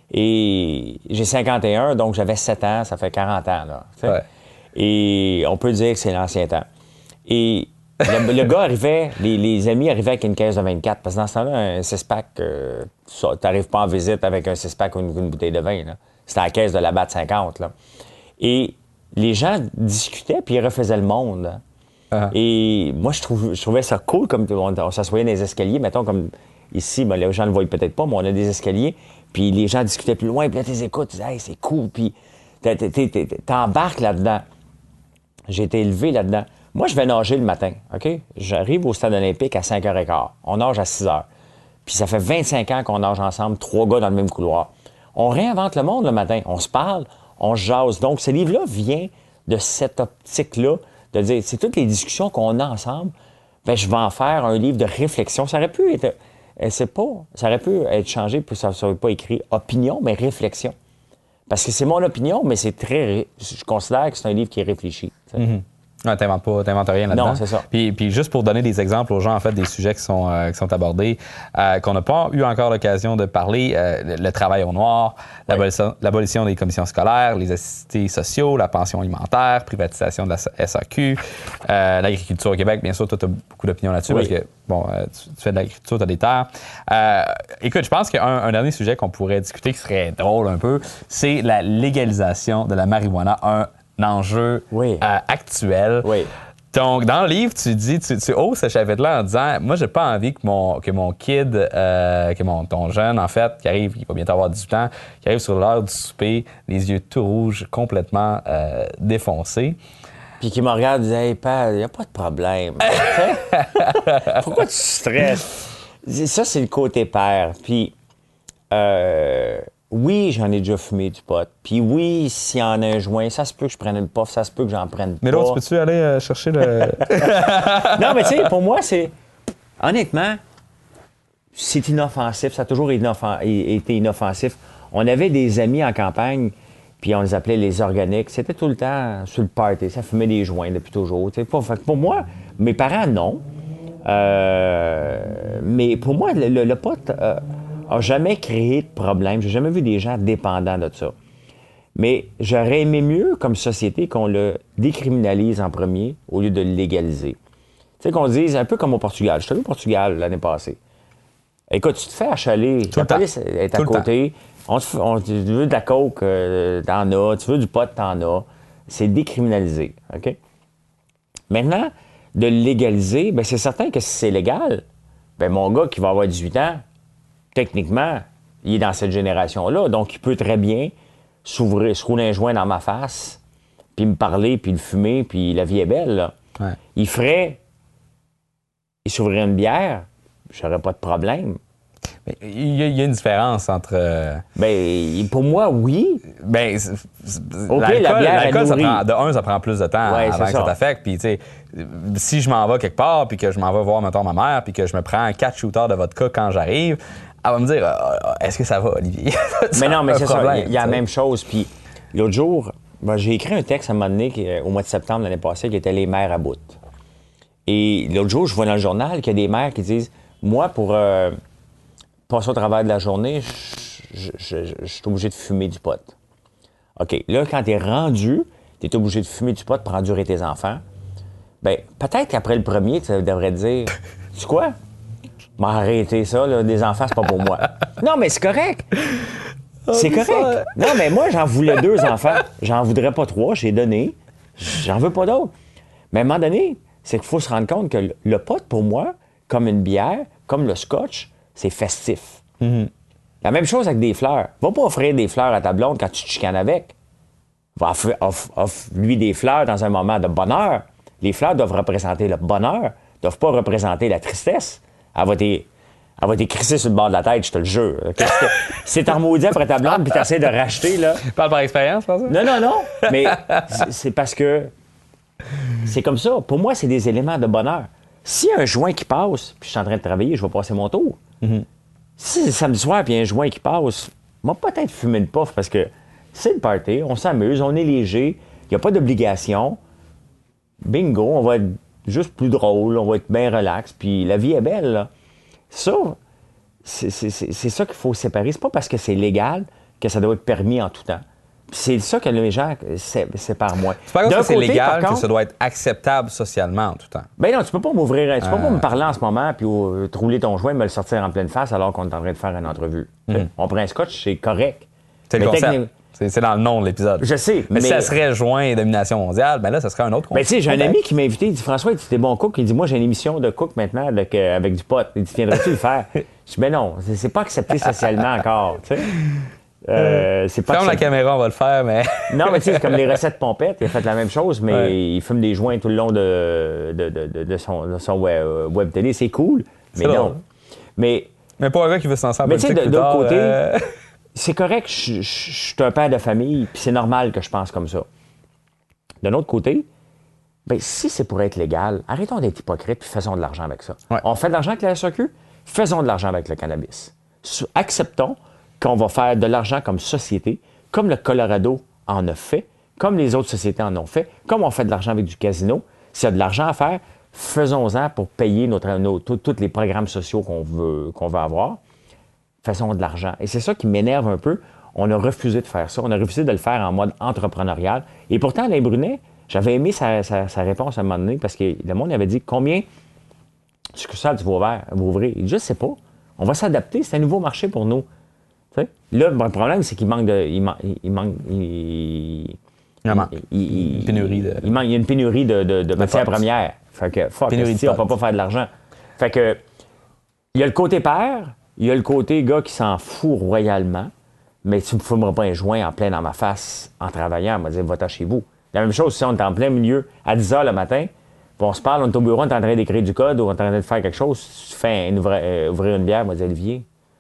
Speaker 2: Et j'ai cinquante et un, donc j'avais sept ans, ça fait quarante ans. Là,
Speaker 3: ouais.
Speaker 2: Et on peut dire que c'est l'ancien temps. Et le, le gars arrivait, les, les amis arrivaient avec une caisse de vingt-quatre, parce que dans ce temps-là, un six-pack, euh, tu n'arrives pas en visite avec un six-pack ou une, une bouteille de vin. C'était la caisse de la batte cinquante. Là. Et les gens discutaient, puis ils refaisaient le monde. Hein. Uh-huh. Et moi, je, trouve, je trouvais ça cool, comme on, on s'assoyait dans les escaliers, mettons, comme ici, ben, les gens ne le voient peut-être pas, mais on a des escaliers, puis les gens discutaient plus loin, puis là, tu les écoutes, tu dis, hey, c'est cool, puis t'embarques là-dedans. J'ai été élevé là-dedans. Moi, je vais nager le matin, OK? J'arrive au stade olympique à cinq heures quinze. On nage à six heures. Puis ça fait vingt-cinq ans qu'on nage ensemble, trois gars dans le même couloir. On réinvente le monde le matin. On se parle, on se jase. Donc, ce livre-là vient de cette optique-là, de dire, c'est toutes les discussions qu'on a ensemble. Bien, je vais en faire un livre de réflexion. Ça aurait pu être, c'est pas, ça aurait pu être changé, puis ça ne serait pas écrit opinion, mais réflexion. Parce que c'est mon opinion, mais c'est très, je considère que c'est un livre qui est réfléchi.
Speaker 3: Mm-hmm. Ouais, t'inventes pas, t'inventes rien là-dedans.
Speaker 2: Non, c'est ça.
Speaker 3: Puis, puis juste pour donner des exemples aux gens, en fait, des sujets qui sont, euh, qui sont abordés, euh, qu'on n'a pas eu encore l'occasion de parler, euh, le, le travail au noir, l'abolition, oui. l'abolition des commissions scolaires, les assistés sociaux, la pension alimentaire, privatisation de la S A Q, euh, l'agriculture au Québec. Bien sûr, toi, tu as beaucoup d'opinions là-dessus oui. parce que, bon, euh, tu, tu fais de l'agriculture, tu as des terres. Euh, écoute, je pense qu'un un dernier sujet qu'on pourrait discuter qui serait drôle un peu, c'est la légalisation de la marijuana. Un enjeu
Speaker 2: oui.
Speaker 3: euh, actuel.
Speaker 2: Oui.
Speaker 3: Donc, dans le livre, tu dis, tu, tu hausses ce chapitre-là en disant, moi, j'ai pas envie que mon, que mon kid, euh, que mon, ton jeune, en fait, qui arrive, il va bientôt avoir dix-huit ans, qui arrive sur l'heure du souper, les yeux tout rouges, complètement euh, défoncés.
Speaker 2: Puis qui me regarde et dit, hey, père, il n'y a pas de problème. Pourquoi tu stresses? Ça, c'est le côté père. Puis, euh, oui, j'en ai déjà fumé du pot. Puis oui, s'il y en a un joint, ça se peut que je prenne une puff, ça se peut que j'en prenne pas.
Speaker 3: Mais l'autre, peux-tu aller euh, chercher le...
Speaker 2: Non, mais tu sais, pour moi, c'est... Honnêtement, c'est inoffensif. Ça a toujours inoffen... été inoffensif. On avait des amis en campagne, puis on les appelait les organiques. C'était tout le temps sur le party. Ça fumait des joints depuis toujours. Fait que pour moi, mes parents, non. Euh... Mais pour moi, le, le, le pot... Euh... n'a jamais créé de problème. J'ai jamais vu des gens dépendants de ça. Mais j'aurais aimé mieux, comme société, qu'on le décriminalise en premier au lieu de le légaliser. Tu sais, qu'on dise, un peu comme au Portugal. Je suis allé au Portugal l'année passée. Écoute, tu te fais achaler. La police est à côté. On te, on, tu veux de la coke, euh, t'en as. Tu veux du pot, t'en as. C'est décriminalisé. OK? Maintenant, de le légaliser, bien, c'est certain que si c'est légal, bien, mon gars qui va avoir dix-huit ans, techniquement, il est dans cette génération-là, donc il peut très bien s'ouvrir, se rouler un joint dans ma face, puis me parler, puis le fumer, puis la vie est belle. Là.
Speaker 3: Ouais.
Speaker 2: Il ferait... Il s'ouvrirait une bière, j'aurais pas de problème.
Speaker 3: Mais il y, a, il y a une différence entre... Euh...
Speaker 2: Ben, pour moi, oui.
Speaker 3: Ben, c'est, c'est,
Speaker 2: okay, la bière
Speaker 3: l'alcool, ça prend, de un, ça prend plus de temps
Speaker 2: ouais,
Speaker 3: avant que ça, ça t'affecte. Puis, tu sais, si je m'en vais quelque part, puis que je m'en vais voir, mettons, ma mère, puis que je me prends quatre shooters de vodka quand j'arrive, elle va me dire, est-ce que ça va, Olivier?
Speaker 2: Mais non, mais c'est problème, ça. Il y a la même chose. Puis l'autre jour, ben, j'ai écrit un texte à un moment donné, qui, au mois de septembre l'année passée, qui était Les mères à bout. Et l'autre jour, je vois dans le journal qu'il y a des mères qui disent, moi, pour euh, passer au travers de la journée, je, je, je, je suis obligé de fumer du pot. OK. Là, quand tu es rendu, tu es obligé de fumer du pot pour endurer tes enfants. Bien, peut-être qu'après le premier, tu devrais te dire, tu sais quoi? M'arrêter ça, là, des enfants, c'est pas pour moi. Non, mais c'est correct. C'est correct. Ça... Non, mais moi, j'en voulais deux enfants. J'en voudrais pas trois, j'ai donné. J'en veux pas d'autres. Mais à un moment donné, c'est qu'il faut se rendre compte que le pot, pour moi, comme une bière, comme le scotch, c'est festif. Mm-hmm. La même chose avec des fleurs. Va pas offrir des fleurs à ta blonde quand tu te chicanes avec. Va offrir, off, off, lui des fleurs dans un moment de bonheur. Les fleurs doivent représenter le bonheur, ne doivent pas représenter la tristesse. Elle va t'es, elle va t'écrisser sur le bord de la tête, je te le jure. C'est t'en maudit après ta blonde puis t'essaies de racheter, là.
Speaker 3: Parle par expérience, je pense.
Speaker 2: Non, non, non. Mais c'est parce que c'est comme ça. Pour moi, c'est des éléments de bonheur. S'il y a un joint qui passe, puis je suis en train de travailler, je vais passer mon tour. Mm-hmm. Si c'est samedi soir puis il y a un joint qui passe, moi, peut-être fumer une puff parce que c'est le party, on s'amuse, on est léger, il n'y a pas d'obligation. Bingo, on va être juste plus drôle, on va être bien relax, puis la vie est belle, là. Ça, c'est, c'est, c'est, c'est ça qu'il faut séparer. C'est pas parce que c'est légal que ça doit être permis en tout temps. Puis c'est ça que les gens séparent moins.
Speaker 3: C'est pas parce
Speaker 2: D'un
Speaker 3: que c'est
Speaker 2: côté,
Speaker 3: légal
Speaker 2: par
Speaker 3: que
Speaker 2: contre,
Speaker 3: ça doit être acceptable socialement en tout temps.
Speaker 2: ben non, tu peux pas m'ouvrir, tu peux
Speaker 3: Euh.
Speaker 2: pas me parler en ce moment puis euh, te rouler ton joint et me le sortir en pleine face alors qu'on est en train de faire une entrevue.
Speaker 3: Mm.
Speaker 2: On prend un scotch, c'est correct.
Speaker 3: C'est le
Speaker 2: Mais
Speaker 3: concept.
Speaker 2: techni-
Speaker 3: C'est c'est dans le nom de l'épisode.
Speaker 2: Je sais,
Speaker 3: Mais,
Speaker 2: mais...
Speaker 3: si ça serait joint et domination mondiale, ben là, ça serait un autre
Speaker 2: Ben,
Speaker 3: concept.
Speaker 2: tu sais, j'ai un
Speaker 3: Ok.
Speaker 2: ami qui m'a invité, il dit François, il dit t'es bon cook. Il dit moi, j'ai une émission de cook maintenant avec, euh, avec du pot. Il dit viendrais-tu le faire? Je dis ben non, c'est c'est pas accepté socialement encore. Tu sais. Euh, c'est pas
Speaker 3: Ferme la
Speaker 2: accepté.
Speaker 3: caméra, on va le faire, mais.
Speaker 2: Non, mais tu sais, c'est comme les recettes pompettes, il a fait la même chose, mais
Speaker 3: Ouais.
Speaker 2: il fume des joints tout le long de, de, de, de- de son, de son web, web télé. C'est cool, mais
Speaker 3: C'est
Speaker 2: non.
Speaker 3: drôle.
Speaker 2: Mais
Speaker 3: Mais pour un gars qui veut se lancer en
Speaker 2: Mais tu sais,
Speaker 3: politique
Speaker 2: de-
Speaker 3: plus
Speaker 2: d'un
Speaker 3: tard,
Speaker 2: côté,
Speaker 3: euh,
Speaker 2: c'est correct, je je- je suis un père de famille, puis c'est normal que je pense comme ça. D'un autre côté, ben, si c'est pour être légal, arrêtons d'être hypocrite puis faisons de l'argent avec ça.
Speaker 3: Ouais.
Speaker 2: On fait de l'argent avec la S A Q, faisons de l'argent avec le cannabis. S- Acceptons qu'on va faire de l'argent comme société, comme le Colorado en a fait, comme les autres sociétés en ont fait, comme on fait de l'argent avec du casino. S'il y a de l'argent à faire, faisons-en pour payer notre, nos, tous tous les programmes sociaux qu'on veut, qu'on veut avoir. Faisons de l'argent. Et c'est ça qui m'énerve un peu. On a refusé de faire ça. On a refusé de le faire en mode entrepreneurial. Et pourtant, Alain Brunet, j'avais aimé sa, sa- sa réponse à un moment donné parce que le monde avait dit combien de succursales tu vas ouvrir? Vous ouvrir? Il dit, je sais pas. On va s'adapter. C'est un nouveau marché pour nous. Tu sais? Là, bon, le problème, c'est qu'il manque de. Il, man- il manque. Il,
Speaker 3: Il en manque.
Speaker 2: il- il-
Speaker 3: Une pénurie de-
Speaker 2: Il, manque, il y a une pénurie de, de, de matières
Speaker 3: force.
Speaker 2: premières. Fait que, fuck,
Speaker 3: Pénurie de
Speaker 2: esti, on peut
Speaker 3: force.
Speaker 2: pas faire de l'argent. Fait que, il y a le côté père, il y a le côté gars qui s'en fout royalement, mais tu me fumeras pas un joint en plein dans ma face en travaillant. On m'a dit, va-t'en chez vous. La même chose si on est en plein milieu à dix heures le matin, puis on se parle, on est au bureau, on est en train d'écrire du code ou on est en train de faire quelque chose, tu fais un- ouvrir, euh, ouvrir une bière, on m'a dit, Olivier,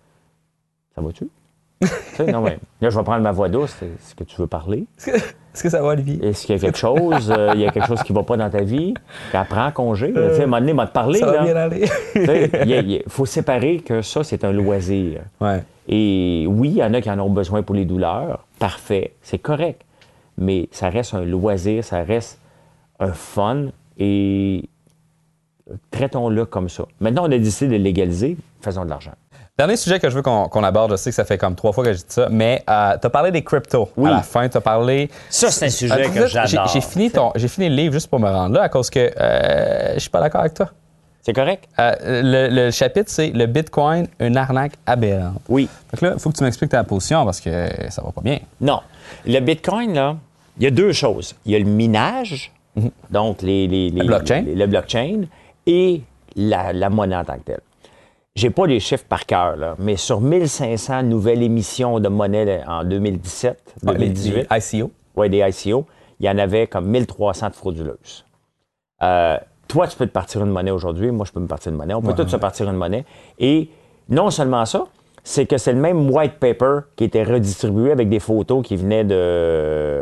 Speaker 2: ça va-tu? Tu sais, non, mais là, je vais prendre ma voix douce. Est-ce que tu veux parler?
Speaker 3: Est-ce que, est-ce que ça va, Olivier?
Speaker 2: Est-ce qu'il y a quelque chose? euh, il y a quelque chose qui va pas dans ta vie? Qu'elle prend congé? Tu sais, à un moment donné, il m'a te parlé.
Speaker 3: Ça va
Speaker 2: là.
Speaker 3: bien aller.
Speaker 2: Tu sais, il y a- il faut séparer que ça, c'est un loisir.
Speaker 3: Ouais.
Speaker 2: Et oui, il y en a qui en ont besoin pour les douleurs. Parfait, c'est correct. Mais ça reste un loisir, ça reste un fun et traitons-le comme ça. Maintenant, on a décidé de le légaliser, faisons de l'argent.
Speaker 3: Dernier sujet que je veux qu'on qu'on aborde, je sais que ça fait comme trois fois que je dis ça, mais euh, tu as parlé des cryptos
Speaker 2: Oui.
Speaker 3: à la fin. Tu as parlé.
Speaker 2: Ça, c'est un sujet
Speaker 3: Euh,
Speaker 2: que
Speaker 3: là,
Speaker 2: j'adore.
Speaker 3: J'ai j'ai fini, ton- j'ai fini le livre juste pour me rendre là à cause que euh, je suis pas d'accord avec toi.
Speaker 2: C'est correct?
Speaker 3: Euh, le, le chapitre, c'est le Bitcoin, une arnaque aberrante.
Speaker 2: Oui.
Speaker 3: Fait que là, il faut que tu m'expliques ta position parce que ça va pas bien.
Speaker 2: Non. Le Bitcoin, là, il y a deux choses. Il y a le minage, donc les, les, les-
Speaker 3: Le blockchain.
Speaker 2: les- le blockchain, et la, la monnaie en tant que telle. J'ai pas les chiffres par cœur, là, mais sur mille cinq cents nouvelles émissions de monnaie là, en deux mille dix-sept,
Speaker 3: Ah, les-
Speaker 2: deux mille dix-huit,
Speaker 3: les I C O.
Speaker 2: ouais, des I C O, il y en avait comme mille trois cents de frauduleuses. Euh, toi, tu peux te partir une monnaie aujourd'hui, moi, je peux me partir une monnaie. On peut
Speaker 3: Ouais,
Speaker 2: tous
Speaker 3: ouais.
Speaker 2: se partir une monnaie. Et non seulement ça, c'est que c'est le même white paper qui était redistribué avec des photos qui venaient de...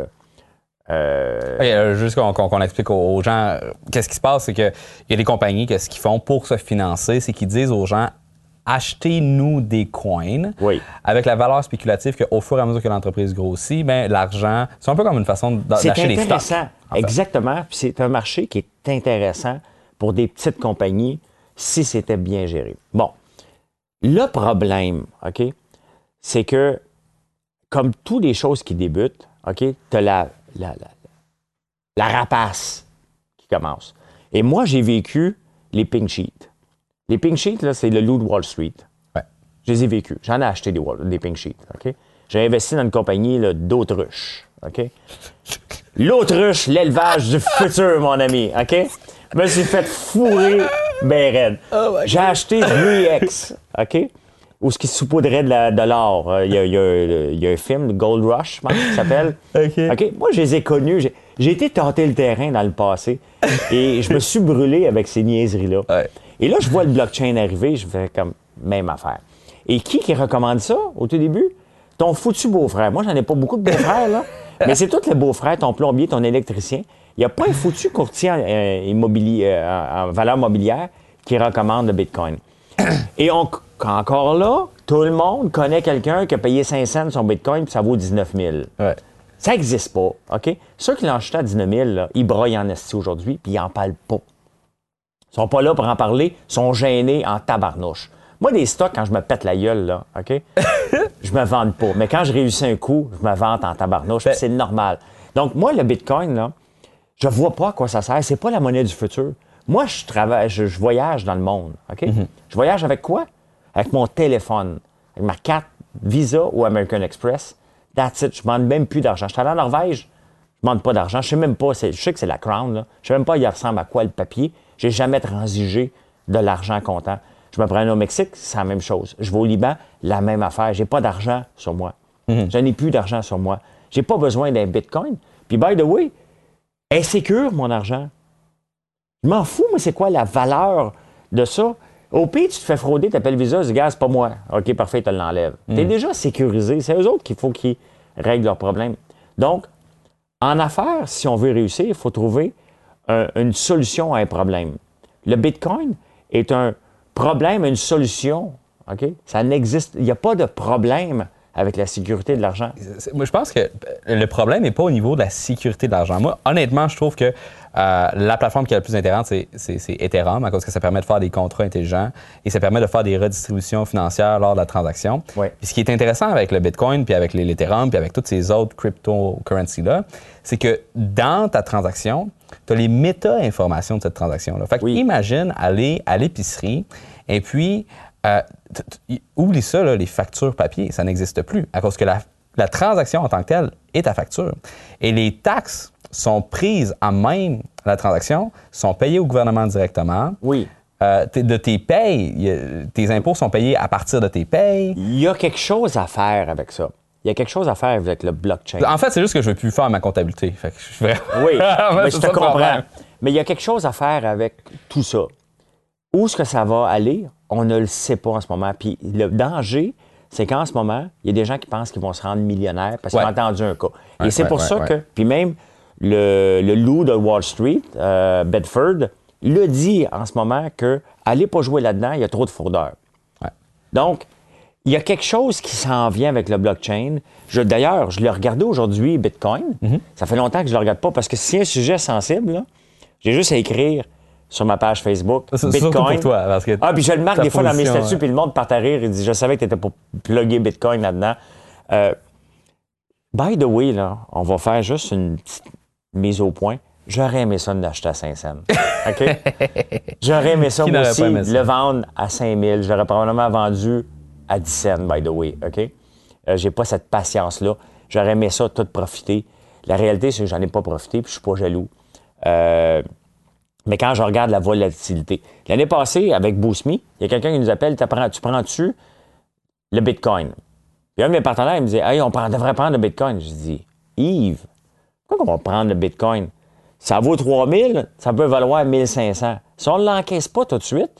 Speaker 2: euh,
Speaker 3: Ok, euh, juste qu'on qu'on- qu'on explique aux, aux gens, euh, qu'est-ce qui se passe, c'est qu'il y a des compagnies, qu'est-ce qu'ils font pour se financer, c'est qu'ils disent aux gens, achetez-nous des coins
Speaker 2: Oui.
Speaker 3: avec la valeur spéculative qu'au fur et à mesure que l'entreprise grossit, ben, l'argent, c'est un peu comme une façon d'a-
Speaker 2: C'est
Speaker 3: d'acheter des stocks.
Speaker 2: intéressant.
Speaker 3: en fait.
Speaker 2: Exactement. Puis c'est un marché qui est intéressant pour des petites compagnies si c'était bien géré. Bon. Le problème, OK, c'est que, comme toutes les choses qui débutent, OK, tu as la, la, la, la rapace qui commence. Et moi, j'ai vécu les pink sheets. Les pink sheets, là, c'est le loup de Wall Street.
Speaker 3: Ouais.
Speaker 2: Je les ai vécus. J'en ai acheté des, wall- des pink sheets. OK? J'ai investi dans une compagnie là, d'autruche. OK? L'autruche, l'élevage du futur, mon ami. OK? Je me suis fait fourrer ben raide. J'ai acheté three X. OK? Où ce qui saupoudrait de, la- de l'or. Euh, Il y, a- il y a- il y a un film, Gold Rush, je pense, qui s'appelle.
Speaker 3: OK.
Speaker 2: OK? Moi, je les ai connus. J'ai, j'ai été tenter le terrain dans le passé. Et je me suis brûlé avec ces niaiseries-là.
Speaker 3: Ouais.
Speaker 2: Et là, je vois le blockchain arriver, je fais comme même affaire. Et qui qui recommande ça au tout début? Ton foutu beau-frère. Moi, j'en ai pas beaucoup de beaux-frères, là. Mais c'est tous les beaux-frères, ton plombier, ton électricien. Il n'y a pas un foutu courtier en, euh, immobilier, euh, en valeur mobilière qui recommande le Bitcoin. Et on, encore là, tout le monde connaît quelqu'un qui a payé cinq cents son Bitcoin puis ça vaut dix-neuf mille.
Speaker 3: Ouais.
Speaker 2: Ça n'existe pas, OK? Ceux qui l'ont acheté à dix-neuf mille, là, ils broyent en esti aujourd'hui puis ils n'en parlent pas. Ils sont pas là pour en parler, ils sont gênés en tabarnouche. Moi, des stocks, quand je me pète la gueule, là, OK? je me vante pas. Mais quand je réussis un coup, je me vante en tabarnouche,
Speaker 3: Ben-
Speaker 2: puis c'est normal. Donc, moi, le Bitcoin, là, je vois pas à quoi ça sert. C'est pas la monnaie du futur. Moi, je travaille, je, je voyage dans le monde, OK?
Speaker 3: Mm-hmm.
Speaker 2: Je voyage avec quoi? Avec mon téléphone, avec ma carte Visa ou American Express. That's it. Je ne demande même plus d'argent. Je suis allé en Norvège, je ne demande pas d'argent. Je sais même pas, c'est- je sais que c'est la Crown, là. Je sais même pas il ressemble à quoi le papier. J'ai jamais transigé de l'argent comptant. Je me prends au Mexique, c'est la même chose. Je vais au Liban, la même affaire. J'ai pas d'argent sur moi. Je n'ai plus d'argent sur moi. J'ai pas besoin d'un Bitcoin. Puis, by the way, insécure mon argent. Je m'en fous, mais c'est quoi la valeur de ça? Au pire, tu te fais frauder, tu appelles Visa, tu dis, gars, c'est pas moi. OK, parfait, tu l'enlèves. Tu es déjà sécurisé. C'est eux autres qu'il faut qu'ils règlent leurs problèmes. Donc, en affaires, si on veut réussir, il faut trouver un- une solution à un problème. Le Bitcoin est un problème, une solution. OK? Ça n'existe. Il n'y a pas de problème avec la sécurité de l'argent.
Speaker 3: C'est- Moi, je pense que le problème n'est pas au niveau de la sécurité de l'argent. Moi, honnêtement, je trouve que euh, la plateforme qui est la plus intéressante, c'est, c'est, c'est Ethereum, à cause que ça permet de faire des contrats intelligents et ça permet de faire des redistributions financières lors de la transaction.
Speaker 2: Ouais.
Speaker 3: Puis ce qui est intéressant avec le Bitcoin, puis avec les- l'Ethereum, puis avec toutes ces autres cryptocurrencies-là, c'est que dans ta transaction, tu as les méta-informations de cette transaction-là. Fait que
Speaker 2: Oui.
Speaker 3: imagine aller à l'épicerie et puis euh, t- t- oublie ça, là, les factures papier, ça n'existe plus à cause que la, la transaction en tant que telle est ta facture. Et les taxes sont prises à même la transaction, sont payées au gouvernement directement.
Speaker 2: Oui.
Speaker 3: Euh, t- de tes payes, y a- tes impôts sont payés à partir de tes payes.
Speaker 2: Il y a quelque chose à faire avec ça. Il y a quelque chose à faire avec le blockchain.
Speaker 3: En fait, c'est juste que je ne veux plus faire ma comptabilité. Fait que je suis vraiment-
Speaker 2: Oui,
Speaker 3: Vraiment,
Speaker 2: mais
Speaker 3: c'est
Speaker 2: je te
Speaker 3: ça le
Speaker 2: comprends.
Speaker 3: problème.
Speaker 2: Mais il y a quelque chose à faire avec tout ça. Où est-ce que ça va aller? On ne le sait pas en ce moment. Puis le danger, c'est qu'en ce moment, il y a des gens qui pensent qu'ils vont se rendre millionnaires parce qu'ils
Speaker 3: Ouais.
Speaker 2: ont entendu un cas.
Speaker 3: Ouais,
Speaker 2: Et c'est
Speaker 3: ouais,
Speaker 2: pour
Speaker 3: ouais,
Speaker 2: ça
Speaker 3: ouais.
Speaker 2: que, puis même le, le loup de Wall Street, euh, Bedford, le dit en ce moment que allez pas jouer là-dedans, il y a trop de fraudeurs.
Speaker 3: Ouais.
Speaker 2: Donc, il y a quelque chose qui s'en vient avec le blockchain. Je- D'ailleurs, je l'ai regardé aujourd'hui, Bitcoin.
Speaker 3: Mm-hmm.
Speaker 2: Ça fait longtemps que je ne le regarde pas parce que si c'est un sujet sensible, là, j'ai juste à écrire sur ma page Facebook.
Speaker 3: C'est- c'est
Speaker 2: Bitcoin.
Speaker 3: surtout pour toi, parce que
Speaker 2: Ah, puis je le marque
Speaker 3: ta
Speaker 2: des fois dans mes
Speaker 3: position,
Speaker 2: statuts,
Speaker 3: ouais.
Speaker 2: puis le monde part à rire. Il dit, je savais que tu étais pour plugger Bitcoin là-dedans. Euh, by the way, là, on va faire juste une petite mise au point. J'aurais aimé ça de l'acheter à cinq cents. OK? J'aurais aimé ça,
Speaker 3: Qui
Speaker 2: moi
Speaker 3: n'aurait
Speaker 2: aussi,
Speaker 3: pas aimé ça?
Speaker 2: le vendre à cinq mille. Je l'aurais probablement vendu à dix cents, by the way. OK? Euh, j'ai pas cette patience-là. J'aurais aimé ça, tout profiter. La réalité, c'est que j'en ai pas profité, puis je suis pas jaloux. Euh, mais quand je regarde la volatilité. L'année passée, avec BoostMe, il y a quelqu'un qui nous appelle, t'apprends- tu prends-tu le Bitcoin? Puis un de mes partenaires, il me disait, hey, on prend- devrait prendre le Bitcoin. Je dis, Yves, pourquoi on va prendre le Bitcoin? Ça vaut trois mille, ça peut valoir mille cinq cents. Si on ne l'encaisse pas tout de suite,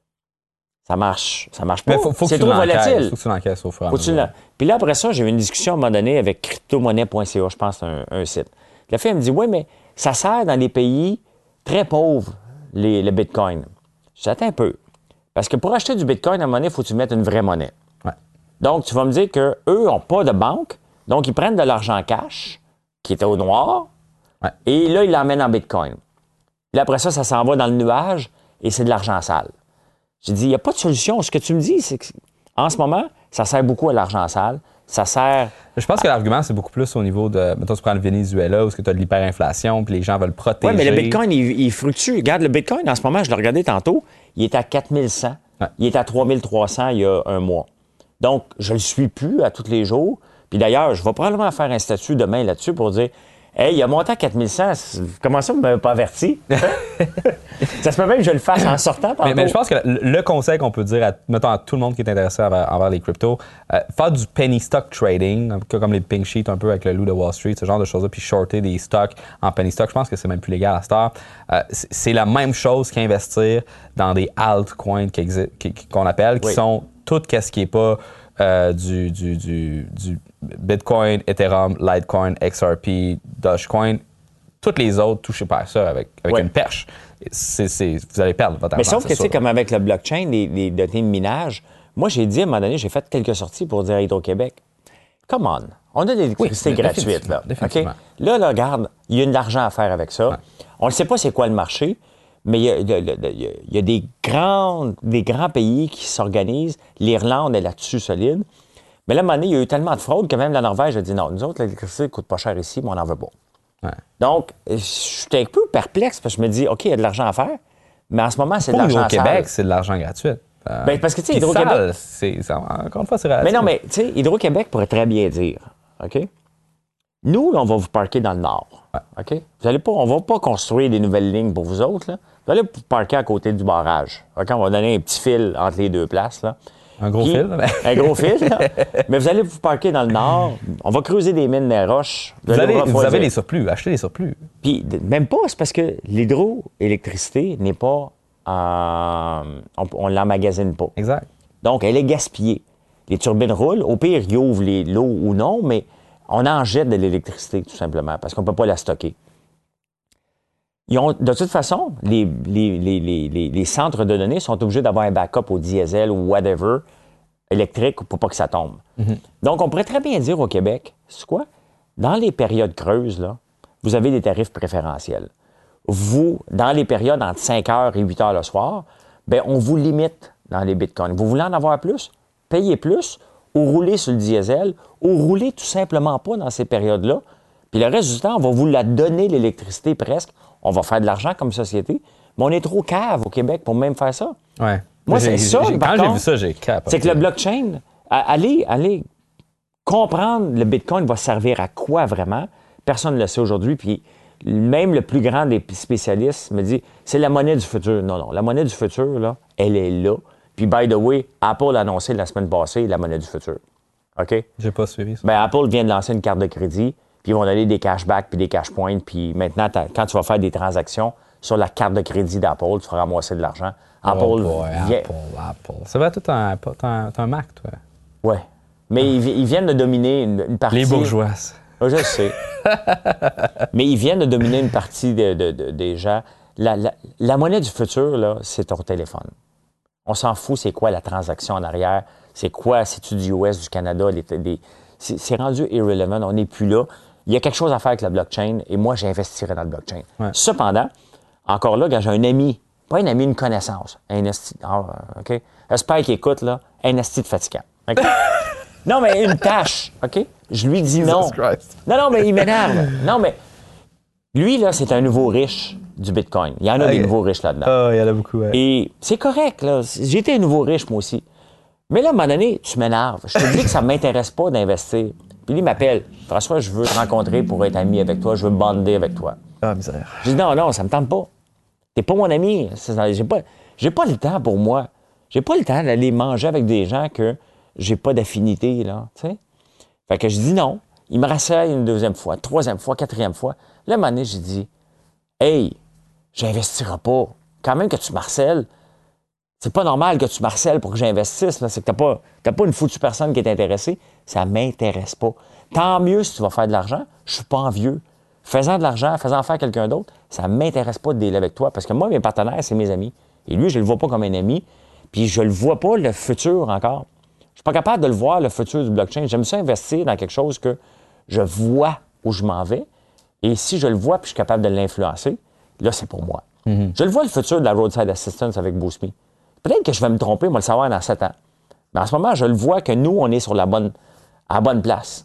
Speaker 2: ça marche. Ça marche pas.
Speaker 3: Mais faut, faut que
Speaker 2: C'est
Speaker 3: tu
Speaker 2: trop
Speaker 3: l'encaisses,
Speaker 2: volatile.
Speaker 3: faut que tu l'encaisses au fur et à
Speaker 2: Faut-tu
Speaker 3: mesure.
Speaker 2: la- Puis là, après ça, j'ai eu une discussion à un moment donné avec cryptomonnaie point c a, je pense que c'est un, un site. La fille, elle me dit, oui, mais ça sert dans les pays très pauvres, les, le Bitcoin. Je dis, attends un peu. Parce que pour acheter du Bitcoin, à un moment donné, il faut que tu mettes une vraie monnaie.
Speaker 3: Ouais.
Speaker 2: Donc, tu vas me dire qu'eux n'ont pas de banque, donc ils prennent de l'argent cash, qui était au noir,
Speaker 3: Ouais.
Speaker 2: et là, ils l'emmènent en Bitcoin. Puis après ça, ça s'en va dans le nuage, et c'est de l'argent sale. J'ai dit, il n'y a pas de solution. Ce que tu me dis, c'est qu'en ce moment, ça sert beaucoup à l'argent sale. Ça sert...
Speaker 3: Je pense que l'argument, c'est beaucoup plus au niveau de. Mettons, tu prends le Venezuela où tu as de l'hyperinflation puis les gens veulent protéger.
Speaker 2: Oui, mais le Bitcoin, il, il fluctue. Regarde, le Bitcoin, en ce moment, je l'ai regardé tantôt, il est à quatre mille cent.
Speaker 3: Ouais.
Speaker 2: Il est à trois mille trois cents il y a un mois. Donc, je le suis plus à tous les jours. Puis d'ailleurs, je vais probablement faire un statut demain là-dessus pour dire, hey, il a monté à quatre mille cent. Comment ça, vous ne m'avez pas averti? Ça se peut même que je le fasse en sortant tantôt.
Speaker 3: Mais, mais je pense que le, le conseil qu'on peut dire à, mettons, à tout le monde qui est intéressé envers, envers les cryptos, euh, faire du penny stock trading, un peu comme les pink sheets un peu avec le loup de Wall Street, ce genre de choses-là, puis shorter des stocks en penny stock, je pense que c'est même plus légal à cette heure. Euh, c'est, c'est la même chose qu'investir dans des altcoins qui exi- qui- qui- qu'on appelle, qui
Speaker 2: Oui.
Speaker 3: sont tout ce qui n'est pas euh, du, du, du, du Bitcoin, Ethereum, Litecoin, X R P, Dogecoin. Toutes les autres, touchez pas à ça avec, avec
Speaker 2: Ouais.
Speaker 3: une perche. C'est, c'est, vous allez perdre votre
Speaker 2: Mais
Speaker 3: argent.
Speaker 2: sauf que, tu
Speaker 3: c'est
Speaker 2: sais,
Speaker 3: sûr.
Speaker 2: comme avec le blockchain, les, les données de minage, moi, j'ai dit à un moment donné, j'ai fait quelques sorties pour dire à Hydro-Québec, come on, on a de l'électricité
Speaker 3: Oui,
Speaker 2: gratuite,
Speaker 3: définitivement,
Speaker 2: là.
Speaker 3: définitivement.
Speaker 2: OK? Là, là, regarde, il y a de l'argent à faire avec ça.
Speaker 3: Ouais.
Speaker 2: On ne sait pas c'est quoi le marché, mais il y a, il y a- il y a- il y a des, grands, des grands pays qui s'organisent. L'Irlande est là-dessus solide. Mais là, à un moment donné, il y a eu tellement de fraude que même la Norvège a dit non, nous autres, l'électricité ne coûte pas cher ici, mais on n'en veut pas.
Speaker 3: Ouais.
Speaker 2: Donc, je suis un peu perplexe parce que je me dis, OK, il y a de l'argent à faire, mais en ce moment, c'est de
Speaker 3: Pour
Speaker 2: l'argent à
Speaker 3: Hydro-Québec, c'est de l'argent gratuit. Euh,
Speaker 2: Ben, parce que, tu sais,
Speaker 3: puis
Speaker 2: Hydro-Québec-
Speaker 3: sale, c'est, c'est- encore une fois, c'est relatif.
Speaker 2: Mais non, mais, tu sais, Hydro-Québec pourrait très bien dire, OK? Nous, là, on va vous parquer dans le nord.
Speaker 3: Ouais.
Speaker 2: OK? Vous allez pas, on va pas construire des nouvelles lignes pour vous autres, là. Vous allez vous parquer à côté du barrage. OK? On va donner un petit fil entre les deux places, là.
Speaker 3: Un gros
Speaker 2: Puis-
Speaker 3: fil. Mais...
Speaker 2: Un gros fil, là. Mais vous allez vous parquer dans le nord. On va creuser des mines des roches.
Speaker 3: Vous,
Speaker 2: allez
Speaker 3: allez, vous
Speaker 2: refroidir.
Speaker 3: avez les surplus. Achetez les surplus.
Speaker 2: Puis, d- même pas, c'est parce que l'hydroélectricité n'est pas. euh, on on l'emmagasine pas.
Speaker 3: Exact.
Speaker 2: Donc, elle est gaspillée. Les turbines roulent. Au pire, ils ouvrent les- l'eau ou non, mais on en jette de l'électricité, tout simplement, parce qu'on ne peut pas la stocker. Ils ont, de toute façon, les, les, les, les, les- les centres de données sont obligés d'avoir un backup au diesel ou whatever électrique pour pas que ça tombe. Donc, on pourrait très bien dire au Québec, c'est quoi? Dans les périodes creuses, là, vous avez des tarifs préférentiels. Vous, dans les périodes entre cinq heures et huit heures le soir, bien, on vous limite dans les bitcoins. Vous voulez en avoir plus? Payez plus ou roulez sur le diesel ou roulez tout simplement pas dans ces périodes-là. Puis le reste du temps, on va vous la donner, l'électricité presque. On va faire de l'argent comme société, mais on est trop cave au Québec pour même faire ça.
Speaker 3: Ouais.
Speaker 2: Moi,
Speaker 3: J'ai-
Speaker 2: c'est ça,
Speaker 3: j'ai-
Speaker 2: par
Speaker 3: Quand j'ai
Speaker 2: contre,
Speaker 3: vu ça, j'ai capoté.
Speaker 2: C'est que le blockchain, a- allez, allez comprendre le Bitcoin va servir à quoi vraiment. Personne ne le sait aujourd'hui. Puis même le plus grand des spécialistes me dit c'est la monnaie du futur. Non, non. La monnaie du futur, là, elle est là. Puis, by the way, Apple a annoncé la semaine passée la monnaie du futur. OK?
Speaker 3: J'ai pas suivi ça.
Speaker 2: Ben, Apple vient de lancer une carte de crédit, puis ils vont donner des cashbacks puis des cash points. Puis maintenant, t'as- quand tu vas faire des transactions sur la carte de crédit d'Apple, tu feras ramasser de l'argent. Apple
Speaker 3: Oh boy,
Speaker 2: vient.
Speaker 3: Apple, Apple. C'est vrai, toi, t'as un, t'as un, t'as un Mac, toi.
Speaker 2: Ouais. Mais ils, vi- ils viennent de dominer une, une partie.
Speaker 3: Les bourgeoises.
Speaker 2: Ah, je sais. Mais ils viennent de dominer une partie de- de- de- des gens. La, la- la monnaie du futur, là, c'est ton téléphone. On s'en fout, c'est quoi la transaction en arrière? C'est quoi, c'est-tu du U S, du Canada? Les, des- c'est, c'est rendu irrelevant, on n'est plus là. Il y a quelque chose à faire avec la blockchain et moi, j'investirais dans le blockchain.
Speaker 3: Ouais.
Speaker 2: Cependant, encore là, quand j'ai un ami, pas un ami, une connaissance, un esti, ah, OK? J'espère qu'il écoute, là, un esti de fatigant. OK? Non, mais une tâche, OK? Je lui dis non.
Speaker 3: Christ.
Speaker 2: Non, non, mais il m'énerve. Non, mais lui, là, c'est un nouveau riche du Bitcoin. Il y en a
Speaker 3: Ah,
Speaker 2: des
Speaker 3: il-
Speaker 2: nouveaux riches là-dedans.
Speaker 3: Ah, il y en a beaucoup, ouais.
Speaker 2: Et c'est correct, là. J'ai été un nouveau riche, moi aussi. Mais là, à un moment donné, tu m'énerves. Je te dis que ça ne m'intéresse pas d'investir. Puis lui il m'appelle. François, je veux te rencontrer pour être ami avec toi. Je veux bander avec toi.
Speaker 3: Ah, misère.
Speaker 2: Je dis non, non, ça me tente pas. T'es pas mon ami. C'est- J'ai pas, j'ai pas le temps pour moi. J'ai pas le temps d'aller manger avec des gens que j'ai pas d'affinité, là. Tu sais? Fait que je dis non. Il me rassure une deuxième fois, troisième fois, quatrième fois. Là, à un moment donné, j'ai dit hey, j'investirai pas. Quand même que tu marcelles, c'est pas normal que tu marcelles pour que j'investisse. Là. C'est que t'as pas, t'as pas une foutue personne qui est intéressée. Ça m'intéresse pas. Tant mieux si tu vas faire de l'argent. Je suis pas envieux. Faisant de l'argent, faisant faire quelqu'un d'autre, ça m'intéresse pas de dealer avec toi. Parce que moi, mes partenaires, c'est mes amis. Et lui, je le vois pas comme un ami. Puis je le vois pas, le futur encore. Je suis pas capable de le voir, le futur du blockchain. J'aime ça investir dans quelque chose que je vois où je m'en vais. Et si je le vois puis je suis capable de l'influencer, là, c'est pour moi.
Speaker 3: Mm-hmm.
Speaker 2: Je le vois, le futur de la Roadside Assistance avec Boost Me. Peut-être que je vais me tromper, on va le savoir dans sept ans. Mais en ce moment, je le vois que nous, on est sur la bonne, à la bonne place.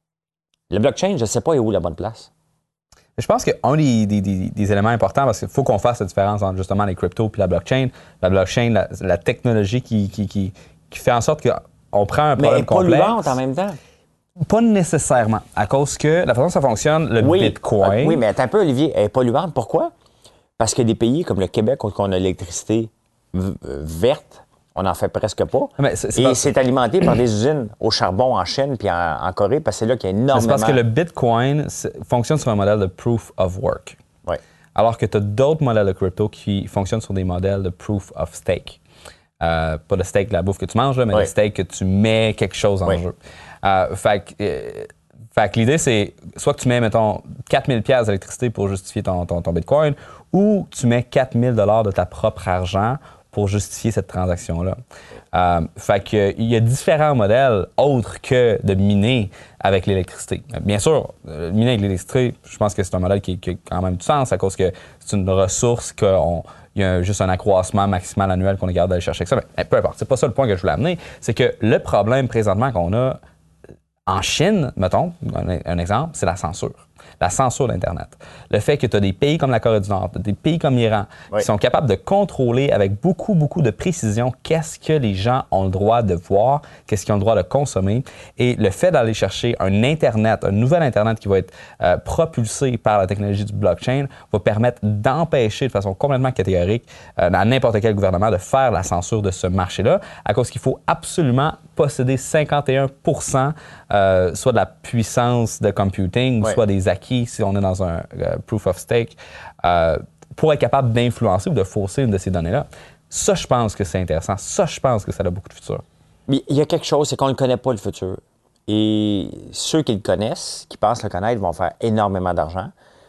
Speaker 2: Le blockchain, je ne sais pas où la bonne place.
Speaker 3: Je pense qu'un des, des, des, des éléments importants, parce qu'il faut qu'on fasse la différence entre justement les cryptos et la blockchain. La blockchain, la, la technologie qui, qui, qui, qui fait en sorte qu'on prend un
Speaker 2: Mais elle
Speaker 3: problème
Speaker 2: est pas
Speaker 3: complexe.
Speaker 2: polluante en même temps.
Speaker 3: Pas nécessairement, à cause que la façon dont ça fonctionne, le
Speaker 2: Oui,
Speaker 3: Bitcoin...
Speaker 2: euh, oui, mais attends un peu, Olivier, elle est polluante. Pourquoi? Parce que des pays comme le Québec, où on a l'électricité v- euh, verte, on n'en fait presque pas.
Speaker 3: Mais c'est- c'est
Speaker 2: Et
Speaker 3: pas-
Speaker 2: c'est alimenté par des usines au charbon en Chine puis en, en Corée, parce que c'est là qu'il y a énormément...
Speaker 3: C'est parce que le Bitcoin c'est- fonctionne sur un modèle de proof of work.
Speaker 2: Ouais.
Speaker 3: Alors que tu as d'autres modèles de crypto qui fonctionnent sur des modèles de proof of stake. Euh, pas le steak de la bouffe que tu manges, là, mais
Speaker 2: Oui.
Speaker 3: le steak que tu mets quelque chose en
Speaker 2: Oui.
Speaker 3: jeu. Euh, fait que, euh, fait que l'idée, c'est soit que tu mets, mettons, quatre mille dollars d'électricité pour justifier ton, ton, ton Bitcoin, ou tu mets quatre mille dollars de ta propre argent pour justifier cette transaction-là. Euh, fait que, il y a différents modèles autres que de miner avec l'électricité. Bien sûr, euh, miner avec l'électricité, je pense que c'est un modèle qui, qui a quand même du sens à cause que c'est une ressource qu'on il y a juste un accroissement maximal annuel qu'on est capable d'aller chercher avec ça. Mais, mais peu importe, c'est pas ça le point que je voulais amener. C'est que le problème présentement qu'on a en Chine, mettons, un, un exemple, c'est la censure. La censure d'Internet. Le fait que tu as des pays comme la Corée du Nord, des pays comme l'Iran, oui. qui sont capables de contrôler avec beaucoup, beaucoup de précision qu'est-ce que les gens ont le droit de voir, qu'est-ce qu'ils ont le droit de consommer. Et le fait d'aller chercher un Internet, un nouvel Internet qui va être euh, propulsé par la technologie du blockchain, va permettre d'empêcher de façon complètement catégorique euh, à n'importe quel gouvernement de faire la censure de ce marché-là, à cause qu'il faut absolument posséder cinquante et un pour cent euh, soit de la puissance de computing, ou
Speaker 2: ouais.
Speaker 3: soit des acquis si on est dans un euh, proof of stake, euh, pour être capable d'influencer ou de fausser une de ces données-là. Ça, je pense que c'est intéressant. Ça, je pense que ça a beaucoup de futur.
Speaker 2: Mais il y a quelque chose, c'est qu'on ne connaît pas le futur. Et ceux qui le connaissent, qui pensent le connaître, vont faire énormément d'argent.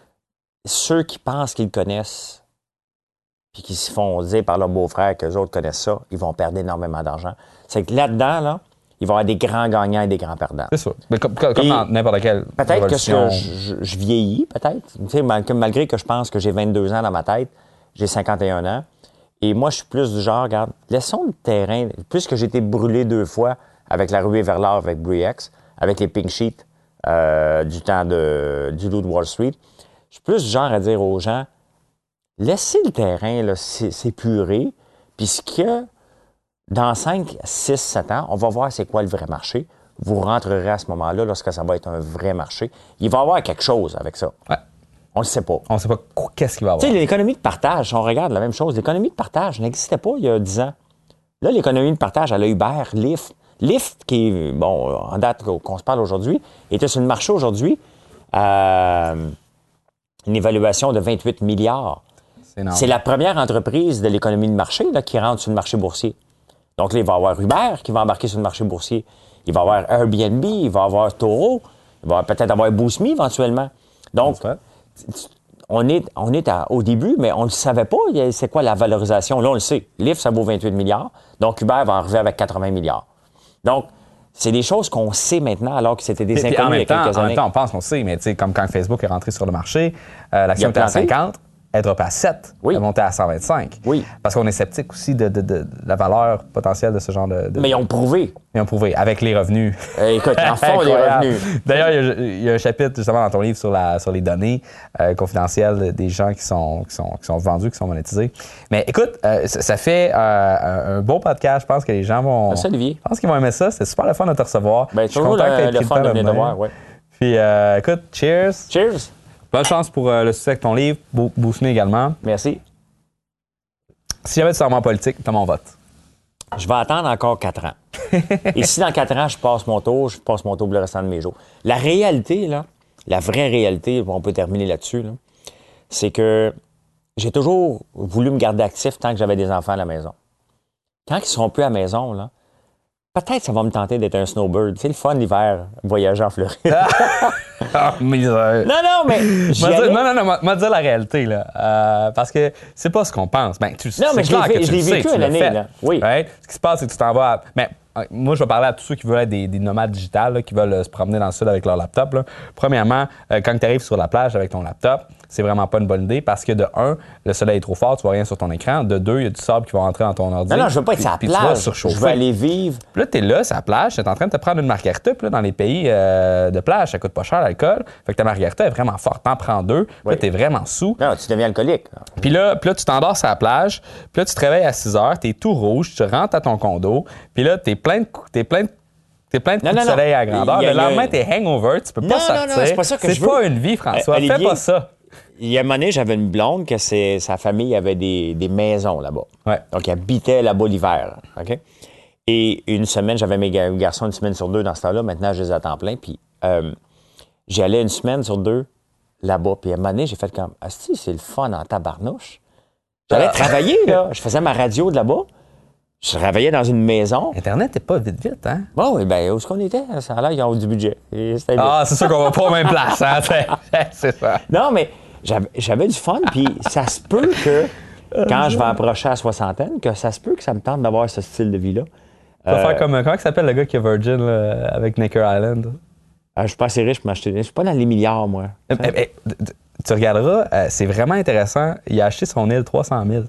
Speaker 2: Ceux qui pensent qu'ils le connaissent, puis qui se font dire par leur beau-frère qu'eux autres connaissent ça, ils vont perdre énormément d'argent. C'est que là-dedans, là, il va y avoir des grands gagnants et des grands perdants.
Speaker 3: C'est ça. Mais comme, comme dans n'importe quelle
Speaker 2: peut-être
Speaker 3: révolution...
Speaker 2: que je, je, je vieillis, peut-être. Tu sais, malgré que je pense que j'ai vingt-deux ans dans ma tête, j'ai cinquante et un ans. Et moi, je suis plus du genre, regarde, laissons le terrain, puisque j'ai été brûlé deux fois avec la ruée vers l'or avec Bre-X, avec les pink sheets euh, du temps de, du loup de Wall Street, je suis plus du genre à dire aux gens, laissez le terrain là, s'épurer, puis ce qu'il y a dans cinq, six, sept ans, on va voir c'est quoi le vrai marché. Vous rentrerez à ce moment-là, lorsque ça va être un vrai marché. Il va y avoir quelque chose avec ça.
Speaker 3: Ouais.
Speaker 2: On ne sait pas.
Speaker 3: On ne sait pas qu'est-ce qu'il va y avoir.
Speaker 2: Tu sais, l'économie de partage, on regarde la même chose. L'économie de partage n'existait pas il y a dix ans. Là, l'économie de partage, elle a Uber, Lyft. Lyft, qui est, bon, en date qu'on se parle aujourd'hui, était sur le marché aujourd'hui à une évaluation de vingt-huit milliards. C'est, c'est la première entreprise de l'économie de marché là, qui rentre sur le marché boursier. Donc là, il va y avoir Uber qui va embarquer sur le marché boursier. Il va y avoir Airbnb, il va y avoir Toro, il va peut-être avoir BoostMe éventuellement. Donc, on est, on est à, au début, mais on ne le savait pas, c'est quoi la valorisation. Là, on le sait. Lyft, ça vaut vingt-huit milliards. Donc, Uber va arriver avec quatre-vingts milliards. Donc, c'est des choses qu'on sait maintenant, alors que c'était des inconnus il y a quelques
Speaker 3: temps,
Speaker 2: années.
Speaker 3: En même temps, on pense qu'on sait, mais tu sais, comme quand Facebook est rentré sur le marché, euh, l'action était à cinquante. Elle droppe à sept,
Speaker 2: oui.
Speaker 3: elle montait à cent vingt-cinq.
Speaker 2: Oui.
Speaker 3: Parce qu'on est sceptique aussi de, de, de, de la valeur potentielle de ce genre de... de...
Speaker 2: Mais ils ont prouvé.
Speaker 3: Ils ont prouvé, avec les revenus.
Speaker 2: Euh, écoute, en fond, les revenus.
Speaker 3: D'ailleurs, il y, a, il y a un chapitre justement dans ton livre sur, la, sur les données euh, confidentielles des gens qui sont, qui, sont, qui sont vendus, qui sont monétisés. Mais écoute, euh, ça, ça fait euh, un bon podcast. Je pense que les gens vont...
Speaker 2: Merci, Olivier.
Speaker 3: Je pense qu'ils vont aimer ça. C'était super le fun de te recevoir.
Speaker 2: Ben, c'est toujours le, le fun de venir te voir, oui.
Speaker 3: Puis, euh, écoute, cheers.
Speaker 2: Cheers.
Speaker 3: Bonne chance pour euh, le succès avec ton livre, BoostMe également.
Speaker 2: Merci.
Speaker 3: Si jamais tu sors en politique, t'as mon vote.
Speaker 2: Je vais attendre encore quatre ans. Et si dans quatre ans, je passe mon tour, je passe mon tour pour le restant de mes jours. La réalité, là, la vraie réalité, on peut terminer là-dessus, là, c'est que j'ai toujours voulu me garder actif tant que j'avais des enfants à la maison. Quand ils seront plus à la maison, là, peut-être ça va me tenter d'être un snowbird. C'est le fun l'hiver, voyager en Floride.
Speaker 3: Ah, misère.
Speaker 2: Non, non, mais.
Speaker 3: Dire, non, non, non, moi dire la réalité, là. Euh, parce que c'est pas ce qu'on pense. Ben, tu,
Speaker 2: non, mais je l'ai,
Speaker 3: que
Speaker 2: je l'ai vécu une année, là. Oui.
Speaker 3: Right? Ce qui se passe, c'est que tu t'en vas. À, mais, moi, je vais parler à tous ceux qui veulent être des, des nomades digitales, là, qui veulent euh, se promener dans le sud avec leur laptop. Là. Premièrement, euh, quand tu arrives sur la plage avec ton laptop, c'est vraiment pas une bonne idée parce que de un, le soleil est trop fort, tu vois rien sur ton écran. De deux, il y a du sable qui va rentrer dans ton ordi.
Speaker 2: Non, non, je veux pas être sur la plage. Je veux aller vivre.
Speaker 3: Puis là, tu es là, sur la plage, tu es en train de te prendre une margarita. Puis là, dans les pays euh, de plage, ça coûte pas cher l'alcool. Fait que ta margarita est vraiment forte. T'en prends deux. Puis oui. Là, tu es vraiment sous.
Speaker 2: Non, tu deviens alcoolique.
Speaker 3: Puis là, puis là, tu t'endors sur la plage. Puis là, tu te réveilles à six heures, tu es tout rouge, tu rentres à ton condo. Puis là, tu es plein de, t'es plein de T'es plein de coups
Speaker 2: non,
Speaker 3: de
Speaker 2: non,
Speaker 3: soleil
Speaker 2: non.
Speaker 3: à grandeur.
Speaker 2: Il y a,
Speaker 3: le lendemain,
Speaker 2: a...
Speaker 3: t'es hangover, tu peux
Speaker 2: non,
Speaker 3: pas
Speaker 2: non,
Speaker 3: sortir.
Speaker 2: Non, c'est pas ça que
Speaker 3: c'est
Speaker 2: je veux.
Speaker 3: pas une vie, François.
Speaker 2: Olivier,
Speaker 3: fais pas ça.
Speaker 2: Il y a un moment donné, j'avais une blonde que c'est, sa famille avait des, des maisons là-bas.
Speaker 3: Ouais.
Speaker 2: Donc, ils habitaient là-bas l'hiver. OK? Et une semaine, j'avais mes garçons une semaine sur deux dans ce temps-là. Maintenant, je les ai à temps plein. Puis, euh, j'y allais une semaine sur deux là-bas. Puis, à un moment donné, j'ai fait comme, ah, si, c'est le fun en tabarnouche. J'allais travailler, là. Je faisais ma radio de là-bas. Je travaillais dans une maison.
Speaker 3: Internet n'est pas vite, vite, hein?
Speaker 2: Bon, oui, bien, où est-ce qu'on était? Ça a l'air qu'ils ont du budget.
Speaker 3: Ah, c'est sûr qu'on va pas aux mêmes places, hein? C'est ça.
Speaker 2: Non, mais j'avais, j'avais du fun, puis ça se peut que, quand je vais approcher à la soixantaine, que ça se peut que ça me tente d'avoir ce style de vie-là.
Speaker 3: Tu vas euh, faire comme, comment il s'appelle le gars qui est Virgin là, avec Necker Island?
Speaker 2: Euh, je suis pas assez riche pour m'acheter. Je suis pas dans les milliards, moi.
Speaker 3: Eh, eh, tu regarderas, euh, c'est vraiment intéressant. Il a acheté son île trois cent mille.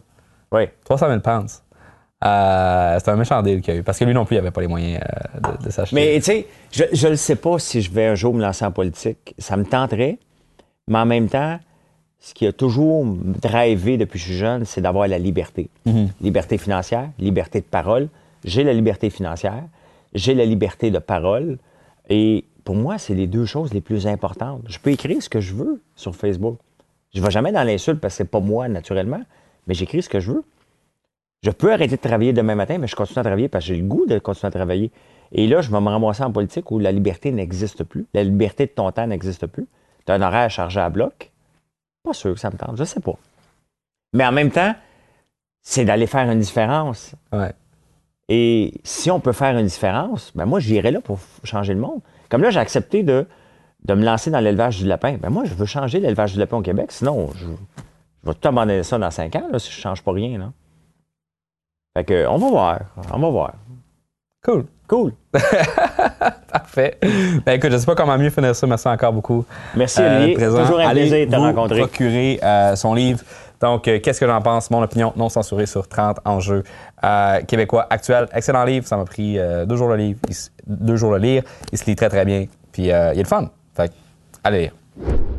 Speaker 2: Oui.
Speaker 3: trois cent mille pounds. Euh, c'est un méchant deal qu'il a eu. Parce que lui non plus, il n'avait pas les moyens euh, de, de s'acheter.
Speaker 2: Mais tu sais, je ne sais pas si je vais un jour me lancer en politique. Ça me tenterait. Mais en même temps, ce qui a toujours drivé depuis que je suis jeune, c'est d'avoir la liberté. Mm-hmm. Liberté financière, liberté de parole. J'ai la liberté financière. J'ai la liberté de parole. Et pour moi, c'est les deux choses les plus importantes. Je peux écrire ce que je veux sur Facebook. Je ne vais jamais dans l'insulte parce que c'est pas moi, naturellement, mais j'écris ce que je veux. Je peux arrêter de travailler demain matin, mais je continue à travailler parce que j'ai le goût de continuer à travailler. Et là, je vais me ramasser en politique où la liberté n'existe plus. La liberté de ton temps n'existe plus. Tu as un horaire chargé à bloc. Pas sûr que ça me tente, je sais pas. Mais en même temps, c'est d'aller faire une différence.
Speaker 3: Ouais.
Speaker 2: Et si on peut faire une différence, ben moi, j'irai là pour changer le monde. Comme là, j'ai accepté de, de me lancer dans l'élevage du lapin. Ben moi, je veux changer l'élevage du lapin au Québec. Sinon, je, je vais tout abandonner ça dans cinq ans là, si je ne change pas rien. Là. Fait que, on va voir. On va voir.
Speaker 3: Cool.
Speaker 2: Cool.
Speaker 3: Parfait. Ben écoute, je ne sais pas comment mieux finir ça. Merci encore beaucoup.
Speaker 2: Merci, Olivier.
Speaker 3: Euh,
Speaker 2: Toujours un plaisir
Speaker 3: Allez
Speaker 2: de te
Speaker 3: vous
Speaker 2: rencontrer.
Speaker 3: Procurer euh, son livre. Donc, euh, qu'est-ce que j'en pense? Mon opinion non censurée sur trente enjeux euh, québécois actuels. Excellent livre. Ça m'a pris euh, deux jours le livre, il, deux jours le lire. Il se lit très, très bien. Puis, euh, il est le fun. Fait allez lire.